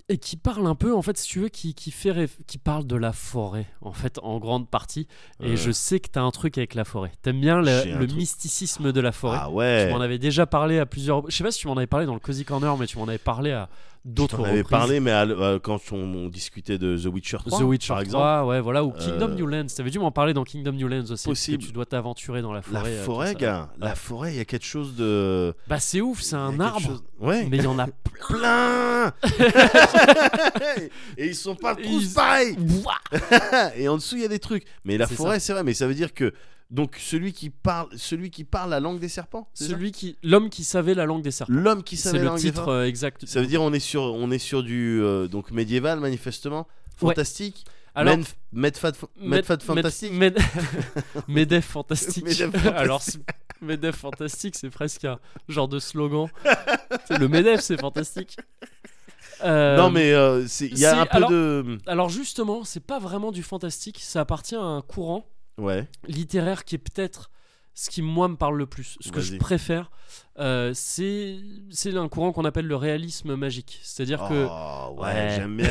et qui parle un peu, en fait, si tu veux, qui, qui, fait réf- qui parle de la forêt, en fait, en grande partie. Et Ouais. je sais que t'as un truc avec la forêt. T'aimes bien le, J'ai un le truc. mysticisme de la forêt. Ah ouais. Tu m'en avais déjà parlé à plusieurs. Je sais pas si tu m'en avais parlé dans le Cozy Corner, mais tu m'en avais parlé à d'autres On avait reprises. parlé, mais à l- euh, quand on, on discutait de The Witcher trois, The Witcher par exemple. trois, ouais, voilà, ou Kingdom Euh, New Lands. T'avais dû m'en parler dans Kingdom New Lands aussi. Possible. Parce que tu dois t'aventurer dans la La forêt. euh, forêt, tout ça. gars, la Ouais. forêt, il y a quelque chose de. Bah, c'est ouf, c'est il y a un quelque arbre. chose- Ouais. Mais il y en a Plein. Et ils sont pas tous Ils- pareils. Ouah. Et en dessous, il y a des trucs. Mais la C'est forêt, c'est vrai, mais ça veut dire que. Donc, celui qui parle, celui qui parle la langue des serpents, c'est ça Celui qui, l'homme qui savait la langue des serpents. L'homme qui C'est savait la le langue des titre serpents. euh, exact. Ça veut dire on est sur, on est sur du euh, donc médiéval manifestement, Ouais. fantastique. Alors, Men- Medfad Medfad fantastique. Med... Medef fantastique. Medef fantastique. Alors, c'est- Medef fantastique, c'est presque un genre de slogan. C'est le Medef, c'est fantastique. Euh, Non mais euh, c'est- il y a c'est- un peu alors- de Alors justement, c'est pas vraiment du fantastique. Ça appartient à un courant ouais. littéraire qui est peut-être ce qui moi me parle le plus. Ce que je Vas-y. préfère, euh, c'est c'est un courant qu'on appelle le réalisme magique. C'est-à-dire que Oh, ouais, Ouais. j'aime bien.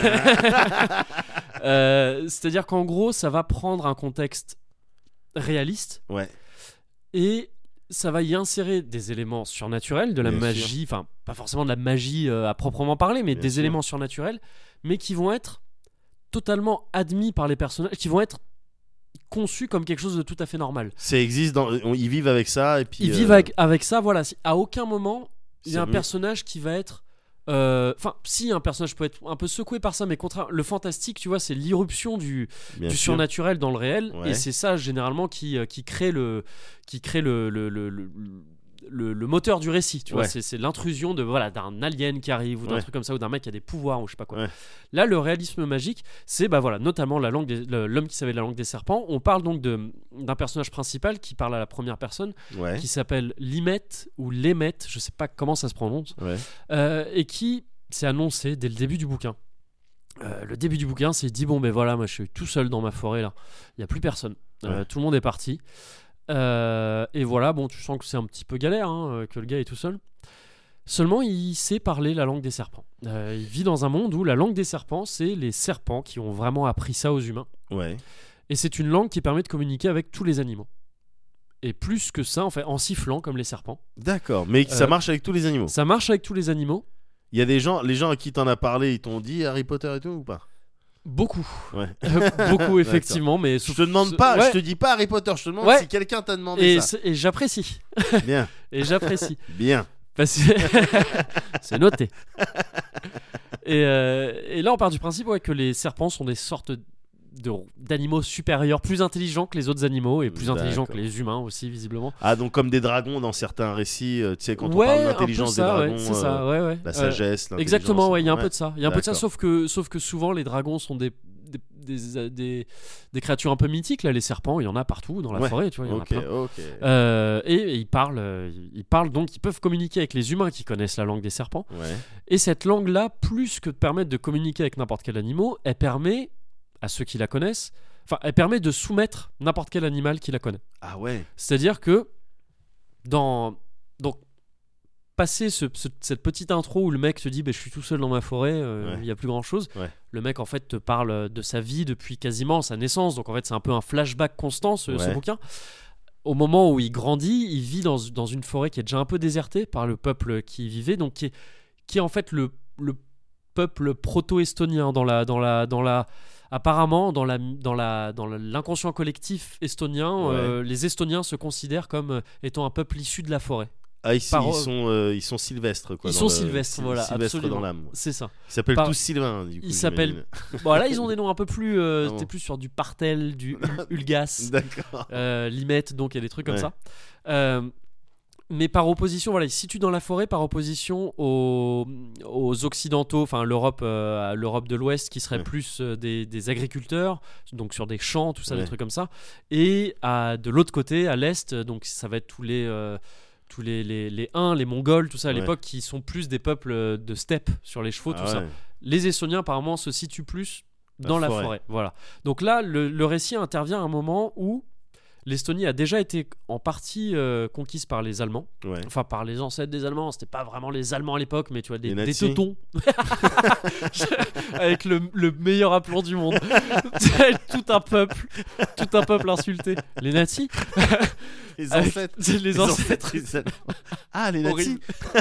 Euh, c'est-à-dire qu'en gros, ça va prendre un contexte réaliste Ouais. et ça va y insérer des éléments surnaturels, de la Bien magie, enfin pas forcément de la magie euh, à proprement parler, mais Bien des sûr. éléments surnaturels, mais qui vont être totalement admis par les personnages, qui vont être conçus comme quelque chose de tout à fait normal. Ça existe dans on- ils vivent avec ça et puis Ils euh, vivent avec, avec ça, voilà. Si- À aucun moment, il y c'est a un mieux. personnage qui va être. euh, Enfin, si un personnage peut être un peu secoué par ça, mais contraire, le fantastique, tu vois, c'est l'irruption du, bien du sûr. surnaturel dans le réel, Ouais. et c'est ça généralement qui, euh, qui crée le, qui crée le, le, le, le, le- le moteur du récit. Tu vois, Ouais. c'est, c'est l'intrusion de voilà d'un alien qui arrive ou d'un Ouais. truc comme ça ou d'un mec qui a des pouvoirs ou je sais pas quoi. Ouais. Là, le réalisme magique, c'est bah voilà, notamment la langue des- le- l'homme qui savait la langue des serpents. On parle donc de, d'un personnage principal qui parle à la première personne, Ouais. qui s'appelle Limet ou Lemet, je sais pas comment ça se prononce, Ouais. euh, et qui s'est annoncé dès le début du bouquin. Euh, le début du bouquin, c'est il dit bon ben voilà, moi je suis tout seul dans ma forêt là, il y a plus personne, Euh, Ouais. tout le monde est parti. Euh, et voilà, bon, tu sens que c'est un petit peu galère, hein, euh, que le gars est tout seul. Seulement, il sait parler la langue des serpents. Euh, il vit dans un monde où la langue des serpents, c'est les serpents qui ont vraiment appris ça aux humains. Ouais. Et c'est une langue qui permet de communiquer avec tous les animaux. Et plus que ça, en fait, en sifflant comme les serpents. D'accord, mais ça Euh, marche avec tous les animaux. Ça marche avec tous les animaux. Il y a des gens, les gens à qui t'en as parlé, ils t'ont dit Harry Potter et tout ou pas? Beaucoup. Ouais. Beaucoup, effectivement. mais Je te demande pas, Ouais. je te dis pas Harry Potter, je te demande Ouais. si quelqu'un t'a demandé Et, ça. c'est- et j'apprécie. Bien, Et j'apprécie. bien. Parce que c'est noté. Et, euh, et là, on part du principe ouais, que les serpents sont des sortes de, d'animaux supérieurs, plus intelligents que les autres animaux et plus intelligents que D'accord. les humains aussi, visiblement. Ah, donc comme des dragons dans certains récits, euh, tu sais, quand ouais, on parle un peu d'intelligence des ça, ouais, dragons, c'est euh, ça, ouais, ouais. la Euh, sagesse, l'intelligence. exactement, ouais, il y a un ouais. peu de ça. Il y a un peu de ça, D'accord. sauf que, sauf que souvent les dragons sont des, des, des, des, des créatures un peu mythiques. Là, les serpents, il y en a partout dans la Ouais. forêt, tu vois, il y en a Ok, plein. ok. Euh, et, et ils parlent, euh, ils parlent donc, ils peuvent communiquer avec les humains qui connaissent la langue des serpents. Ouais. Et cette langue-là, plus que de permettre de communiquer avec n'importe quel animal, elle permet à ceux qui la connaissent, enfin, elle permet de soumettre n'importe quel animal qui la connaît. Ah ouais. C'est-à-dire que dans donc passer ce- ce- cette petite intro où le mec te dit bah, je suis tout seul dans ma forêt, euh, il Ouais. y a plus grand chose. Ouais. Le mec en fait te parle de sa vie depuis quasiment sa naissance, donc en fait c'est un peu un flashback constant ce, ce Ouais. bouquin. Au moment où il grandit, il vit dans, dans une forêt qui est déjà un peu désertée par le peuple qui y vivait, donc qui est, qui est en fait le, le peuple proto-estonien dans la, dans la, dans la, apparemment dans la, dans la, dans l'inconscient collectif estonien, Ouais. euh, les Estoniens se considèrent comme euh, étant un peuple issu de la forêt. Ah, ici, Par- ils sont, euh, ils sont sylvestres, quoi. Ils dans sont le- sylvestres, syl- voilà, Sylvestres absolument. dans l'âme. C'est ça. Ils s'appellent Par- tous Sylvain, du coup. Ils s'appellent- j'imagine. Bon, là, ils ont des noms un peu plus. Euh, Ah bon. C'était plus sur du Partel, du Ul- Ulgas, D'accord. euh, Limette, donc il y a des trucs comme Ouais. ça. Euh, mais par opposition, voilà, ils se situent dans la forêt par opposition aux, aux Occidentaux, enfin l'Europe, euh, l'Europe de l'Ouest qui serait Ouais. plus euh, des, des agriculteurs, donc sur des champs, tout ça, Ouais. des trucs comme ça. Et à, de l'autre côté, à l'Est, donc ça va être tous les. euh, tous les, les, les Huns, les Mongols, tout ça à Ouais. l'époque, qui sont plus des peuples euh, de steppe sur les chevaux, Ah tout ça. ouais. Les Estoniens apparemment se situent plus La dans la forêt. forêt. Voilà. Donc là, le, le récit intervient à un moment où l'Estonie a déjà été en partie euh, conquise par les Allemands, Ouais. enfin par les ancêtres des Allemands. C'était pas vraiment les Allemands à l'époque, mais tu vois, des, Les des nazis. teutons. Avec le, le meilleur aplomb du monde. tout un peuple, tout un peuple insulté. Les nazis. Les Avec- ancêtres. les ancêtres. les Allemands. Ah, les nazis. Horrible.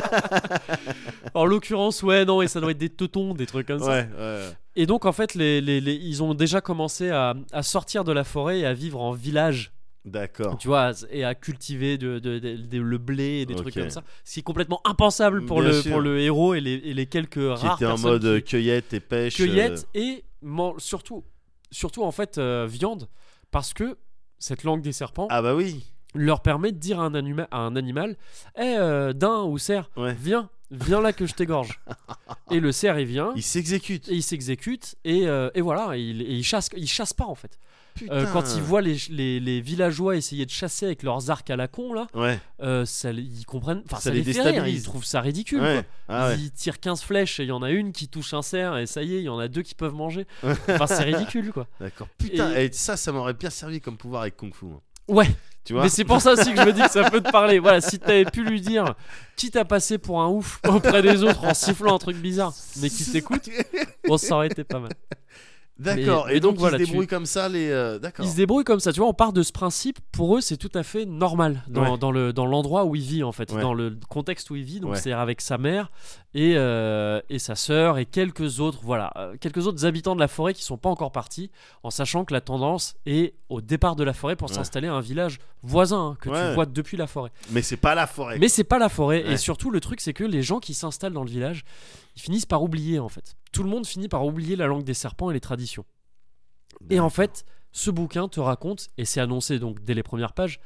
En l'occurrence, ouais, non, et ça doit être des teutons, des trucs comme ça. Ouais, ouais. Et donc, en fait, les, les, les- ils ont déjà commencé à, à sortir de la forêt et à vivre en village, D'accord. tu vois, et à cultiver de, de- de- de- le blé et des trucs Ok. comme ça. Ce qui est complètement impensable pour, Bien le, sûr. pour le héros et les, et les quelques Qui rares était en personnes mode qui- euh, cueillette et pêche. cueillette et man- surtout, surtout, en fait, euh, viande, parce que cette langue des serpents euh. Ah bah oui. leur permet de dire à un, anima- à un animal « Eh, euh, daim ou cerf, Ouais. viens, viens là que je t'égorge. » Et le cerf, il vient, Il s'exécute. et il s'exécute, et, euh, et voilà, et il, et il chasse, il chasse pas en fait. Putain. Euh, quand il voit les, les, les villageois essayer de chasser avec leurs arcs à la con, là, Ouais. euh, ça, ils comprennent, enfin Ça ça, les les fait rire, déstabilise. ils trouvent ça ridicule. Ouais. Quoi. Ah ouais. Ils tirent quinze flèches et il y en a une qui touche un cerf, et ça y est, il y en a deux qui peuvent manger. Enfin, c'est ridicule quoi. D'accord. Putain. Et- Et ça, ça m'aurait bien servi comme pouvoir avec Kung Fu. hein. Ouais, Tu vois. mais c'est pour ça aussi que je me dis que ça peut te parler. Voilà, si t'avais pu lui dire, quitte à passer pour un ouf auprès des autres en sifflant un truc bizarre, mais qui t'écoute, bon, ça aurait été pas mal. D'accord. Mais- mais Et donc, donc, voilà, ils se tu- débrouillent comme ça les. euh, D'accord. Ils se débrouillent comme ça, tu vois, on part de ce principe, pour eux c'est tout à fait normal dans, Ouais. dans, le, dans l'endroit où il vit en fait, Ouais. dans le contexte où il vit, donc Ouais. c'est-à-dire avec sa mère et, euh, et sa sœur et quelques autres, voilà, euh, quelques autres habitants de la forêt qui sont pas encore partis, en sachant que la tendance est au départ de la forêt pour Ouais. s'installer à un village voisin hein, que Ouais. tu vois depuis la forêt. Mais c'est pas la forêt. Mais c'est pas la forêt. Ouais. Et surtout, le truc, c'est que les gens qui s'installent dans le village, ils finissent par oublier, en fait. Tout le monde finit par oublier la langue des serpents et les traditions. Et en fait, ce bouquin te raconte, et c'est annoncé donc dès les premières pages,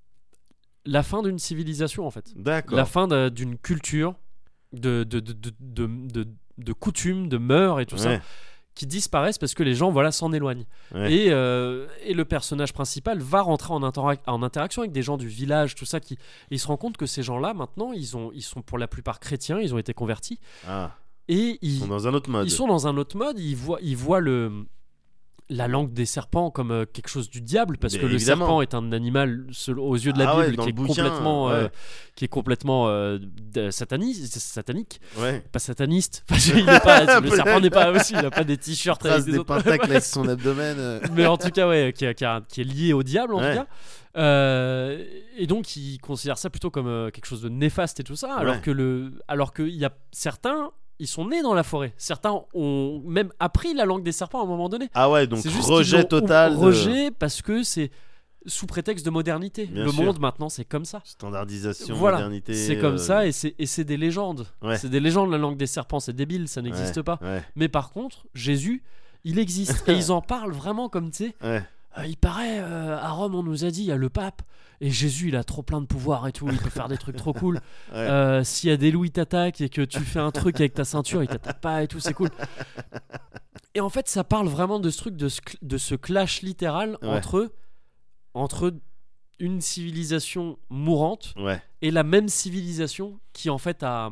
la fin d'une civilisation, en fait. D'accord. La fin de- d'une culture, de, de, de, de, de, de- de coutumes, de mœurs et tout ça, Ouais. qui disparaissent parce que les gens, voilà, s'en éloignent. Ouais. Et, euh, et le personnage principal va rentrer en, interac- en interaction avec des gens du village, tout ça, qui, et il se rend compte que ces gens-là, maintenant, ils, ont, ils sont pour la plupart chrétiens, ils ont été convertis, Ah. et Ils ils, sont dans un autre mode. ils sont dans un autre mode, ils voient, ils voient le, la langue des serpents comme euh, quelque chose du diable, parce Mais que le évidemment. serpent est un animal, selon- aux yeux de la Ah ouais, Bible, dans qui, le est bouquin, complètement, euh, ouais. qui est complètement euh, de- satani- satanique, Ouais. pas sataniste, parce qu'il est pas, le Peut-être. serpent n'est pas aussi, il n'a pas des t-shirts avec Trace des des autres. pentacles avec son abdomen. euh. Mais en tout cas, ouais, qui, est- qui a- qui est lié au diable en Ouais. tout cas. Euh, et donc, il considère ça plutôt comme euh, quelque chose de néfaste et tout ça, alors Ouais. que le, alors que il y a certains, ils sont nés dans la forêt. Certains ont même appris la langue des serpents à un moment donné. Ah ouais, donc C'est juste rejet qu'ils l'ont- total. de- Rejet parce que c'est sous prétexte de modernité. Bien le sûr. monde maintenant, c'est comme ça. Standardisation, Voilà, modernité. c'est comme euh, ça et c'est et c'est des légendes. Ouais. C'est des légendes la langue des serpents. C'est débile, ça n'existe ouais, pas. Ouais. Mais par contre, Jésus, il existe et ils en parlent vraiment comme tu sais. Ouais. Euh, il paraît, euh, à Rome, on nous a dit, il y a le pape, et Jésus, il a trop plein de pouvoir et tout, il peut faire des trucs trop cool. Ouais. Euh, S'il y a des loups, il t'attaque, et que tu fais un truc avec ta ceinture, il t'attaque pas et tout, c'est cool. Et en fait, ça parle vraiment de ce truc, de ce, cl- de ce clash littéral Ouais. entre, entre une civilisation mourante Ouais. et la même civilisation qui, en fait, a,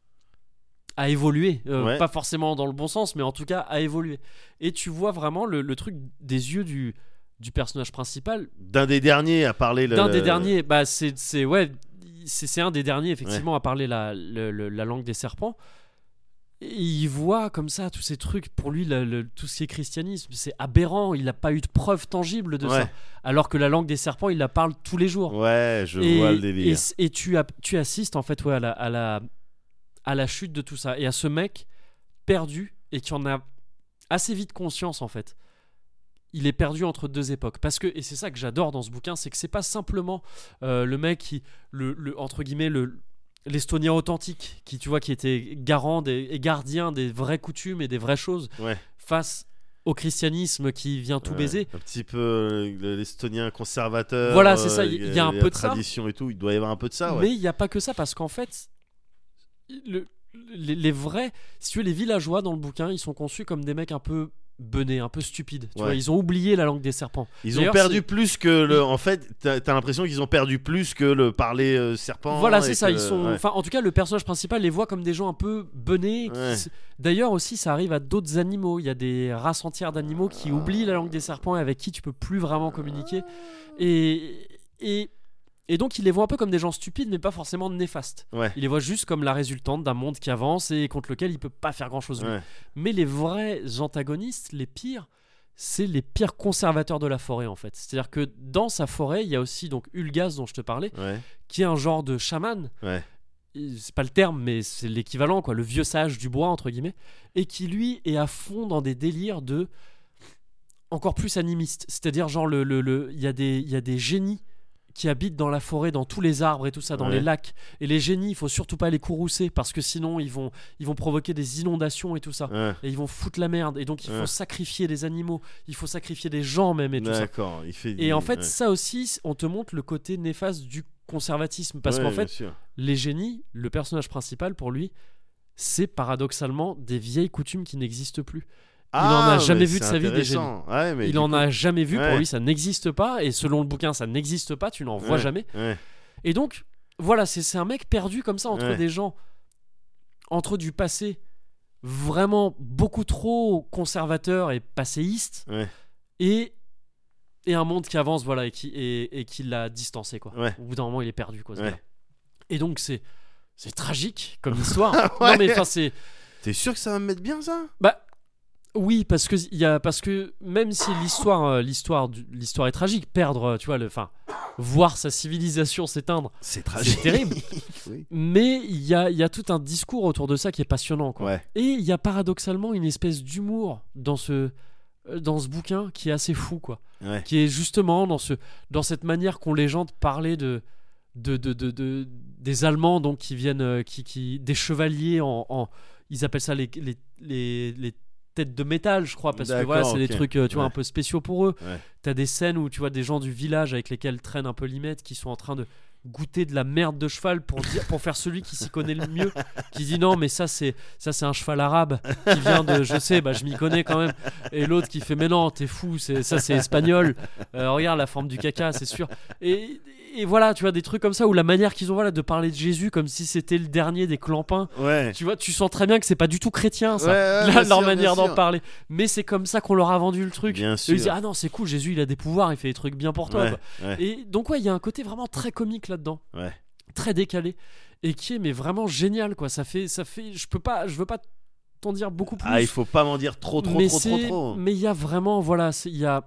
a évolué. Euh, Ouais. Pas forcément dans le bon sens, mais en tout cas, a évolué. Et tu vois vraiment le, le truc des yeux du du personnage principal, D'un des derniers à parler. Le... d'un des derniers, bah c'est c'est ouais, c'est c'est un des derniers effectivement à parler la, le- le- la langue des serpents. Et il voit comme ça tous ces trucs. Pour lui, le- le- tout ce qui est christianisme, c'est aberrant. Il n'a pas eu de preuve tangible de Ouais. ça. Alors que la langue des serpents, il la parle tous les jours. Ouais, je et, vois le délire. et, et tu, as, tu assistes en fait ouais, à, la, à, la, à la chute de tout ça. Et à ce mec perdu et qui en a assez vite conscience en fait. Il est perdu entre deux époques parce que, et c'est ça que j'adore dans ce bouquin, c'est que c'est pas simplement euh, le mec qui, le, le entre guillemets le l'estonien authentique qui tu vois qui était garant des, et gardien des vraies coutumes et des vraies choses Ouais. face au christianisme qui vient tout Ouais. baiser. Un petit peu euh, l'estonien conservateur. Voilà, c'est ça, euh, il y a un la peu de ça. tradition et tout. Il doit y avoir un peu de ça. Ouais. Mais il n'y a pas que ça parce qu'en fait, le, les, les vrais, si tu veux, les villageois dans le bouquin, ils sont conçus comme des mecs un peu benés, un peu stupides. Tu Ouais. vois, ils ont oublié la langue des serpents. Ils ont D'ailleurs, perdu c'est- plus que le. En fait, t'as as, l'impression qu'ils ont perdu plus que le parler euh, serpent. Voilà, et c'est ça. que- Ils sont, ouais. enfin, en tout cas, le personnage principal les voit comme des gens un peu benés. qui Ouais. s- D'ailleurs aussi, ça arrive à d'autres animaux. Il y a des races entières d'animaux qui oublient la langue des serpents et avec qui tu peux plus vraiment communiquer. Et et et donc, il les voit un peu comme des gens stupides, mais pas forcément néfastes. Ouais. Il les voit juste comme la résultante d'un monde qui avance et contre lequel il peut pas faire grand chose. Ouais. Mais les vrais antagonistes, les pires, c'est les pires conservateurs de la forêt en fait. C'est-à-dire que dans sa forêt, il y a aussi donc Ulgas dont je te parlais, Ouais. qui est un genre de chaman. Ouais. C'est pas le terme, mais c'est l'équivalent, quoi, le vieux sage du bois entre guillemets, et qui lui est à fond dans des délires de encore plus animistes. C'est-à-dire genre le le le, il y a des il y a des génies qui habitent dans la forêt, dans tous les arbres et tout ça, dans Ouais. les lacs. Et les génies, il faut surtout pas les courroucer parce que sinon ils vont ils vont provoquer des inondations et tout ça. Ouais. Et ils vont foutre la merde. Et donc il Ouais. faut sacrifier des animaux, il faut sacrifier des gens même et tout ça. D'accord. Il fait. Et en fait, ouais. ça aussi, on te montre le côté néfaste du conservatisme. Parce Ouais, qu'en bien fait, sûr. les génies, le personnage principal pour lui, c'est paradoxalement des vieilles coutumes qui n'existent plus. Ah, en a jamais mais vu de c'est sa vie des génies. intéressant. Ouais, mais Il du en coup- a jamais vu, ouais. pour lui ça n'existe pas, et selon le bouquin ça n'existe pas, tu n'en vois Ouais. jamais. Ouais. Et donc, voilà, c'est c'est un mec perdu comme ça entre Ouais. des gens, entre du passé vraiment beaucoup trop conservateur et passéiste, Ouais. et, et un monde qui avance, voilà, et qui, et, et qui l'a distancé, quoi. Ouais. Au bout d'un moment, il est perdu, quoi. ce Ouais. gars-là. Et donc, c'est c'est tragique comme histoire. Ouais. Non, mais enfin, c'est. T'es sûr que ça va me mettre bien ça? Bah. Oui, parce que il y a parce que même si l'histoire euh, l'histoire du- l'histoire est tragique, perdre euh, tu vois le enfin voir sa civilisation s'éteindre, C'est tragique. c'est terrible. Oui. Mais il y a il y a tout un discours autour de ça qui est passionnant, quoi. Ouais. Et il y a paradoxalement une espèce d'humour dans ce euh, dans ce bouquin qui est assez fou, quoi. Ouais. Qui est justement dans ce dans cette manière qu'ont les gens de parler de de, de, de, de- des Allemands, donc qui viennent euh, qui, qui des chevaliers en, en- ils appellent ça les les, les, les têtes de métal, je crois, parce que D'accord, voilà, c'est des ok. trucs euh, tu vois Ouais. un peu spéciaux pour eux. Ouais. T'as des scènes où tu vois des gens du village avec lesquels traîne un peu Limette qui sont en train de goûter de la merde de cheval pour dire pour faire celui qui s'y connaît le mieux, qui dit non mais ça c'est ça c'est un cheval arabe qui vient de je sais bah je m'y connais quand même, et l'autre qui fait mais non t'es fou, c'est ça c'est espagnol. Euh, regarde la forme du caca, c'est sûr. et et voilà, tu vois, des trucs comme ça où la manière qu'ils ont, voilà, de parler de Jésus comme si c'était le dernier des clampins, Ouais. tu vois, tu sens très bien que c'est pas du tout chrétien, ça, Ouais, ouais, la- bien leur sûr, bien manière d'en sûr. parler, mais c'est comme ça qu'on leur a vendu le truc. Bien Et sûr. ils disent ah non c'est cool, Jésus il a des pouvoirs, il fait des trucs bien pour toi, Ouais. quoi. Ouais. Et donc ouais, il y a un côté vraiment très comique là-dedans, Ouais. très décalé, et qui est mais vraiment génial, quoi. Ça fait, ça fait, je peux pas, je veux pas t'en dire beaucoup plus. Ah, il faut pas m'en dire trop, trop, mais trop, trop, c'est- trop. mais il y a vraiment, voilà, c'est- il y a,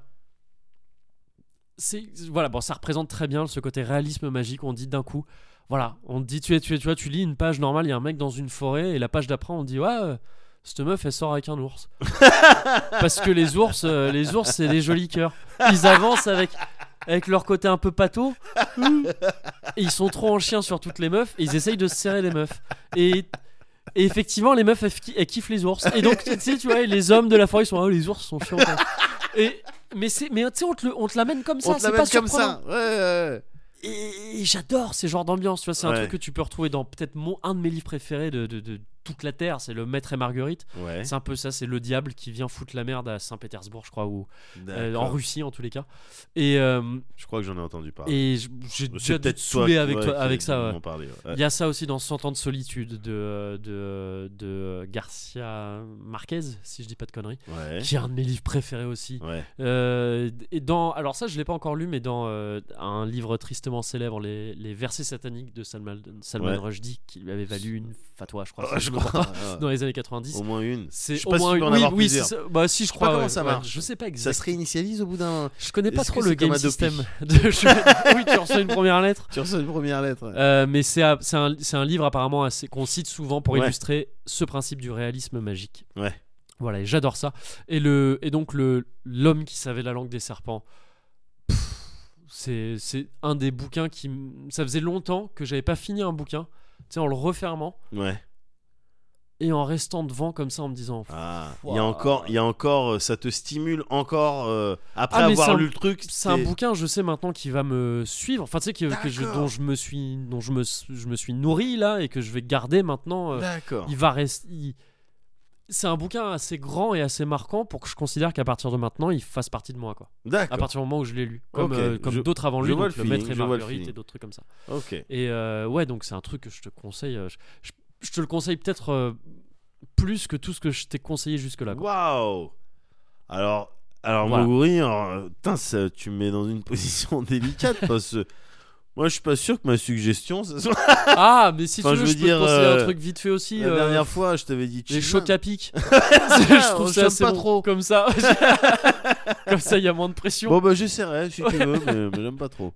c'est, voilà, bon, ça représente très bien ce côté réalisme magique. On dit d'un coup, voilà, on te dit, tu es, tu es, tu vois, tu lis une page normale, il y a un mec dans une forêt, et la page d'après, on dit, ouais. euh, Cette meuf, elle sort avec un ours. Parce que les ours, euh, les ours, c'est des jolis cœurs. Ils avancent avec, avec leur côté un peu pâteau. Et ils sont trop en chien sur toutes les meufs. Et ils essayent de se serrer les meufs. Et, et effectivement, les meufs, elles, ki- elles kiffent les ours. Et donc, tu sais, tu vois, les hommes de la forêt, ils sont, oh, les ours sont chiants. quoi. Et, mais c'est, mais tu sais, on te, le- on te l'amène comme ça. On te c'est l'amène pas comme surprenant. ça. Ouais, ouais, Et, et j'adore ces genres d'ambiance. Tu vois, c'est un Ouais. truc que tu peux retrouver dans peut-être mon, un de mes livres préférés de, de, de toute la Terre. C'est Le Maître et Marguerite. ouais. Ouais. C'est un peu ça, c'est le diable qui vient foutre la merde à Saint-Pétersbourg, je crois, ou euh, D'accord. en Russie en tous les cas. Et, euh, Je crois que j'en ai entendu parler. et j- j'ai C'est déjà dû peut-être te toi saouler qui- avec, ouais, toi, qui avec ça. ouais. m'en parlait, ouais. Il y a ça aussi dans Cent ans de solitude de, de, de Garcia Marquez, si je dis pas de conneries, Ouais. qui est un de mes livres préférés aussi. Ouais. Euh, et dans, alors ça, je l'ai pas encore lu, mais dans euh, un livre tristement célèbre, les, les versets sataniques de Salman, Salman Ouais. Rushdie, qui lui avait valu une fatwa, je crois, Oh, si je me trompe crois. pas, dans les années quatre-vingt-dix. Au moins une. C'est Je sais au pas moins si tu une- peux en oui, avoir oui, plusieurs. c'est ça. Bah si, je sais pas crois. comment ouais, ça ouais, marche. je sais pas Ça exactement. se réinitialise au bout d'un. Je connais pas Est-ce trop que le c'est comme game Adopi system. De- je- Oui, tu reçois une première lettre. Tu reçois une première lettre. ouais. Euh, mais c'est à- c'est un, c'est un livre apparemment assez, qu'on cite souvent pour Ouais. illustrer ce principe du réalisme magique. Ouais. Voilà, et j'adore ça. Et, le, et donc le, l'homme qui savait la langue des serpents, pff, c'est, c'est un des bouquins qui... m- Ça faisait longtemps que j'avais pas fini un bouquin, tu sais, en le refermant Ouais. et en restant devant comme ça en me disant... Ah. Il Wow. y a encore, il y a encore, euh, ça te stimule encore euh, après Ah, mais avoir c'est un- lu le truc. C'est un t'es- bouquin, je sais maintenant, qui va me suivre. Enfin, tu sais, que, que je, D'accord. dont je me suis, dont je me, je me suis nourri là et que je vais garder maintenant. euh, D'accord. il va rester. Il, c'est un bouquin assez grand et assez marquant pour que je considère qu'à partir de maintenant, il fasse partie de moi, quoi. À D'accord. partir du moment où je l'ai lu, comme, Ok, euh, comme je- d'autres avant je lui, vois donc le le Maître feeling, et je vois le Marguerite feeling. et d'autres trucs comme ça. Ok. Et euh, ouais, donc c'est un truc que je te conseille. euh, je, je- je te le conseille peut-être euh, plus que tout ce que je t'ai conseillé jusque-là, quoi. Waouh. Alors, alors Voilà. Moguri, alors, putain, ça, tu me mets dans une position délicate parce que moi, je suis pas sûr que ma suggestion, ce soit. Ah, mais si Enfin, tu je veux, veux je peux dire, te conseiller euh, un truc vite fait aussi. La euh, dernière fois, je t'avais dit. Les Cheeseman. chocs à pic. Je trouve On ça chante assez pas bon. trop. Comme ça. Comme ça, il y a moins de pression. Bon, bah, j'essaierai si tu veux, mais, mais j'aime pas trop.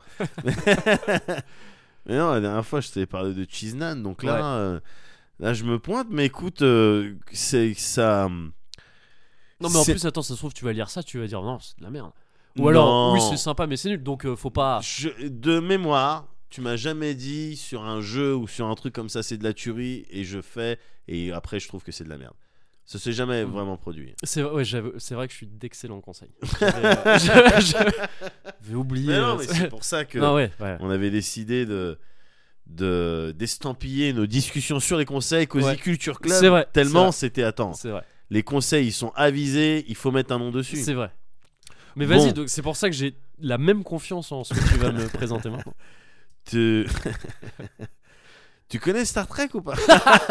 Mais non, la dernière fois, je t'avais parlé de Cheese Nan, donc là, Ouais. euh, là, je me pointe, mais écoute, euh, c'est ça. Non, mais en c'est- plus, attends, ça se trouve, tu vas lire ça, tu vas dire non, c'est de la merde. Ou alors, Non. oui, c'est sympa, mais c'est nul, donc euh, faut pas. Je- de mémoire, tu m'as jamais dit sur un jeu ou sur un truc comme ça, c'est de la tuerie, et je fais, et après, je trouve que c'est de la merde. Ça s'est jamais Mm. vraiment produit. C'est ouais, j'avoue- c'est vrai que je suis d'excellents conseils. J'avais, euh, je- je vais oublier. Mais non, euh, mais c'est pour ça que Non, ouais, ouais. on avait décidé de. De, d'estampiller nos discussions sur les conseils Cozy Ouais. Culture Club C'est vrai, tellement c'est c'était attends C'est vrai. les conseils ils sont avisés, il faut mettre un nom dessus. C'est vrai. Mais Bon. vas-y, donc c'est pour ça que j'ai la même confiance en ce que tu vas me présenter maintenant. Tu... tu connais Star Trek ou pas?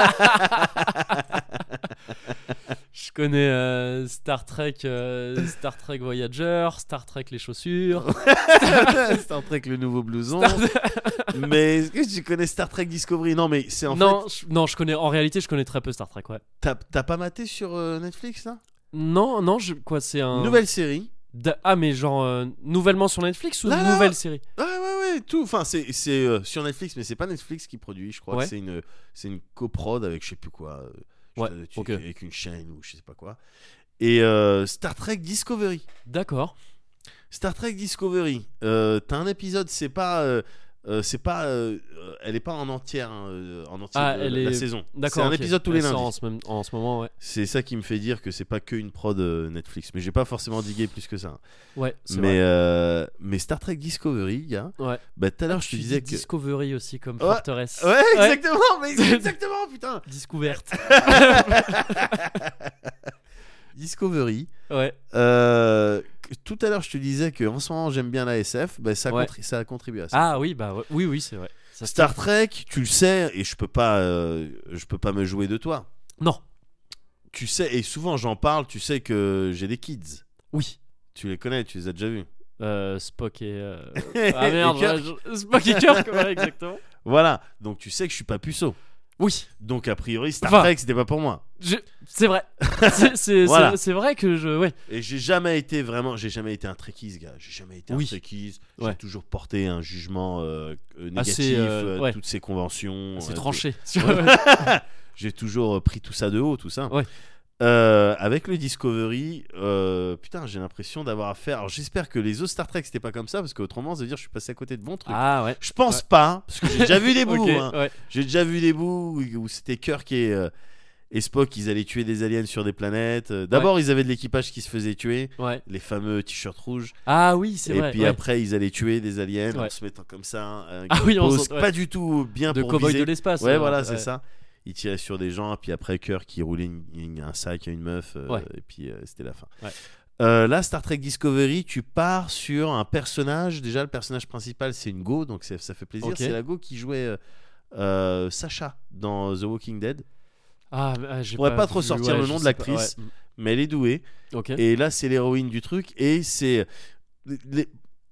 Je connais euh, Star Trek, euh, Star Trek Voyager, Star Trek les chaussures. Star Trek le nouveau blouson. Star- Mais est-ce que tu connais Star Trek Discovery? Non, mais c'est en non, fait. je, non, je connais. En réalité, je connais très peu Star Trek. Ouais. T'as, t'as pas maté sur euh, Netflix là? Non, non, je, quoi, c'est un. Nouvelle série. Da- Ah, mais genre euh, nouvellement sur Netflix ou Là, là. nouvelle série? Ouais, ouais, ouais, tout. Enfin, c'est, c'est euh, sur Netflix, mais c'est pas Netflix qui produit. Je crois Ouais. que c'est une, c'est une coprod avec je sais plus quoi. euh, je Ouais, sais- tu- ok. Avec une chaîne ou je sais pas quoi. Et euh, Star Trek Discovery. D'accord. Star Trek Discovery. Euh, t'as un épisode, c'est pas. euh, euh, c'est pas. euh, euh, elle est pas en entière, hein, euh, en entière Ah, de elle la est- saison. D'accord. C'est un ok. épisode tous les Elle sort lundis. En ce, même- en ce moment, ouais. C'est ça qui me fait dire que c'est pas que une prod euh, Netflix. Mais j'ai pas forcément digué plus que ça. Ouais, c'est Mais, vrai. euh, mais Star Trek Discovery, gars. Ouais. Bah tout à l'heure je te Tu disais dis que. Discovery aussi comme Ouais. forteresse. Ouais, exactement, mais exactement, putain. Discouverte. Discovery. Ouais. Euh, tout à l'heure je te disais que en ce moment j'aime bien la S F. Bah ça, Ouais. contri- ça a contribué à ça. Ah oui, bah ouais. oui, oui, c'est vrai. Ça se Star Trek, tu le sais, et je peux pas, euh, je peux pas me jouer de toi. Non. Tu sais, et souvent j'en parle. Tu sais que j'ai des kids. Oui. Tu les connais, tu les as déjà vus. Euh, Spock et. euh, Et Ah merde, Kirk. ouais, je- Spock et Kirk, ouais, exactement. Voilà. Donc tu sais que je suis pas puceau. Oui, Donc a priori Star Enfin. Trek c'était pas pour moi. je- c'est vrai. C'est, c'est, Voilà. c'est, c'est vrai que je. Ouais. Et j'ai jamais été vraiment, j'ai jamais été un trekkies, gars. J'ai jamais été Oui. un trekkies. J'ai Ouais. toujours porté un jugement euh, euh, négatif, Assez, euh, euh, ouais. toutes ces conventions. C'est euh, tranché. tout- J'ai toujours euh, pris tout ça de haut, tout ça. Ouais. Euh, avec le Discovery, euh, putain, j'ai l'impression d'avoir affaire. Alors j'espère que les autres Star Trek c'était pas comme ça, parce qu'autrement ça veut dire que je suis passé à côté de bons trucs. Ah ouais. Je pense Ouais. pas, parce que j'ai déjà vu des bouts. Ok, hein. ouais. J'ai déjà vu des bouts où, où c'était Kirk et, euh, et Spock, ils allaient tuer des aliens sur des planètes. Euh, D'abord, ils avaient de l'équipage qui se faisait tuer, Ouais. les fameux t-shirts rouges. Ah oui, c'est Et vrai. puis ouais. après, ils allaient tuer des aliens en Ouais. se mettant comme ça. Un Ah oui, on pose s'en- ouais. pas du tout bien De pour Cowboy viser. de l'espace. Ouais, euh, voilà, c'est ouais. ça. Ils tiraient sur des gens, puis après Kirk qui roulait une- une- un sac à une meuf, euh, Ouais. et puis euh, c'était la fin. Ouais. Euh, là, Star Trek Discovery, tu pars sur un personnage. Déjà, le personnage principal, c'est une go, donc c'est- ça fait plaisir. Ok. C'est la go qui jouait euh, euh, Sacha dans The Walking Dead. Ah, ah, j'ai Je pourrais pas, pas trop vu, sortir ouais, le je nom de sais pas, l'actrice, ouais. mais elle est douée. Ok. Et là, c'est l'héroïne du truc. Et c'est. Les,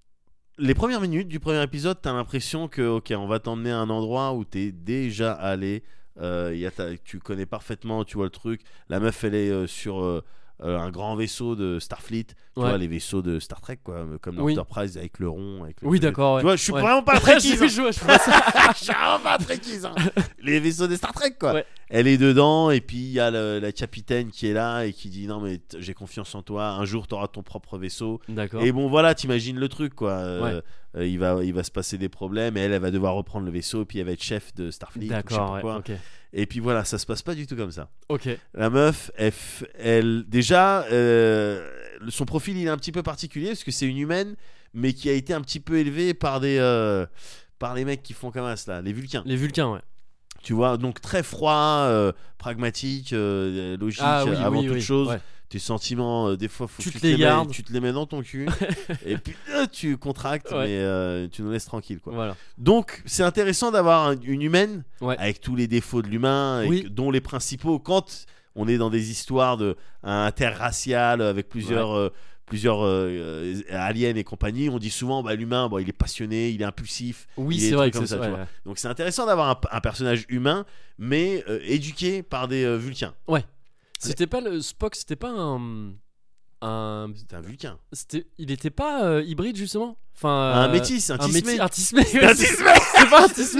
les premières minutes du premier épisode, t'as l'impression que, ok, on va t'emmener à un endroit où t'es déjà allé. Euh, y a ta- tu connais parfaitement, tu vois le truc. La meuf, elle est euh, sur euh, euh, un grand vaisseau de Starfleet. Tu Ouais. vois, les vaisseaux de Star Trek, quoi, comme Oui. l'Enterprise avec le rond. Avec le Oui, truc. d'accord. Ouais. Tu vois, je suis Ouais. vraiment pas un J'ai trekkies. vu hein. jouer, je vois ça. Je suis vraiment pas un trekkies, hein. Les vaisseaux de Star Trek, quoi. Ouais. Elle est dedans, et puis il y a le- la capitaine qui est là et qui dit non, mais t- j'ai confiance en toi. Un jour, t'auras ton propre vaisseau. D'accord. Et bon, voilà, t'imagines le truc, quoi. Euh, Ouais. euh, il, va, il va se passer des problèmes, et elle, elle va devoir reprendre le vaisseau, et puis elle va être chef de Starfleet. ou je sais D'accord, pas ouais, quoi. ok. Et puis voilà, ça se passe pas du tout comme ça. Ok. La meuf, elle, f- elle- déjà, euh, son profil, il est un petit peu particulier, parce que c'est une humaine, mais qui a été un petit peu élevée par des. euh, par les mecs qui font comme ça, là, les Vulcains. Les Vulcains, ouais. Tu vois, donc très froid, euh, pragmatique, euh, logique, Ah oui, avant oui, toute oui, chose. ouais. Tes sentiments, euh, des fois, faut Tu que te tu, les mets, gardes. tu te les mets dans ton cul. Et puis, euh, tu contractes, Ouais. mais euh, tu nous laisses tranquille, quoi. Voilà. Donc, c'est intéressant d'avoir un- une humaine Ouais. avec tous les défauts de l'humain, et Oui. que- dont les principaux, quand on est dans des histoires de interraciales avec plusieurs, euh, plusieurs euh, euh, aliens et compagnie, on dit souvent bah, l'humain, bon, il est passionné, il est impulsif. Oui, il est c'est vrai trucs que comme c'est ça, tu ouais, vois. Donc c'est intéressant d'avoir un, un personnage humain, mais euh, éduqué par des euh, Vulcains. ouais. C'était pas le Spock, c'était pas un un C'est un Vulcain. c'était il était pas euh, hybride justement. Enfin Un euh, métis, un un tismé. métis, un tismé. Un tismé. C'est pas un tismé.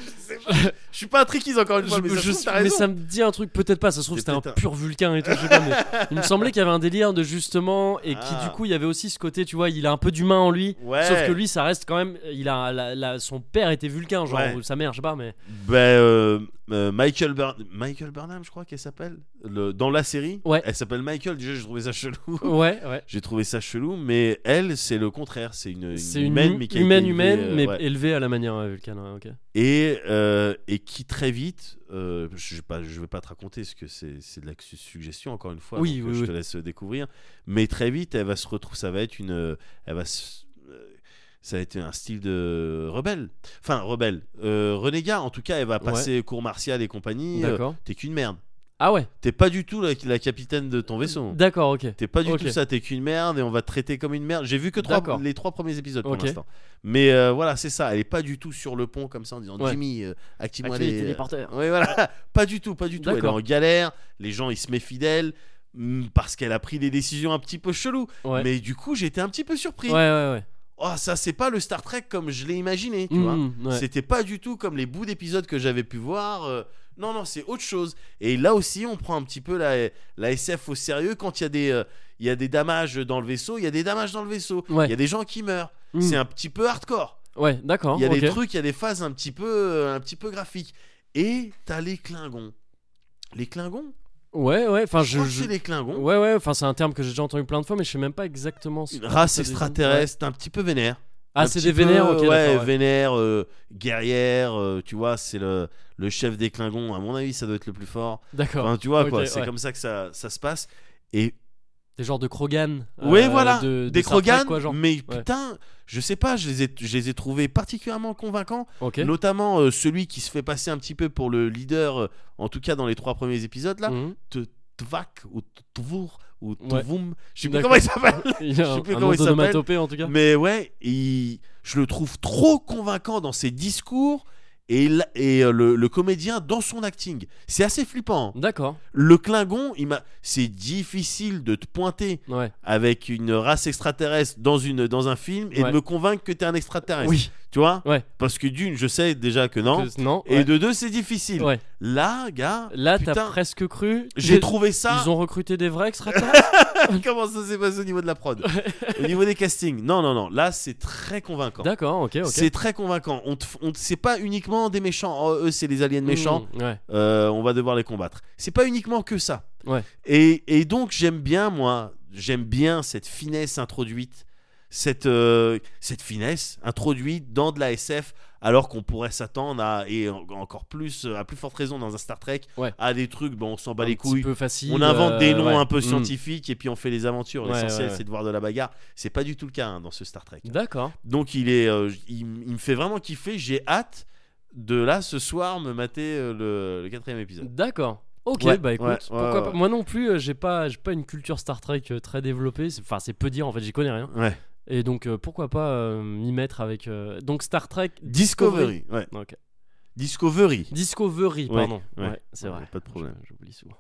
Je suis pas un trickies encore une fois, Je- mais, ça se je- trouve, t'as mais raison. ça me dit un truc, peut-être pas, ça se trouve C'est c'était un peut-être un- pur vulcain et tout, je sais pas, mais il me semblait qu'il y avait un délire de justement, et qui Ah. du coup il y avait aussi ce côté, tu vois, il a un peu d'humain en lui, Ouais. sauf que lui ça reste quand même, il a, la- la- son père était vulcain, genre, Ouais. ou sa mère, je sais pas, mais... Ben, euh, euh, Michael, Bur- Michael Burnham, je crois qu'elle s'appelle. Le... Dans la série, Ouais. elle s'appelle Michael. Déjà, j'ai trouvé ça chelou. Ouais, ouais. J'ai trouvé ça chelou, mais elle, c'est le contraire. C'est une, une C'est une humaine, hu- mais qui a été humaine, élevée, humaine, euh, mais ouais. élevée à la manière euh, vulcaine, ouais, ok. et, euh, et qui très vite, euh, je vais pas, je vais pas te raconter ce que c'est, c'est de la su- suggestion encore une fois. Oui, donc, oui, je oui. te laisse découvrir. Mais très vite, elle va se retrouver, ça va être une, euh, elle va, se- euh, ça va être un style de rebelle. Enfin, rebelle, euh, renégat. En tout cas, elle va passer cours martial et compagnie. euh, D'accord. t'es qu'une merde. Ah ouais, T'es pas du tout la, la capitaine de ton vaisseau. d'accord, ok. T'es pas du Ok. tout ça, t'es qu'une merde et on va te traiter comme une merde. J'ai vu que trois, D'accord. les trois premiers épisodes pour Ok. l'instant. Mais euh, voilà, c'est ça. Elle est pas du tout sur le pont comme ça en disant Ouais. Jimmy, euh, active-moi Active les les téléporteurs. Ouais, voilà. Pas du tout, pas du tout. Elle est D'accord. en galère. Les gens ils se méfient d'elle mm, parce qu'elle a pris des décisions un petit peu cheloues. Ouais. Mais du coup, j'étais un petit peu surpris. Ouais, ouais, ouais. Oh, ça c'est pas le Star Trek comme je l'ai imaginé, tu Mmh, vois. ouais. C'était pas du tout comme les bouts d'épisodes que j'avais pu voir. euh, Non, non, c'est autre chose. Et là aussi, on prend un petit peu la, la S F au sérieux. Quand il y a des, euh, il y a des damages dans le vaisseau, il y a des damages dans le vaisseau. Il Ouais. y a des gens qui meurent. Mmh. C'est un petit peu hardcore. Ouais, d'accord. Il y a ok. des trucs, il y a des phases un petit peu, euh, un petit peu graphiques. Et t'as les Klingons. Les Klingons Ouais, ouais, enfin Je je. crois que je- c'est les Klingons. Ouais, ouais, enfin c'est un terme que j'ai déjà entendu plein de fois, mais je sais même pas exactement ce Une que race ça désigne. extraterrestre, un petit peu vénère. Ouais. Ah, Un c'est petit des peu, vénères, ok. ouais, d'accord, ouais. vénère, euh, guerrière, euh, tu vois, c'est le, le chef des Klingons. À mon avis, ça doit être le plus fort. D'accord. Enfin, tu vois, Ok, quoi, c'est ouais. comme ça que ça, ça se passe. Et Des genres de Krogan. ouais, euh, voilà, de- de des Star Trek, Krogan, quoi, genre. mais Ouais. putain, je sais pas, je les ai, je les ai trouvés particulièrement convaincants. Ok. Notamment euh, celui qui se fait passer un petit peu pour le leader, euh, en tout cas dans les trois premiers épisodes là. Mhm. T- Tvak ou Tvour ou Ouais. Tvoum, je sais plus D'accord. comment il s'appelle. Il y a je sais un, plus un comment nom il s'appelle. d'onomatopée en tout cas. Mais ouais, il- je le trouve trop convaincant dans ses discours et, il- et euh, le, le comédien dans son acting. C'est assez flippant. D'accord. Le Klingon, il m'a... c'est difficile de te pointer Ouais. avec une race extraterrestre dans, une, dans un film et Ouais. de me convaincre que t'es un extraterrestre. Oui. Tu vois Ouais. Parce que d'une, je sais déjà que non. Que- non. Et ouais. de deux, c'est difficile. Ouais. Là, gars, Là, putain, t'as presque cru. j'ai J'ai- trouvé ça. Ils ont recruté des vrais extraterrestres. Comment ça s'est passé au niveau de la prod Au niveau des castings. Non, non, non. Là, c'est très convaincant. D'accord. Ok. Ok. C'est très convaincant. On te, on te- c'est pas uniquement des méchants. Oh, eux, c'est les aliens méchants. Mmh, ouais. Euh, on va devoir les combattre. C'est pas uniquement que ça. Ouais. Et, et donc, j'aime bien, moi, j'aime bien cette finesse introduite. Cette, euh, cette finesse introduite dans de la S F, alors qu'on pourrait s'attendre à, et en- encore plus, à plus forte raison dans un Star Trek, Ouais. à des trucs, bon, on s'en bat Un les petit couilles. peu facile. On invente des euh, noms ouais. un peu Mmh. scientifiques et puis on fait les aventures. Ouais, L'essentiel, ouais, ouais. c'est de voir de la bagarre. C'est pas du tout le cas hein, dans ce Star Trek. D'accord. Donc il est, euh, il, il me fait vraiment kiffer. J'ai hâte de là ce soir me mater euh, le, le quatrième épisode. D'accord. Ok, Ouais, bah écoute, ouais, ouais, pourquoi ouais, pas. ouais. Moi non plus, euh, j'ai pas, j'ai pas une culture Star Trek euh, très développée. C'est- Enfin, c'est peu dire en fait, j'y connais rien. Ouais. Et donc, euh, pourquoi pas euh, m'y mettre avec. euh, Donc, Star Trek. Discovery. Ouais. Ok. Discovery. Discovery, Ouais, pardon. ouais. Ouais, c'est Ouais, vrai. pas de problème. Je- J'oublie souvent.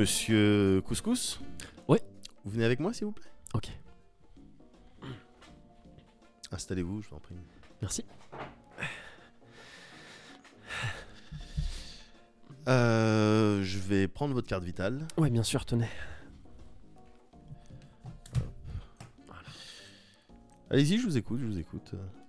Monsieur Couscous. Ouais. Vous venez avec moi, s'il vous plaît. Ok. Installez-vous, je vous en prie. Merci. Euh, je vais prendre votre carte vitale. Ouais, bien sûr, tenez. Allez-y, je vous écoute, je vous écoute.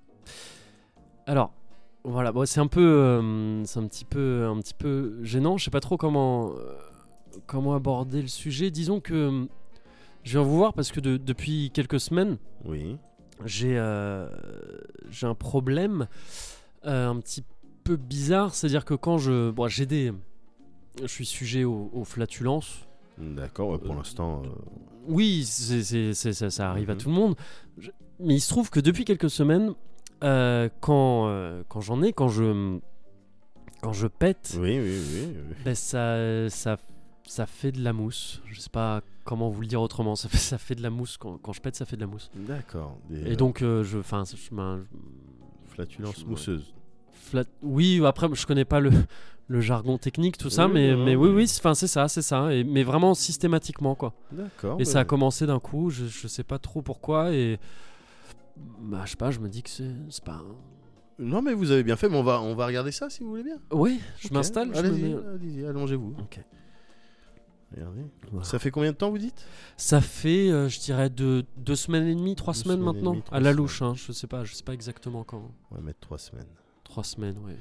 Alors, voilà, bon, c'est un peu, euh, c'est un petit peu, un petit peu gênant. Je sais pas trop comment, euh, comment aborder le sujet. Disons que euh, je viens vous voir parce que de- depuis quelques semaines, Oui. j'ai, euh, j'ai un problème euh, un petit peu bizarre. C'est-à-dire que quand je, bon, j'ai des, je suis sujet aux, aux flatulences. D'accord, ouais, pour Euh, l'instant. euh, Oui, c'est, c'est- c'est- ça, ça arrive à Mhm. tout le monde. Je- mais il se trouve que depuis quelques semaines, euh, quand, euh, quand j'en ai, quand je, quand je pète, Oui, oui, oui. oui. ben ça, ça, ça fait de la mousse. Je sais pas comment vous le dire autrement. Ça fait, ça fait de la mousse. Quand, quand je pète, ça fait de la mousse. D'accord. Des, Et euh, donc, euh, je, enfin, je, ben, flatulences je- mousseuses. flat- oui, après, je connais pas le, le jargon technique, tout ça, Oui, mais, non, mais non, oui, mais- oui, c'est, enfin, c'est ça, c'est ça. Et, mais vraiment systématiquement, quoi. D'accord. Et bah, ça a commencé d'un coup, je, je sais pas trop pourquoi, et bah, je sais pas, je me dis que c'est, c'est pas. un- Non, mais vous avez bien fait, mais on va, on va regarder ça si vous voulez bien. Ouais, je Ok, m'installe, je me Allez-y, mets. allez-y, allongez-vous. Ok. Regardez. Voilà. Ça fait combien de temps vous dites? Ça fait, euh, je dirais, deux, deux semaines et demie, trois Deux semaines semaines et maintenant, demie, trois à la semaines. louche, hein, je sais pas, je sais pas exactement quand. On va mettre trois semaines. Trois semaines, ouais. ouais.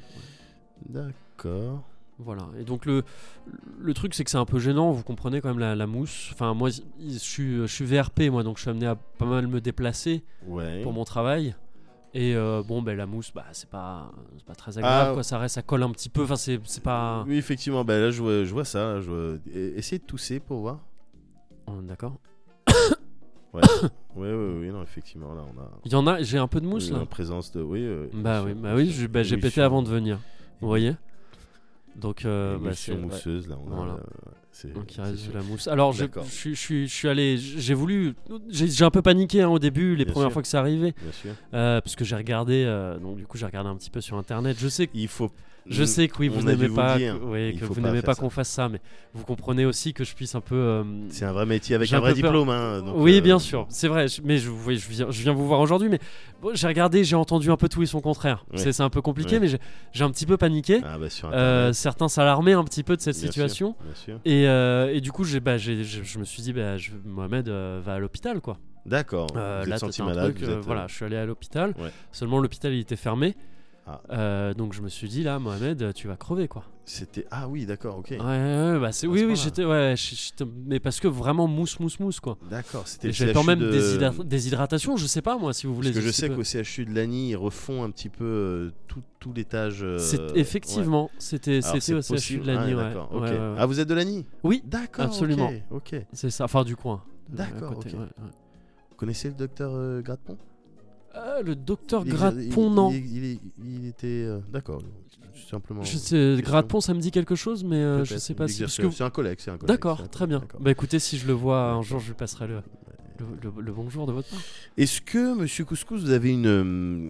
D'accord. Voilà. Et donc le, le truc, c'est que c'est un peu gênant, vous comprenez quand même la, la mousse. Enfin, moi, je suis, je suis V R P, moi, donc je suis amené à pas mal me déplacer Ouais. pour mon travail. Et euh, bon, ben la mousse, bah, c'est pas, c'est pas très agréable, Ah. quoi. Ça reste, ça colle un petit peu. Enfin, c'est, c'est pas. Oui, effectivement. Bah, là, je vois, je vois ça. là, Je vois... E- Essayez de tousser pour voir. Oh, d'accord. Ouais. ouais, ouais, oui, non, effectivement. Là, on a. Il y en a, j'ai un peu de mousse on a là. en présence de. Oui. euh, Bah oui, émission- bah oui, je- bah, j'ai pété émission- avant de venir. Vous voyez. Donc, euh, bah, émission c'est- ouais. mousseuse, là. On a, Voilà. euh, c'est- Donc il c'est reste sûr. de la mousse. Alors je D'accord. je suis- je suis je suis allé, j'ai voulu, j'ai j'ai un peu paniqué hein, au début, les Bien premières sûr. fois que c'est arrivé, Bien sûr. euh, parce que j'ai regardé, euh, donc du coup j'ai regardé un petit peu sur internet. Je sais que Il faut. je sais que oui, on vous a dû n'aimez vous pas, le dire. que, oui, Il que faut vous pas n'aimez faire pas ça. qu'on fasse ça, mais vous comprenez aussi que je puisse un peu. euh, C'est un vrai métier avec J'ai un un vrai peu peur. diplôme. Hein, donc, oui, euh, bien sûr, c'est vrai. je- Mais je, oui, je, viens, je viens vous voir aujourd'hui, mais bon, j'ai regardé, j'ai entendu un peu tout et son contraire. Ouais. C'est c'est un peu compliqué, Ouais. mais j'ai j'ai un petit peu paniqué. Ah, bah, sur Euh, Internet. certains s'alarmaient un petit peu de cette Bien situation. sûr, bien sûr. Et, euh, et du coup, j'ai, bah, j'ai- je je me suis dit, bah, je- Mohamed euh, va à l'hôpital, quoi. D'accord. Euh, vous là, êtes senti t'as un malade. truc, vous euh, êtes, voilà, je suis allé à l'hôpital. Ouais. Seulement, l'hôpital, il était fermé. Ah. Euh, donc, je me suis dit, là, Mohamed, tu vas crever, quoi. C'était. Ah oui, d'accord, ok. Ouais, ouais, bah, c'est... À oui, ce oui, point-là. j'étais, ouais, j'- j'étais- mais parce que vraiment mousse, mousse, mousse, quoi. D'accord, c'était Et le j'avais C H quand U même de... des hydra- déshydratation, je sais pas, moi, si vous voulez. Parce que je sais sais pas. qu'au C H U de Lagny, ils refont un petit peu euh, tout, tout l'étage. euh, C'est- ouais. effectivement, c'était, Alors, c'était c'est au C H U possible. de Lagny, Ah, ouais. d'accord, Ouais, ok. ouais, ouais. Ah, vous êtes de Lagny? Oui, D'accord, absolument. ok, ok. c'est ça, enfin, du coin. Euh, D'accord, à côté, ok. ouais, ouais. Vous connaissez le docteur euh, Gratepont? Euh, le docteur Il exer- Gratepont, il- non. Il, il- il était. euh, D'accord, simplement. Je sais, question. Gratepont, ça me dit quelque chose, mais euh, je Peut-être, sais pas il si. Parce exerce- que... C'est un collègue, c'est un collègue. D'accord, c'est un très collègue, bien. d'accord. Bah écoutez, si je le vois un D'accord. jour, je lui passerai le, le, le- le bonjour de votre part. Est-ce que, monsieur Couscous, vous avez une euh,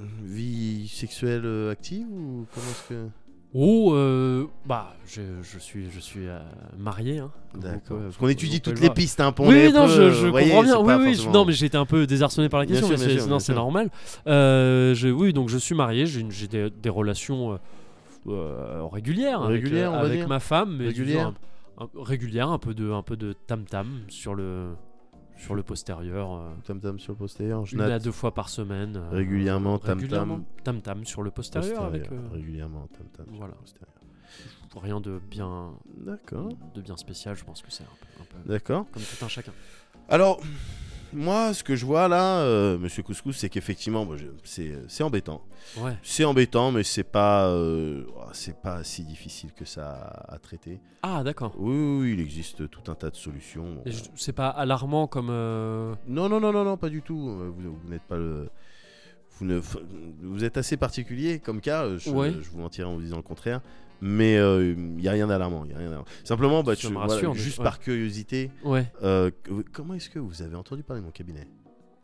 vie sexuelle euh, active ou comment est-ce que. Oh, euh, bah, je, je suis, je suis euh, marié. Hein, comme vous D'accord. pouvez- Parce vous- qu'on étudie vous pouvez toutes le les voir. pistes, hein, pour Oui, on est oui, un non, peu, je, euh, je vous voyez, comprends bien. c'est Oui, pas oui, je- forcément- non, mais j'ai été un peu désarçonné par la Bien question, sûr, mais bien c'est- sûr, non, bien c'est sûr. normal. Euh, je- oui, donc je suis marié, j'ai, une- j'ai des, des relations euh, euh, régulières avec, Régulières, euh, on va avec dire. ma femme, mais Régulières. disons, un, un- régulières, un peu de, un peu de tam tam sur le, sur le postérieur. euh, Tam tam sur le postérieur, je Une à note. deux fois par semaine. euh, Régulièrement, tam-tam. régulièrement, tam-tam sur le postérieur avec. Postérieur, euh, régulièrement, tam tam. sur voilà. le postérieur. rien de bien, D'accord, de bien spécial. Je pense que c'est un peu, un peu d'accord. comme tout un chacun. Alors, moi, ce que je vois là, euh, monsieur Couscous, c'est qu'effectivement, bon, je- c'est c'est embêtant. Ouais. C'est embêtant, mais c'est pas, euh, oh, c'est pas si difficile que ça à, à traiter. Ah d'accord. Oui, oui, oui, il existe tout un tas de solutions. Et je- C'est pas alarmant comme. euh, Non, non, non, non, non, pas du tout. Euh, Vous, vous n'êtes pas le. Vous, ne, vous êtes assez particulier comme cas, euh, je, Ouais. je vous mentirais en vous disant le contraire. Mais il n'y a rien d'alarmant. y a rien d'alarmant. Simplement, bah, Ça tu- me voilà, rassure, mais- juste ouais. par curiosité, Ouais. euh, que- comment est-ce que vous avez entendu parler de mon cabinet?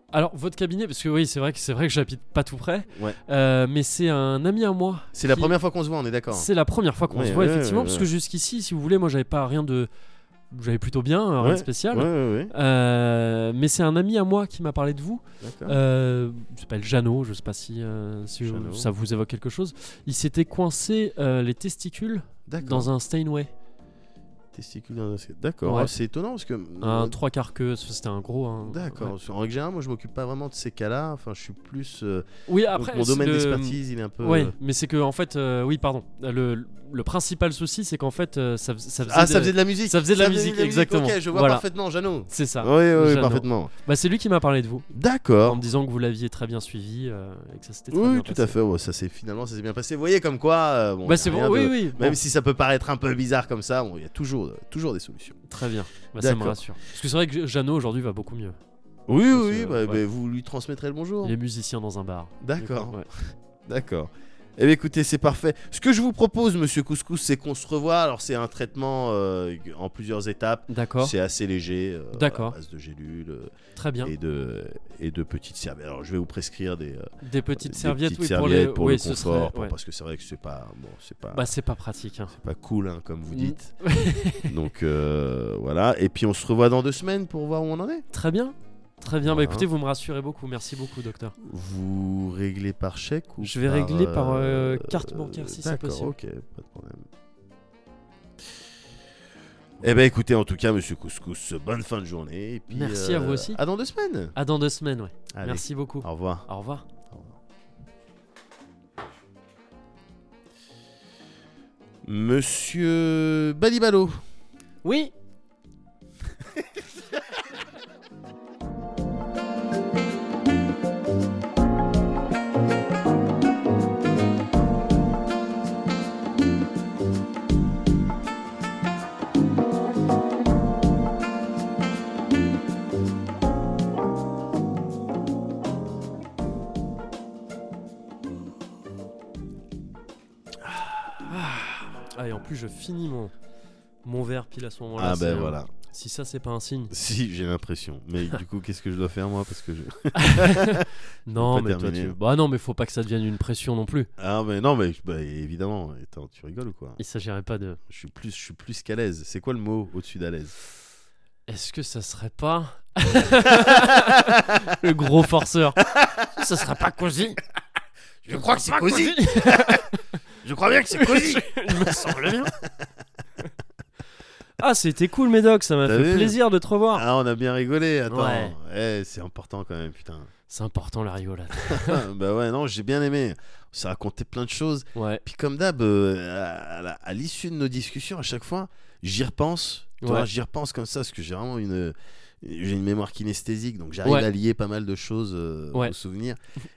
Alors, votre cabinet, parce que oui, c'est vrai que c'est vrai que j'habite pas tout près, Ouais. euh, mais c'est un ami à moi. C'est la qui- première fois qu'on se voit, on est d'accord. C'est la première fois qu'on Ouais, se voit, ouais, effectivement, ouais, parce ouais. que jusqu'ici, si vous voulez, moi, j'avais pas rien de. J'avais plutôt bien, euh, rien Ouais, de spécial. Ouais, ouais, ouais. Euh, mais c'est un ami à moi qui m'a parlé de vous. D'accord. Euh, il s'appelle Jeannot, je sais pas si, euh, si Jeannot. ça vous évoque quelque chose. Il s'était coincé euh, les testicules D'accord. dans un Steinway. Testicules dans un- D'accord. Ouais. Ah, c'est étonnant parce que. Un trois quarts queue, c'était un gros. un- D'accord. ouais. En règle générale, moi je m'occupe pas vraiment de ces cas-là. Enfin, je suis plus. euh, Oui, donc, après. mon c'est domaine le- d'expertise, il est un peu. Ouais, euh, mais c'est que en fait, euh, oui, pardon. Le, le principal souci, c'est qu'en fait, euh, ça, ça faisait. Ah, ça de- faisait de la musique. ça faisait de la musique, exactement. Ok, je vois Voilà. parfaitement, Jeannot. C'est ça. Oui, oui, oui, Jeannot. parfaitement. Bah, c'est lui qui m'a parlé de vous, en D'accord. me disant que vous l'aviez très bien suivi euh, et que ça s'était très Oui, bien tout passé. à fait. Ouais, ça s'est finalement, ça s'est bien passé. Vous voyez comme quoi. euh, bon, Bah, y a c'est bon. rien Oui, de- oui. Même bon, si ça peut paraître un peu bizarre comme ça, bon, il y a toujours, toujours des solutions. Très bien. Bah, ça me D'accord. rassure. Parce que c'est vrai que Jeannot aujourd'hui va beaucoup mieux. Oui, Parce oui, que, bah, ouais. bah, vous lui transmettrez le bonjour. Il est musicien dans un bar. D'accord. Du coup, ouais. D'accord. Eh bien, écoutez, c'est parfait. Ce que je vous propose, monsieur Couscous, c'est qu'on se revoit. Alors, c'est un traitement euh, en plusieurs étapes. D'accord. C'est assez léger. euh, D'accord. À base de gélules euh, Très bien. et, de, et de petites serviettes. Alors, je vais vous prescrire des, euh, Des petites des serviettes, petites oui, pour, serviettes les... pour oui, le ce confort. serait- pour- ouais. Parce que c'est vrai que c'est pas, bon, c'est pas, Bah, c'est pas pratique. Hein. c'est pas cool, hein, comme vous Mm. dites. Donc, euh, voilà. Et puis, on se revoit dans deux semaines pour voir où on en est. Très bien. Très bien. Bah, Voilà. écoutez, vous me rassurez beaucoup. Merci beaucoup, docteur. Vous réglez par chèque ou Je vais par, régler par, euh, euh, carte bancaire, si c'est d'accord, possible. ok, pas de problème. Eh ben écoutez, en tout cas, monsieur Couscous, bonne fin de journée. Et puis, Merci à vous aussi. À dans deux semaines. À dans deux semaines, ouais. Allez, Merci beaucoup. Au revoir. Au revoir. Monsieur Balibalo. Oui. Ah, et en plus, je finis mon, mon verre pile à ce moment-là. Ah c'est ben un- voilà. Si ça, c'est pas un signe. Si, j'ai l'impression. Mais du coup, qu'est-ce que je dois faire moi parce que je... Non, pas mais toi, terminer. tu... Bah non, mais faut pas que ça devienne une pression non plus. Ah mais non, mais bah, évidemment. Attends, tu rigoles ou quoi? Il s'agirait pas de... Je suis plus, je suis plus qu'à l'aise. C'est quoi le mot au-dessus d'à l'aise? Est-ce que ça serait pas... Le gros forceur. Ça serait pas cosy. Je crois que c'est Pas cosy. Je crois bien que c'est cosy. Il me semble bien. Ah, c'était cool, Médoc, ça m'a T'as fait vu plaisir de te revoir. Ah, on a bien rigolé. Attends, Ouais. Eh, c'est important quand même, putain. C'est important la rigolade. Bah ouais, non, j'ai bien aimé. On s'est raconté plein de choses. Ouais. Puis comme d'hab, euh, à, la- à l'issue de nos discussions, à chaque fois, j'y repense. Tu vois, Ouais. j'y repense comme ça parce que j'ai vraiment une, j'ai une mémoire kinesthésique, donc j'arrive Ouais. à lier pas mal de choses euh, Ouais. aux souvenirs.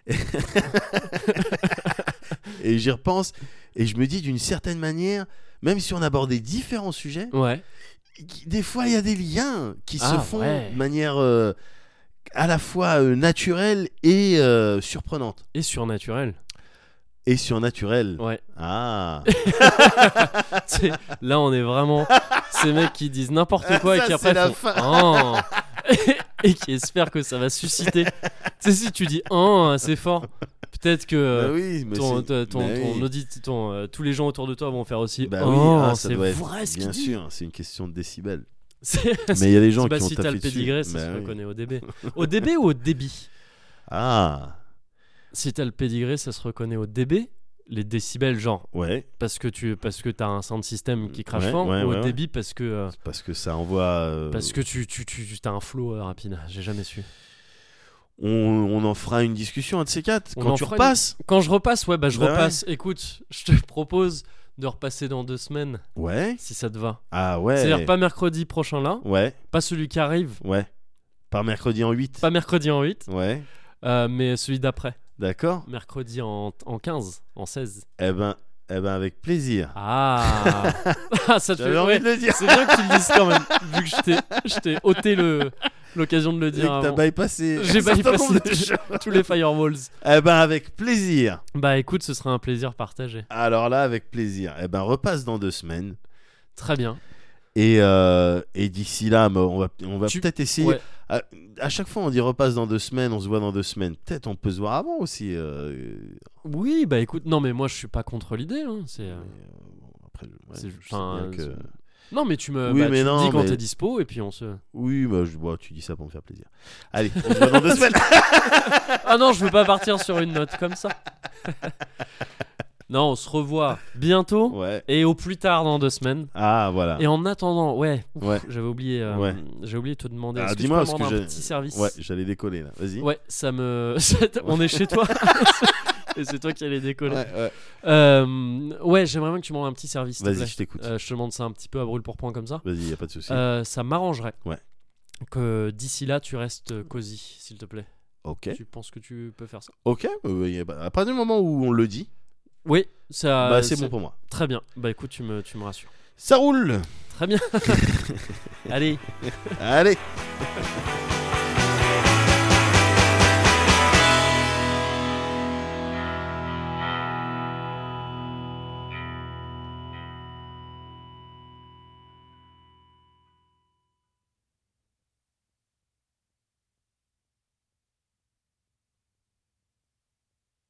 Et j'y repense et je me dis d'une certaine manière, même si on abordait différents sujets, Ouais. qui- des fois il y a des liens qui se Ah, font ouais. de manière euh, à la fois euh, naturelle et euh, surprenante. Et surnaturel. Et surnaturelle. Ouais. Ah. Tu sais, là, on est vraiment ces mecs qui disent n'importe quoi Ça, et qui c'est après la font fin. Oh et qui espèrent que ça va susciter. Tu sais, si tu dis oh assez fort, peut-être que Bah oui, mais ton, c'est- ton, ton, bah ton oui. audit, ton, euh, tous les gens autour de toi vont faire aussi Bah oh, oui, ah, ça c'est doit être- vrai ce qu'il bien dit. sûr, c'est une question de décibels. C'est- Mais il y a des gens bah, qui ont si t'as taffé le dessus. pédigré, ça Bah se oui. reconnaît au débit. Au débit ou au débit? Ah, Si t'as le pédigré, ça se reconnaît au débit. Les décibels, genre, ouais, parce que tu parce que t'as un sound system qui crache Ouais, fort, ouais, ou ouais, au ouais. débit parce que euh, parce que ça envoie. euh, parce que tu tu tu tu- t'as un flow euh, rapide. J'ai jamais su. on, on en fera une discussion, un de ces quatre. On Quand en tu fera repasses. Quand je repasse, ouais, bah je Bah ouais. repasse. Écoute, je te propose de repasser dans deux semaines, Ouais. si ça te va. Ah ouais. C'est-à-dire pas mercredi prochain là, Ouais, pas celui qui arrive, ouais. Par mercredi en huit. pas mercredi en huit, Ouais. euh, mais celui d'après, D'accord. mercredi en, en quinze, en seize. Eh ben, eh ben avec plaisir. Ah, ah ça te J'avais fait envie ouais, de le dire. c'est bien que tu le dises quand même, vu que je t'ai, je t'ai ôté le, l'occasion de le Et dire que t'as avant. bypassé. J'ai un certain bypassé nombre de tous- choses. tous les firewalls. Eh ben avec plaisir. Bah écoute, ce sera un plaisir partagé. Alors là, avec plaisir. Eh ben repasse dans deux semaines. Très bien. Et, euh, et d'ici là, bah, on va, on va Tu- peut-être essayer. Ouais. À, à chaque fois, on dit repasse dans deux semaines, on se voit dans deux semaines. Peut-être on peut se voir avant aussi. Euh... Oui, bah écoute, non, mais moi je suis pas contre l'idée. Hein. C'est. euh, Mais, euh, bon, après, ouais, c'est- je sais enfin, bien que- c'est- Non, mais tu me, Oui, bah, mais tu me non, dis quand mais- t'es dispo et puis on se. Oui, bah, je... bon, tu dis ça pour me faire plaisir. Allez, on se voit dans deux semaines. Ah non, je veux pas partir sur une note comme ça. Non, on se revoit bientôt Ouais. et au plus tard dans deux semaines. Ah, voilà. Et en attendant, ouais, ouf, Ouais. j'avais oublié, euh, Ouais. j'ai oublié de te demander. Ah, Est-ce que dis-moi, tu peux parce me que rendre un j'ai- petit service? Ouais, j'allais décoller là. Vas-y. Ouais, ça me. On est chez toi. Et c'est toi qui allais décoller. Ouais, ouais. Euh, ouais, j'aimerais bien que tu m'en un petit service. s'il te Vas-y, plaît. je t'écoute. Euh, je te demande ça un petit peu à brûle pour point comme ça. Vas-y, y a pas de souci. Euh, ça m'arrangerait. Ouais. Que d'ici là, tu restes cosy, s'il te plaît. Ok. Tu penses que tu peux faire ça? Ok. Euh, y a pas- à partir du moment où on le dit, Oui, ça. bah, c'est bon pour moi. Très bien. Bah écoute, tu me, tu me rassures. Ça roule. Très bien. Allez. Allez.